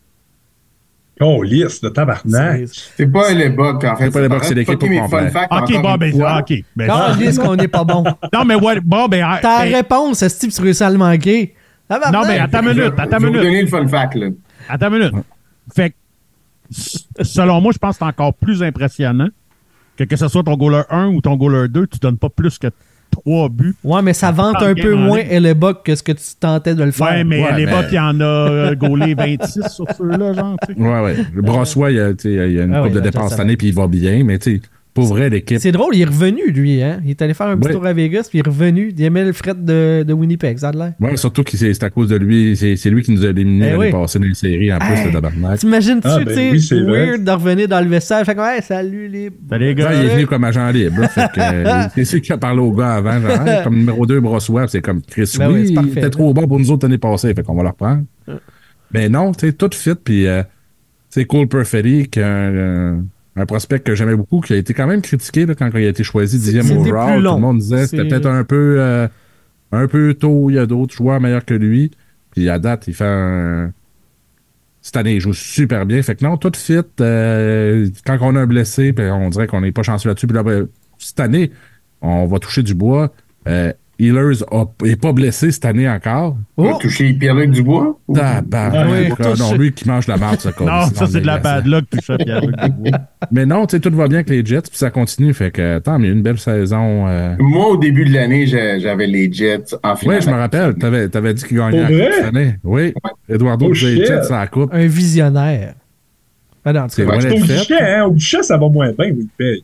Oh, lisse, de tabarnak. C'est- C'est pas les Bucks, en fait. C'est pas les Bucks, c'est l'équipe fucker au mes complet. fun facts OK, encore bon, une ben, fois. OK. Ben, Quand on dit qu'on n'est pas bon. non, mais ouais, bon, ben, Ta ben, réponse, est-ce que tu réussis à le manquer? Ah, bah, non, bah, mais attends une minute, attends Je une vais vous minute. donner le fun fact, là. Attends une minute. Fait que, s- selon moi, je pense que c'est encore plus impressionnant que que ce soit ton goaler un ou ton goaler deux, tu donnes pas plus que trois buts. Ouais, mais ça vante Dans le un game peu en moins ligne. Hellebuck que ce que tu tentais de le faire. Ouais, mais Ouais, les mais- Bucks, il y en a euh, gaulé vingt-six sur ceux-là, genre, tu sais. Ouais, ouais. Le Brossois, il y a, tu sais, il y a une Ah coupe oui, de je dépenses le cette savais. année, puis il va bien. Mais tu sais, pour vrai, l'équipe. C'est drôle, il est revenu, lui, hein. Il est allé faire un petit Ouais. tour à Vegas, puis il est revenu. Il aimait le fret de, de Winnipeg, ça a l'air. Ouais, surtout que c'est c'est à cause de lui. C'est c'est lui qui nous a éliminés Eh l'année oui. passée dans les séries, en plus, Hey. le tabarnak. T'imagines-tu, Ah, ben tu sais, oui, c'est vrai. weird de revenir dans le vestiaire. Fait comme, hey, salut les. Salut, les gars. Ouais, il est venu comme agent libre. là, fait que, euh, c'est celui qui a parlé au gars avant. Genre, Hey, comme numéro deux, Brossois. C'est comme Chris, Ben oui, oui, c'est il parfait, était là. trop bon pour nous autres l'année passée. Fait qu'on va le reprendre. Mais non, tu sais, tout fit. Puis, euh, tu sais, Cole Perfetti, qui est un, euh, un prospect que j'aimais beaucoup, qui a été quand même critiqué là, quand il a été choisi dixième C'était overall. plus Tout long. le monde disait que c'était C'est- peut-être un peu, euh, un peu tôt. Il y a d'autres joueurs meilleurs que lui. Puis à date, il fait un. Cette année, il joue super bien. Fait que non, tout fit. euh, quand on a un blessé, puis on dirait qu'on n'est pas chanceux là-dessus. Puis là, ben, cette année, on va toucher du bois. Euh, Healers n'est pas blessé cette année encore. On Oh! va toucher Pierre-Luc Dubois. Ou- Tabarnak. oui, Ah, non, touché. lui qui mange la marde, ça. Non, ça, c'est de la bad luck, tout ça, Pierre-Luc Dubois. Mais non, tu sais, tout va bien avec les Jets, puis ça continue. Fait que, tant mieux, une belle saison. euh. Moi, au début de l'année, j'ai- j'avais les Jets en finale. Oui, je me rappelle. T'avais, t'avais dit qu'il gagnait Pour la vrai? coupe cette année. Oui. Eduardo Oh, disait les shit. Jets à la coupe. Un visionnaire. Ah non, C'est tu sais, vrai. C'est au guichet, hein? Au guichet, ça va moins bien, Winnipeg.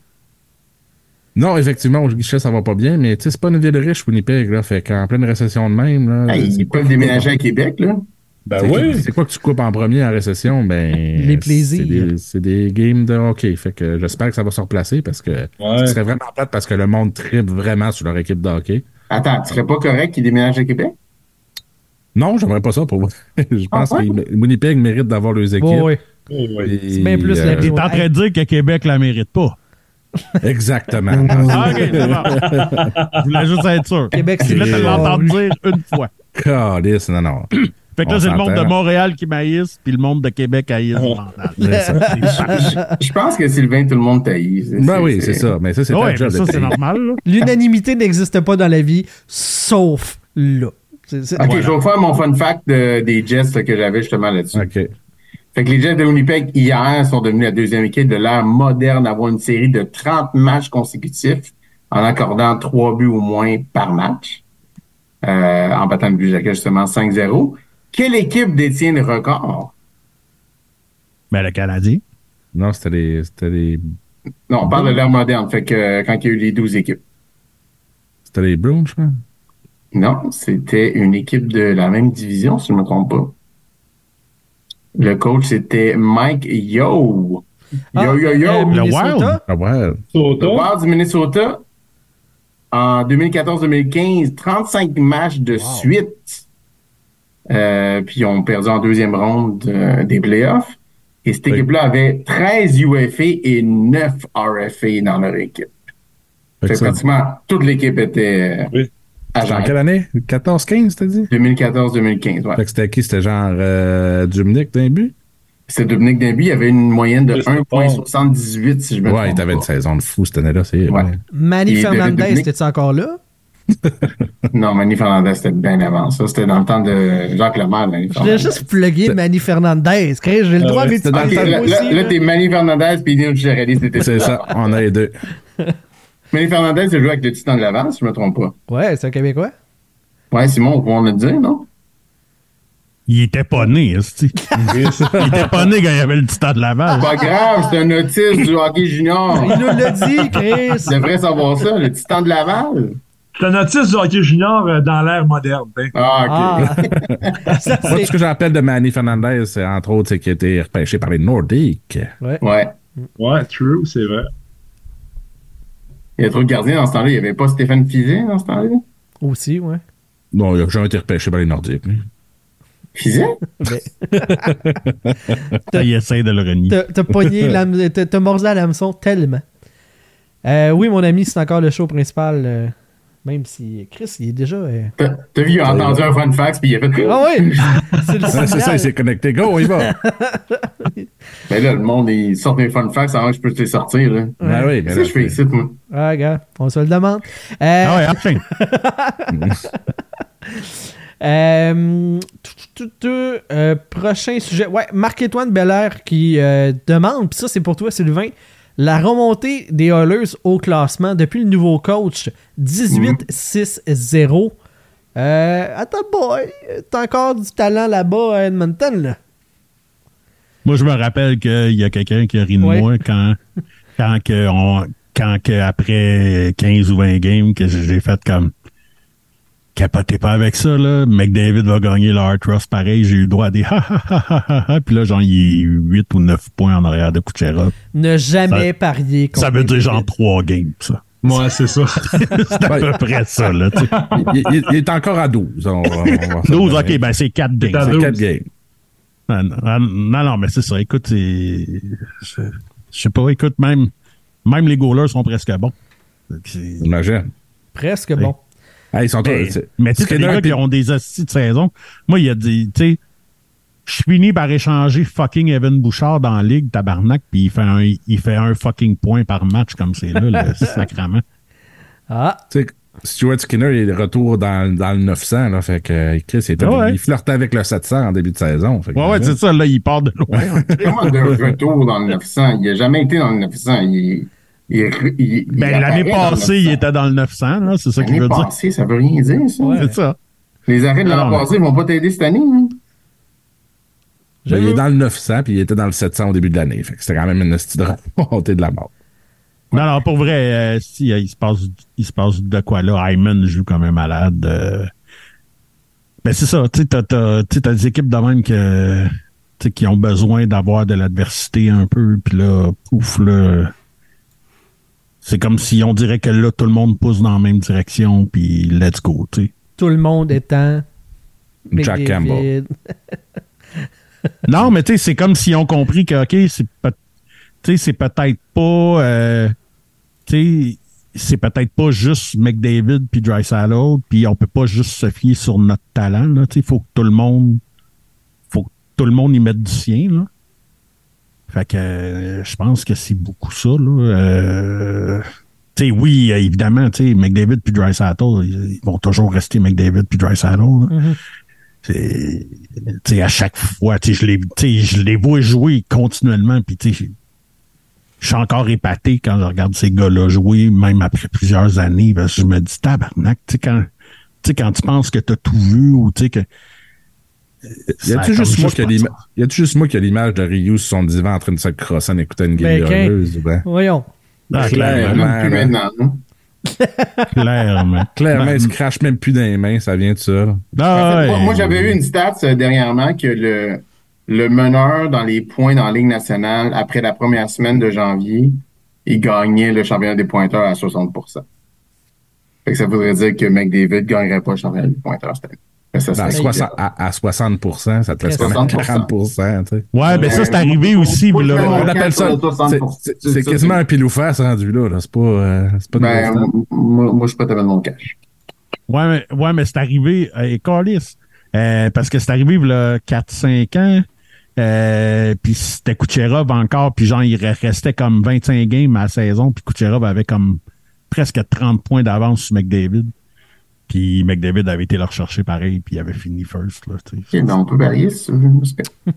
Non, effectivement, au guichet, ça va pas bien, mais tu sais, c'est pas une ville riche, Winnipeg, là. Fait qu'en pleine récession de même, là. Hey, c'est ils quoi peuvent que tu déménager à coupes Québec, là. Ben en- oui. c'est, c'est quoi que tu coupes en premier en récession? Ben. Les plaisirs. C'est des, c'est des games de hockey. Fait que j'espère que ça va se replacer parce que Ouais. ce serait vraiment plate parce que le monde tripe vraiment sur leur équipe de hockey. Attends, tu serais pas correct qu'ils déménagent à Québec? Non, j'aimerais pas ça pour vous. Je pense Ah ouais? que Winnipeg mérite d'avoir leurs équipes. bon, ouais. Oh, oui. Et, C'est bien plus la euh, T'es en train de dire que Québec la mérite pas. Exactement. Ah, OK, c'est bon. Je voulais juste être sûr. Québec, Je c'est voulais te Et- l'entendre dire une fois. Calisse, non, non. Fait que On là, c'est le monde de s'entend. Montréal qui maïsse, puis le monde de Québec haïsse. Montréal. C'est ça. Je je pense que Sylvain, tout le monde taille. Ben oui, c'est ça. Mais ça, c'est Ouais, ta mais job ça, de c'est payer. normal. Là. L'unanimité n'existe pas dans la vie, sauf là. C'est- c'est- OK, voilà. je vais vous faire mon fun fact de- des Jets là, que j'avais justement là-dessus. OK. Fait que les Jets de Winnipeg, hier, sont devenus la deuxième équipe de l'ère moderne d'avoir une série de trente matchs consécutifs en accordant trois buts au moins par match, euh, en battant le but Jacques justement cinq zéro. Quelle équipe détient le record? Ben, le Canadien. Non, c'était les. C'était les. Non, on parle de l'ère moderne, fait que euh, quand il y a eu les douze équipes. C'était les Bruins, je crois. Non, c'était une équipe de la même division, si je ne me trompe pas. Le coach, c'était Mike Yo. Ah, Yo, yo, yo. euh, Le Minnesota? Wild? Ah ouais. Sauta. Le Wild du Minnesota, en deux mille quatorze deux mille quinze, trente-cinq matchs de suite. Euh, puis ils ont perdu en deuxième ronde euh, des playoffs. Et cette Oui. équipe-là avait treize U F A et neuf R F A dans leur équipe. Fait Fait que que ça- pratiquement toute l'équipe était euh, Oui. C'était en agent. quelle année? quatorze quinze, t'as dit? deux mille quatorze deux mille quinze, ouais. Fait que c'était qui? C'était genre euh, Dumnik d'un but? C'est Dominique Denby, il avait une moyenne de Oui, c'est un virgule bon. soixante-dix-huit, si je me Ouais, trompe il avait pas. une saison de fou cette année-là, c'est Ouais. vrai. Manny Et David Fernandez, Dubnyk. était-tu encore là? Non, Manny Fernandez, c'était bien avant ça. C'était dans le temps de Jacques Lemaire, Manny Je Fernandez. voulais juste plugger Manny Fernandez. Chris, j'ai le droit ouais, de c'était dans le l'utiliser temps- moi Là, aussi. là, là. t'es Manny Fernandez puis Neil Girelli, c'était C'est ça, on a les deux. Manny Fernandez, il joue avec le Titan de Laval, si je me trompe pas. Ouais, c'est un Québécois. Ouais, Simon, on va le dire, non? Il était pas né, esti. Il était pas né quand il y avait le titan de Laval. Pas grave, c'est un autiste du hockey junior. Il nous l'a dit, Chris. Tu devrais savoir ça, le Titan de Laval. C'est un autiste du hockey junior euh, dans l'ère moderne. hein. Ah, ok. Ah. Ça, Moi, c'est... ce que j'appelle de Manny Fernandez, c'est entre autres, c'est qu'il a été repêché par les Nordiques. Ouais. Ouais. Ouais, true, c'est vrai. Il y a trop de gardiens dans ce temps-là. Il n'y avait pas Stéphane Fizet dans ce temps-là. Aussi, ouais. Non, il n'a jamais été repêché par les Nordiques. lui. Fizet? Ça, il essaie de le renier. T'as, t'as pogné, l'âme- t'as, t'as mordu à l'hameçon tellement. Euh, oui, mon ami, c'est encore le show principal. euh, même si Chris, il est déjà. euh, T'as t'as vu, il a entendu un fun fact puis il a fait. Ah oui! C'est le Ouais, c'est ça, il signal. s'est connecté. Go, on y va. Mais là, le monde, il sort des fun facts avant que je puisse les sortir. Là. Ben oui, mais Qu'est-ce là, que je fais ici, moi? Ah, gars, on se le demande. Euh, Ah ouais, enfin. Euh, tout, tout, tout, euh, prochain sujet. Ouais, Marc-Étoine Belair qui euh, demande, puis ça c'est pour toi Sylvain, la remontée des Oilers au classement depuis le nouveau coach dix-huit six zéro. Euh, attends, boy, t'as encore du talent là-bas à Edmonton, là. Moi, je me rappelle qu'il y a quelqu'un qui a ri de Ouais. moi quand, quand, que on, quand que après quinze ou vingt games, que j'ai fait comme capotez pas avec ça, là. McDavid va gagner le Hart Ross pareil. J'ai eu le droit à des ha ha ha ha ha ha. Puis là, genre, il est huit ou neuf points en arrière de Kucherov. Ne jamais Ça- parier contre Ça veut dire McDavid. genre trois games, ça. Ouais, c'est ça. C'est à peu près ça, là, tu sais. il, il- il est encore à douze. On va- on va- douze, ok, ben c'est quatre à games. C'est douze. quatre games. Ah, non, ah, non, non, mais c'est ça. Écoute, c'est. Je je sais pas, écoute, même, même les goalers sont presque bons. C'est- Imagine. Presque bon. Hey, ils sont Mais, c'est- mais tu sais, Skinner les gars puis- qui ont des hosties de saison, moi, il y a des. Tu sais, je finis par échanger fucking Evan Bouchard dans la ligue, tabarnak, puis il fait un, il fait un fucking point par match comme c'est là, le sacrament. Ah, Tu sais, Stuart Skinner il est de retour dans, dans le neuf cents. Là, fait que Chris, il, était- Ah ouais. il flirtait avec le sept cents en début de saison. Fait que, Ouais, ouais, c'est ça, là, il part de loin. Comment de retour dans le neuf cents? Il n'a jamais été dans le neuf cents. Il, il, il, il Ben, l'année apparaît dans le passée, il neuf cents. était dans le neuf cents, là, c'est ça qu'il L'année veut dire. passée, ça veut rien dire, ça. Ouais. C'est ça. Les arrêts de Non, l'année mais- passée ne vont pas t'aider cette année. Hein? Ben, il J'avoue. est dans le neuf cents puis il était dans le sept cents au début de l'année. Fait que c'était quand même une hostie de remontée de la mort. Non, non, pour vrai, euh, si, euh, il se passe, il se passe de quoi là. Hyman joue comme un malade. Euh... Ben, c'est ça, tu sais, t'as, t'as, tu sais, t'as des équipes de même que, tu sais, qui ont besoin d'avoir de l'adversité un peu, puis là, pouf, là, c'est comme si on dirait que là, tout le monde pousse dans la même direction, puis let's go, tu sais. tout le monde étant Jack McDavid. Campbell. Non, mais tu sais, c'est comme s'ils ont compris que, OK, c'est peut- tu sais, c'est peut-être pas, euh, tu sais, c'est peut-être pas juste McDavid puis Draisaitl, puis on peut pas juste se fier sur notre talent, là, tu sais, faut que tout le monde, faut que tout le monde y mette du sien, là. Fait que, euh, je pense que c'est beaucoup ça, là. Euh, tu sais, oui, euh, évidemment, tu sais, McDavid puis Draisaitl, ils, ils vont toujours rester McDavid puis Draisaitl, là. Mhm. C'est, tu sais, à chaque fois, tu sais, je les, tu sais, je les vois jouer continuellement, puis tu sais, je suis encore épaté quand je regarde ces gars-là jouer, même après plusieurs années, parce que je me dis, tabarnak, tu sais, quand, tu sais, quand tu penses que t'as tout vu, ou tu sais, que... Y a-tu juste, moi qui a l'ima- y a-tu juste moi qui a l'image de Ryu sur son divan en train de se crosser en écoutant une game Ben, de qu'un- Oilers, ben? Voyons. Ah, Clairement, clairement, Plus là. maintenant. hein? clairement. Clairement, il se Ben, crache même plus dans les mains, ça vient de ça. là. ah, En fait, moi, ouais. moi, j'avais eu une stat euh, dernièrement que le, le meneur dans les points dans la Ligue nationale, après la première semaine de janvier, il gagnait le championnat des pointeurs à soixante pour cent. Fait que ça voudrait dire que McDavid ne gagnerait pas le championnat des pointeurs cette année. Fait que ça À, serait soixante à, à soixante pour cent, ça te laisse quand même soixante pour cent. quarante pour cent. Tu sais. Ouais, ben ça, c'est arrivé aussi, Moi, là. je On Ouais, appelle ça. soixante pour cent. c'est- C'est c'est quasiment un pile ou face rendu là. là. C'est pas, euh, c'est pas de Ben, gros temps. moi, moi, je suis pas te mettre mon cash. Ouais, mais, ouais, mais c'est arrivé, euh, et câlisse, euh, parce que c'est arrivé, là, quatre cinq ans, euh, puis c'était Kucherov encore, puis genre, il restait comme vingt-cinq games à la saison, puis Kucherov avait comme presque trente points d'avance sur McDavid. Puis McDavid avait été le rechercher pareil, puis il avait fini first. Là, tu sais. Ok, ben, on peut varier si tu veux.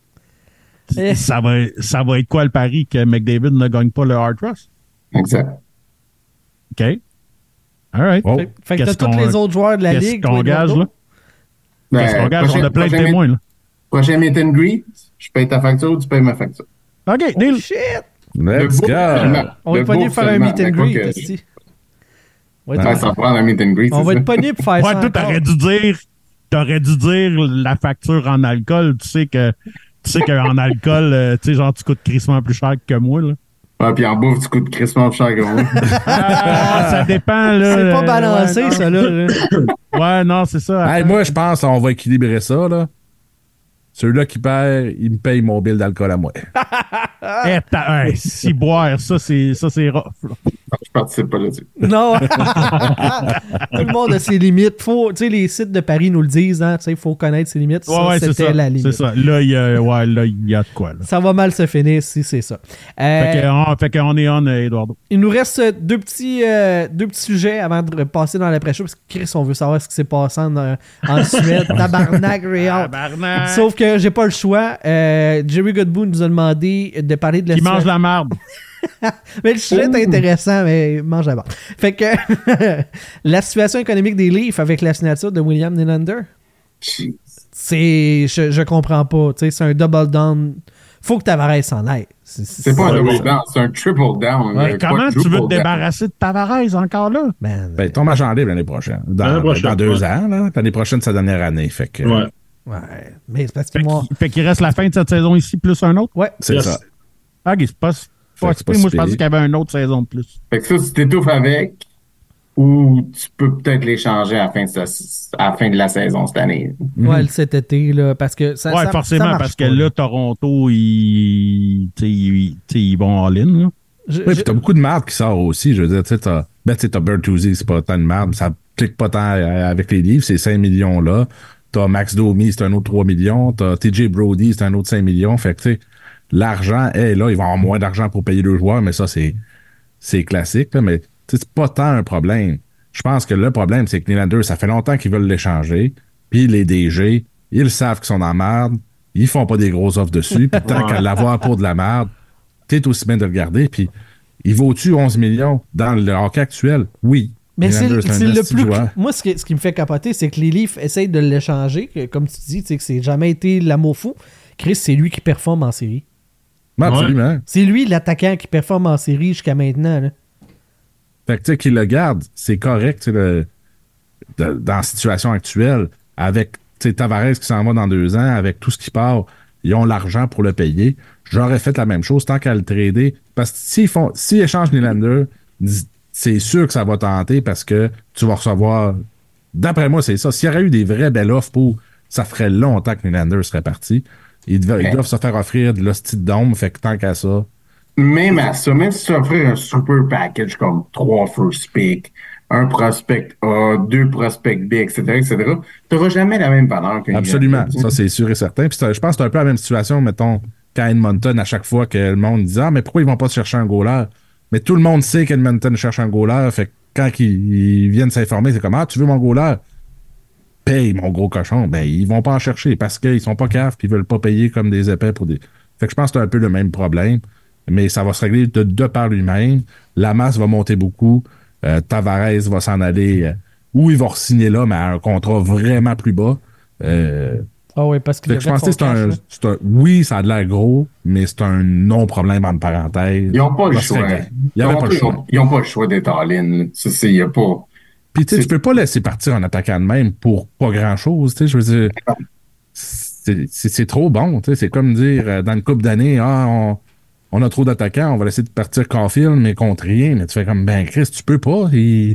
Eh. Ça, va, ça va être quoi le pari que McDavid ne gagne pas le Hart Ross? Exact. OK. All right. Oh. Fait, fait que t'as tous les autres joueurs de la qu'est-ce ligue. qu'on gage, là? Ben, Qu'est-ce qu'on gage? prochain- On a plein de prochain témoins, là. Prochain meet and greet, je paye ta facture, tu payes ma facture. OK, deal. Oh, shit! Let's Le book go! seulement. On va Le être pogné book pour faire un seulement, meet and mais quoi greet, que- esti. On va Ouais, être- ça prend un meet and greet, on c'est va ça? être pogné pour faire Ouais, ça. toi, encore. t'aurais dû dire, t'aurais dû dire la facture en alcool. Tu sais que, tu sais qu'en alcool, euh, tu sais, genre, tu coûtes crissement plus cher que moi, là. Ouais, puis en bouffe, tu coûtes crissement plus cher que moi. Ah, ça dépend, là. C'est pas Euh, balancé, ouais, ça, là. là. non. Ouais, non, c'est ça. Hey, moi, je pense qu'on va équilibrer ça, là. Celui-là qui perd, il me paye mon bill d'alcool à moi. Eh, t'as- hey, si boire, ça, c'est, ça, c'est rough, là. Je participe pas là-dessus. Non. Tout le monde a ses limites. Faut, tu sais, les sites de Paris nous le disent, hein. Tu sais, il faut connaître ses limites. Ouais, Ça, ouais, c'est c'était ça. la limite. C'est ça. Là, il y a, ouais, là, il y a de quoi, là. Ça va mal se finir si c'est ça. Euh, Fait que, on, fait qu'on est on, euh, Eduardo. Il nous reste euh, deux petits, euh, deux petits sujets avant de passer dans l'après-show, parce que Chris, on veut savoir ce qui s'est passé en, euh, en Suède. Tabarnak, Réal. Tabarnak. Sauf que j'ai pas le choix. Euh, Jerry Godbout nous a demandé de parler de la Qui mange Suède. la marde. Mais le sujet est intéressant, mais il mange la barre. Fait que la situation économique des Leafs avec la signature de William Nylander, c'est... Je, je comprends pas. Tu sais, c'est un double down. Faut que Tavares s'en aille. C'est, C'est pas un double down, c'est un triple down. Ouais, euh, comment tu veux te quadruple down. débarrasser de Tavares encore là? Man, Ben, tombe à champ libre l'année prochaine. Dans, L'année prochaine, dans deux ouais. ans, là. L'année prochaine, c'est sa dernière année. Fait que, Ouais. ouais. Mais c'est parce que Fait, moi... qu'il- fait qu'il reste la fin de cette saison ici plus un autre? Ouais. c'est Yes. ça. Ah, ok, c'est pas... Fait pas que c'est pas moi, si je pensais pire. qu'il y avait une autre saison de plus. Fait que ça, tu t'étouffes avec, ou tu peux peut-être l'échanger à la fin de, sa- à la fin de la saison cette année. Ouais, cet été, là, parce que ça, ouais, ça- forcément, ça marche parce que pas, là, Toronto, ils, tu sais, ils, tu sais, ils vont all-in, là. Je- Oui, je- puis t'as beaucoup de marde qui sort aussi. Je veux dire, tu sais, t'as, ben, tu sais, t'as Bertuzzi, c'est pas tant de marde, mais ça clique pas tant euh, avec les livres, ces cinq millions-là. T'as Max Domi, c'est un autre trois millions. T'as T J Brody, c'est un autre cinq millions. Fait que, tu sais, l'argent, est là, ils vont avoir moins d'argent pour payer le joueur, mais ça, c'est, c'est classique, là, mais, tu sais, c'est pas tant un problème. Je pense que le problème, c'est que Nylander, ça fait longtemps qu'ils veulent l'échanger, puis les D G, ils savent qu'ils sont dans la merde, ils font pas des grosses offres dessus, puis tant qu'à l'avoir pour de la merde, t'es aussi bien de le garder, puis il vaut-tu onze millions dans le hockey actuel? Oui. Mais c'est, Nylander, un c'est le esti plus. joueur. Moi, ce qui, ce qui me fait capoter, c'est que les Leafs essayent de l'échanger, que, comme tu dis, tu sais, que c'est jamais été l'amour fou. Chris, c'est lui qui performe en série. Ben, absolument. C'est lui l'attaquant qui performe en série jusqu'à maintenant. Là. Fait que, tu sais, qu'il le garde, c'est correct, tu sais, le- de- dans la situation actuelle, avec, tu sais, Tavares qui s'en va dans deux ans, avec tout ce qui part, ils ont l'argent pour le payer. J'aurais fait la même chose tant qu'à le trader. Parce que s'ils font, s'ils échangent Nylander, c'est sûr que ça va tenter parce que tu vas recevoir. D'après moi, c'est ça. S'il y aurait eu des vraies belles offres pour. Ça ferait longtemps que Nylander serait parti. Ils, devaient- ils doivent se faire offrir de l'hostie de dôme, fait que tant qu'à ça. Même à ça, même si tu offrais un super package comme trois first pick, un prospect A, deux prospects B, et cetera, et cetera, tu n'auras jamais la même valeur que Absolument. Nylander. Ça, c'est sûr et certain. Puis c'est- je pense que c'est un peu la même situation, mettons, qu'à Edmonton, à chaque fois que le monde dit ah, mais pourquoi ils vont pas chercher un goaler? Mais tout le monde sait qu'Edmonton cherche un goaler. Fait que quand ils, ils viennent s'informer, c'est comme ah, tu veux mon goaler? Paye, mon gros cochon. Ben, ils vont pas en chercher parce qu'ils sont pas caves puis ils veulent pas payer comme des épais pour des. Fait que je pense que c'est un peu le même problème. Mais ça va se régler de, de par lui-même. La masse va monter beaucoup. Euh, Tavares va s'en aller euh, ou il va re-signer là, mais à un contrat vraiment plus bas. Euh, Ah oui, parce que, fait que je pense que c'est un, c'est un. Oui, ça a de l'air gros, mais c'est un non-problème entre parenthèses. Ils n'ont pas le Parce que choix. Il n'y avait Ils ont pas le choix. Ils n'ont pas le choix d'être en ligne. Il n'y a pas. Puis tu sais, c'est- tu peux pas laisser partir un attaquant de même pour pas grand-chose. Tu sais, je veux dire, c'est c'est- c'est trop bon. Tu sais, c'est comme dire euh, dans une couple d'années, ah, on, on a trop d'attaquants, on va laisser partir Caulfield, mais contre rien. Mais tu fais comme ben Chris, tu peux pas. Il-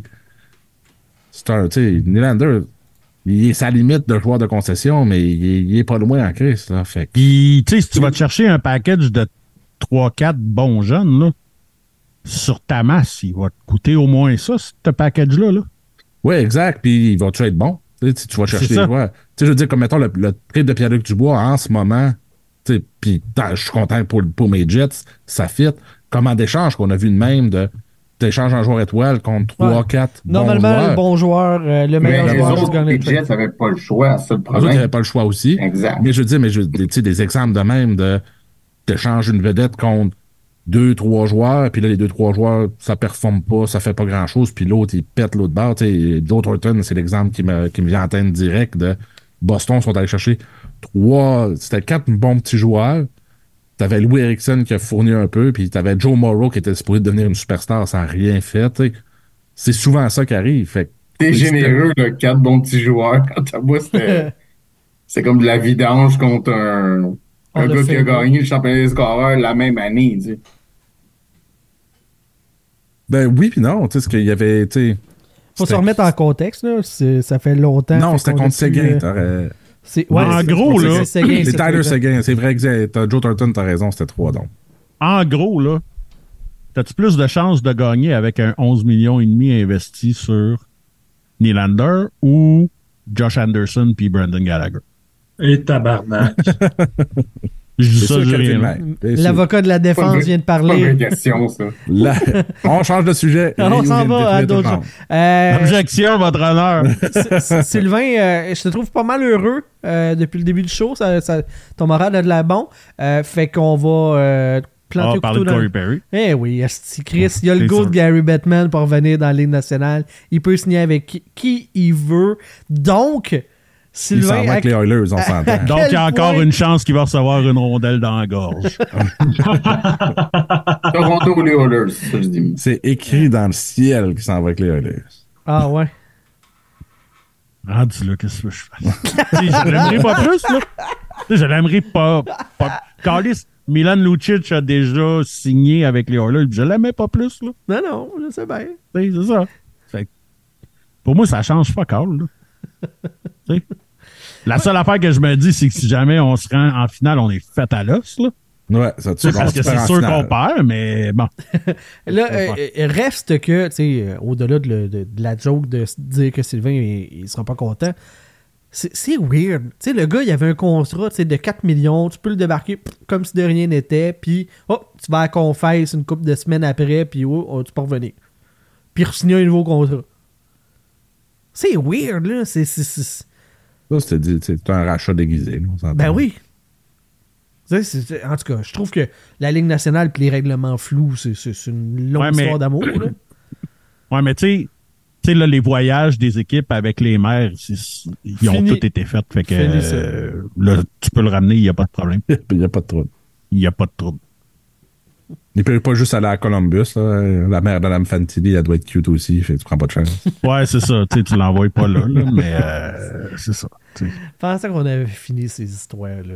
C'est un, tu sais, Nylander, il est sa limite de joueur de concession, mais il est, il est pas loin en Chris. Là, fait que- Puis, tu sais, si tu vas te chercher un package de trois quatre bons jeunes, là, sur ta masse, il va te coûter au moins ça, ce package-là, là. Oui, exact. Puis il va-tu être bon? Tu sais, tu vas chercher C'est des ça. joueurs. Tu sais, je veux dire, comme mettons le, le trade de Pierre-Luc Dubois en ce moment, tu sais, puis tant, je suis content pour, pour mes Jets, ça fit. Comme en d'échange qu'on a vu de même de t'échanges un joueur étoile contre trois quatre ouais. Normalement, bons le bon joueur, euh, le meilleur mais joueur, les autres, gagne les le Jets n'avaient pas le choix, c'est ça le Les autres, problème. ils n'avaient pas le choix aussi. Exact. Mais je veux dire, mais je, tu sais, des exemples de même de t'échanges une vedette contre deux, trois joueurs, puis là, les deux, trois joueurs, ça performe pas, ça fait pas grand-chose, puis l'autre, il pète l'autre barre. Tu sais, Joe Thornton, c'est l'exemple qui me, qui me vient en tête direct de Boston sont allés chercher trois, c'était quatre bons petits joueurs. T'avais Louis Erickson qui a fourni un peu, puis t'avais Joe Morrow qui était supposé devenir une superstar sans rien fait. T'sais. C'est souvent ça qui arrive. Fait, T'es généreux, là, quatre bons petits joueurs. Quand t'as moi, c'était c'est comme de la vidange contre un, un gars qui a gagné le championnat des scoreurs la même année. Tu sais. Ben oui, puis non. Tu sais, ce qu'il y avait. T'sais, faut se remettre en contexte, là. C'est, ça fait longtemps. Non, c'était contre Seguin. Euh... C'est, ouais, en c'est, gros, c'est, là. C'est, Seguin, c'est Tyler Seguin. C'est vrai que t'as Joe Thornton, t'as raison, c'était trois donc. En gros, là, t'as-tu plus de chances de gagner avec un onze millions et demi investi sur Nylander ou Josh Anderson puis Brendan Gallagher? Et tabarnak. Je dis ça, je rien. L'avocat de la défense vient de parler. C'est pas une question, ça. La... On change de sujet. On s'en va à d'autres choses. Euh... Objection, votre honneur. Sylvain, euh, je te trouve pas mal heureux euh, depuis le début du show. Ça, ça, ton moral a de la bon. Euh, fait qu'on va euh, planter oh, le couteau de dans... Corey Perry. Eh oui, Chris, il y a le goût de Gary Bettman pour revenir dans la Ligue nationale. Il peut signer avec qui, qui il veut. Donc... Sylvain, il s'en va avec les Oilers, on s'entend. Donc, il y a encore point... une chance qu'il va recevoir une rondelle dans la gorge. Toronto ou les Oilers, c'est ça que je dis. C'est écrit dans le ciel qu'il s'en va avec les Oilers. Ah ouais. Ah, dis-le, qu'est-ce que je fais? Je l'aimerais pas plus, là. Je l'aimerais pas. pas... Carlis, Milan Lucic a déjà signé avec les Oilers. Je l'aimais pas plus, là. Non, non, je sais bien. C'est, c'est ça. Fait... Pour moi, ça change pas, Carl, là. Tu sais? La seule affaire que je me dis, c'est que si jamais on se rend en finale, on est fait à l'os, là. Ouais, ça tu Parce que c'est sûr qu'on perd, mais bon. Là, euh, reste que, tu sais, euh, au-delà de, de, de la joke de dire que Sylvain, il, il sera pas content, c'est, c'est weird. Tu sais, le gars, il avait un contrat de quatre millions, tu peux le débarquer comme si de rien n'était, puis oh, tu vas à Confesse une couple de semaines après, puis oh, oh, tu peux revenir. Puis re-signer un nouveau contrat. C'est weird, là. C'est... c'est, c'est... Ça, c'était, c'était un rachat déguisé. Là, on s'entend. Ben oui. C'est, c'est, en tout cas, je trouve que la Ligue nationale et les règlements flous, c'est, c'est, c'est une longue ouais, mais... histoire d'amour. Là. Ouais, mais tu sais, là, les voyages des équipes avec les maires, ils Fini. ont tous été faits. Fait que euh, là, tu peux le ramener, il n'y a pas de problème. Il n'y a pas de trouble. Il n'y a pas de trouble. Il peut pas juste aller à Columbus. Là. La mère de Madame Fantilli, elle doit être cute aussi. Fait, tu prends pas de chance. Ouais, c'est ça. Tu l'envoies pas là, là mais euh, c'est ça. T'sais. Je pensais qu'on avait fini ces histoires-là.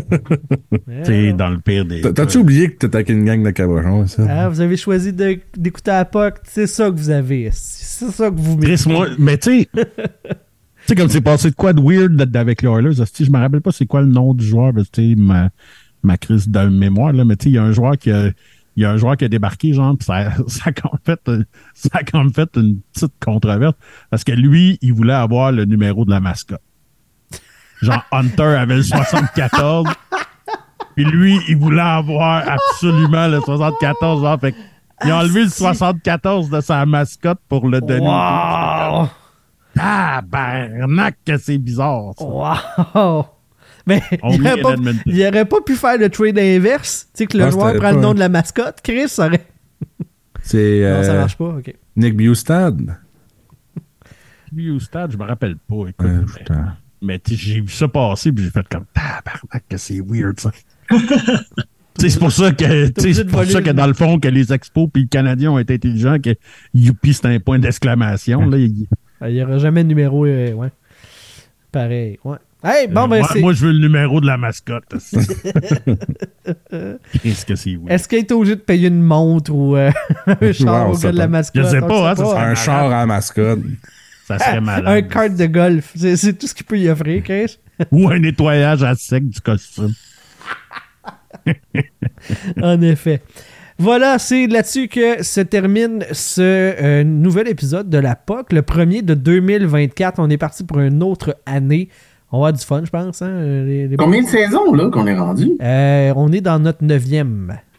T'es dans le pire des... T'as-tu oublié que t'étais avec une gang de cabochons? Ça? Ah, vous avez choisi de, d'écouter à P O C. C'est ça que vous avez. C'est ça que vous mettez. Moi, mais tu sais... Tu sais, comme c'est passé de quoi de weird avec les Oilers, je me rappelle pas c'est quoi le nom du joueur, parce que ma, ma crise de mémoire, là, mais tu sais, il y a un joueur qui a... Il y a un joueur qui a débarqué, genre, pis ça, ça, a quand même fait, ça a quand même fait une petite controverse. Parce que lui, il voulait avoir le numéro de la mascotte. Genre, Hunter avait le soixante-quatorze. Puis lui, il voulait avoir absolument le soixante-quatorze. Genre, fait il a enlevé le soixante-quatorze de sa mascotte pour le donner. Wow! Tabarnak, que c'est bizarre, ça. Wow! Mais il n'aurait pas, pas pu faire le trade inverse. Tu sais, que le ah, joueur prend pas... le nom de la mascotte. Chris, ça aurait... C'est... Non, euh, ça marche pas, OK. Nick Bjugstad. Bjugstad, je me rappelle pas. Écoute, ouais, mais, mais j'ai vu ça passer, puis j'ai fait comme... Tabarnak, que c'est weird, ça. C'est pour ça que c'est pour ça que dans le fond, que les Expos puis le Canadien ont été intelligents, que Youpi, c'est un point d'exclamation. Là, il n'y aura jamais de numéro... Euh, ouais. Pareil, ouais. Hey, bon, ben, moi, c'est... moi, je veux le numéro de la mascotte. Qu'est-ce que c'est? Oui. Est-ce qu'il est obligé de payer une montre ou euh, un char ouais, de la mascotte? Je sais pas. Hein, ça serait un char à la mascotte. Ça serait malade. Un kart de golf. C'est, c'est tout ce qu'il peut y offrir, Chris. Ou un nettoyage à sec du costume. En effet. Voilà, c'est là-dessus que se termine ce euh, nouvel épisode de la P O C, le premier de deux mille vingt-quatre. On est parti pour une autre année. On va avoir du fun, je pense. Hein? Les, les Combien de saisons là qu'on est rendu? Euh, on est dans notre neuvième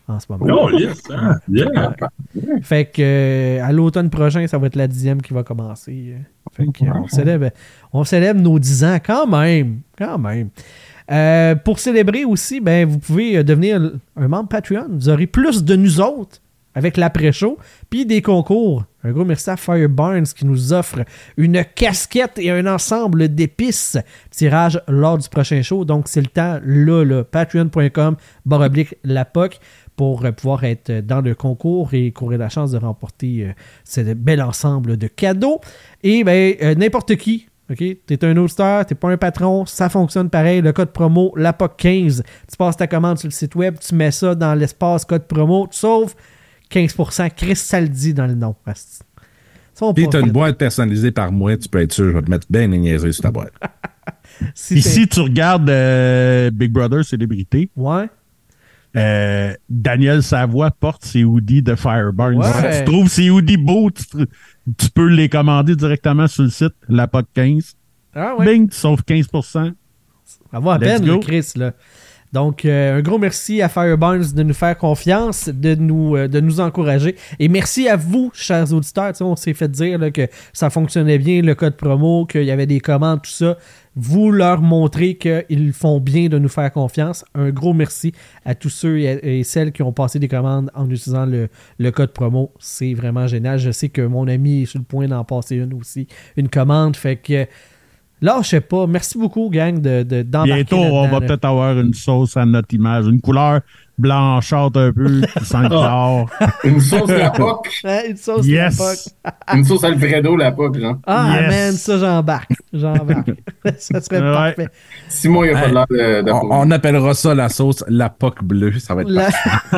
en ce moment. Oh, yes, hein? Yeah. Fait que euh, à l'automne prochain, ça va être la dixième qui va commencer. Fait que, euh, on, célèbre, on célèbre nos dix ans quand même. Quand même. Euh, pour célébrer aussi, ben, vous pouvez devenir un membre Patreon. Vous aurez plus de nous autres avec l'après-show, puis des concours. Un gros merci à Firebarns qui nous offre une casquette et un ensemble d'épices. Tirage lors du prochain show. Donc, c'est le temps, là, là, patreon.com, barre oblique, la P O C, pour pouvoir être dans le concours et courir la chance de remporter euh, ce bel ensemble de cadeaux. Et ben, euh, n'importe qui, ok, t'es un auditeur, t'es pas un patron, ça fonctionne pareil. Le code promo, la P O C quinze. Tu passes ta commande sur le site web, tu mets ça dans l'espace code promo, tu sauves quinze pour cent. Chris, ça le dit dans le nom. Puis t'as une boîte personnalisée par mois, tu peux être sûr, je vais te mettre bien niaiseux sur ta boîte. si Ici, tu regardes euh, Big Brother Célébrité. Ouais. Euh, Daniel Savoie porte ses hoodies de Fireburn. Ouais. Si tu trouves ses hoodies beaux, tu, tu peux les commander directement sur le site, la P O C quinze. Ah ouais. Bing, tu sauves quinze pour cent. Ça va à peine, le Chris, là. Donc, euh, un gros merci à Fireburns de nous faire confiance, de nous, euh, de nous encourager. Et merci à vous, chers auditeurs. T'sais, on s'est fait dire là, que ça fonctionnait bien, le code promo, qu'il y avait des commandes, tout ça. Vous leur montrez qu'ils font bien de nous faire confiance. Un gros merci à tous ceux et, et celles qui ont passé des commandes en utilisant le, le code promo. C'est vraiment génial. Je sais que mon ami est sur le point d'en passer une aussi, une commande. Fait que... Là, je sais pas. Merci beaucoup, gang, de, de, d'embarquer bientôt, on va là. peut-être avoir une sauce à notre image. Une couleur blanchâtre un peu, qui sent le chlore. Une sauce la P O C. Ouais, une sauce yes. la P O C. Une sauce Alfredo la P O C, genre. Ah, yes. man, ça, j'embarque. J'embarque. Ça serait ouais. parfait. Simon, il n'y a hey, pas de l'air de, de on, on appellera ça la sauce la P O C bleue. Ça va être La...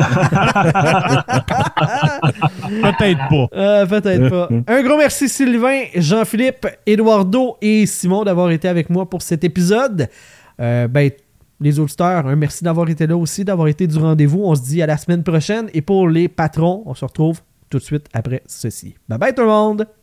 Peut-être pas. Euh, peut-être pas. Un gros merci Sylvain, Jean-Philippe, Eduardo et Simon d'avoir été avec moi pour cet épisode. Euh, ben, les auditeurs, un merci d'avoir été là aussi, d'avoir été du rendez-vous. On se dit à la semaine prochaine. Et pour les patrons, on se retrouve tout de suite après ceci. Bye bye tout le monde!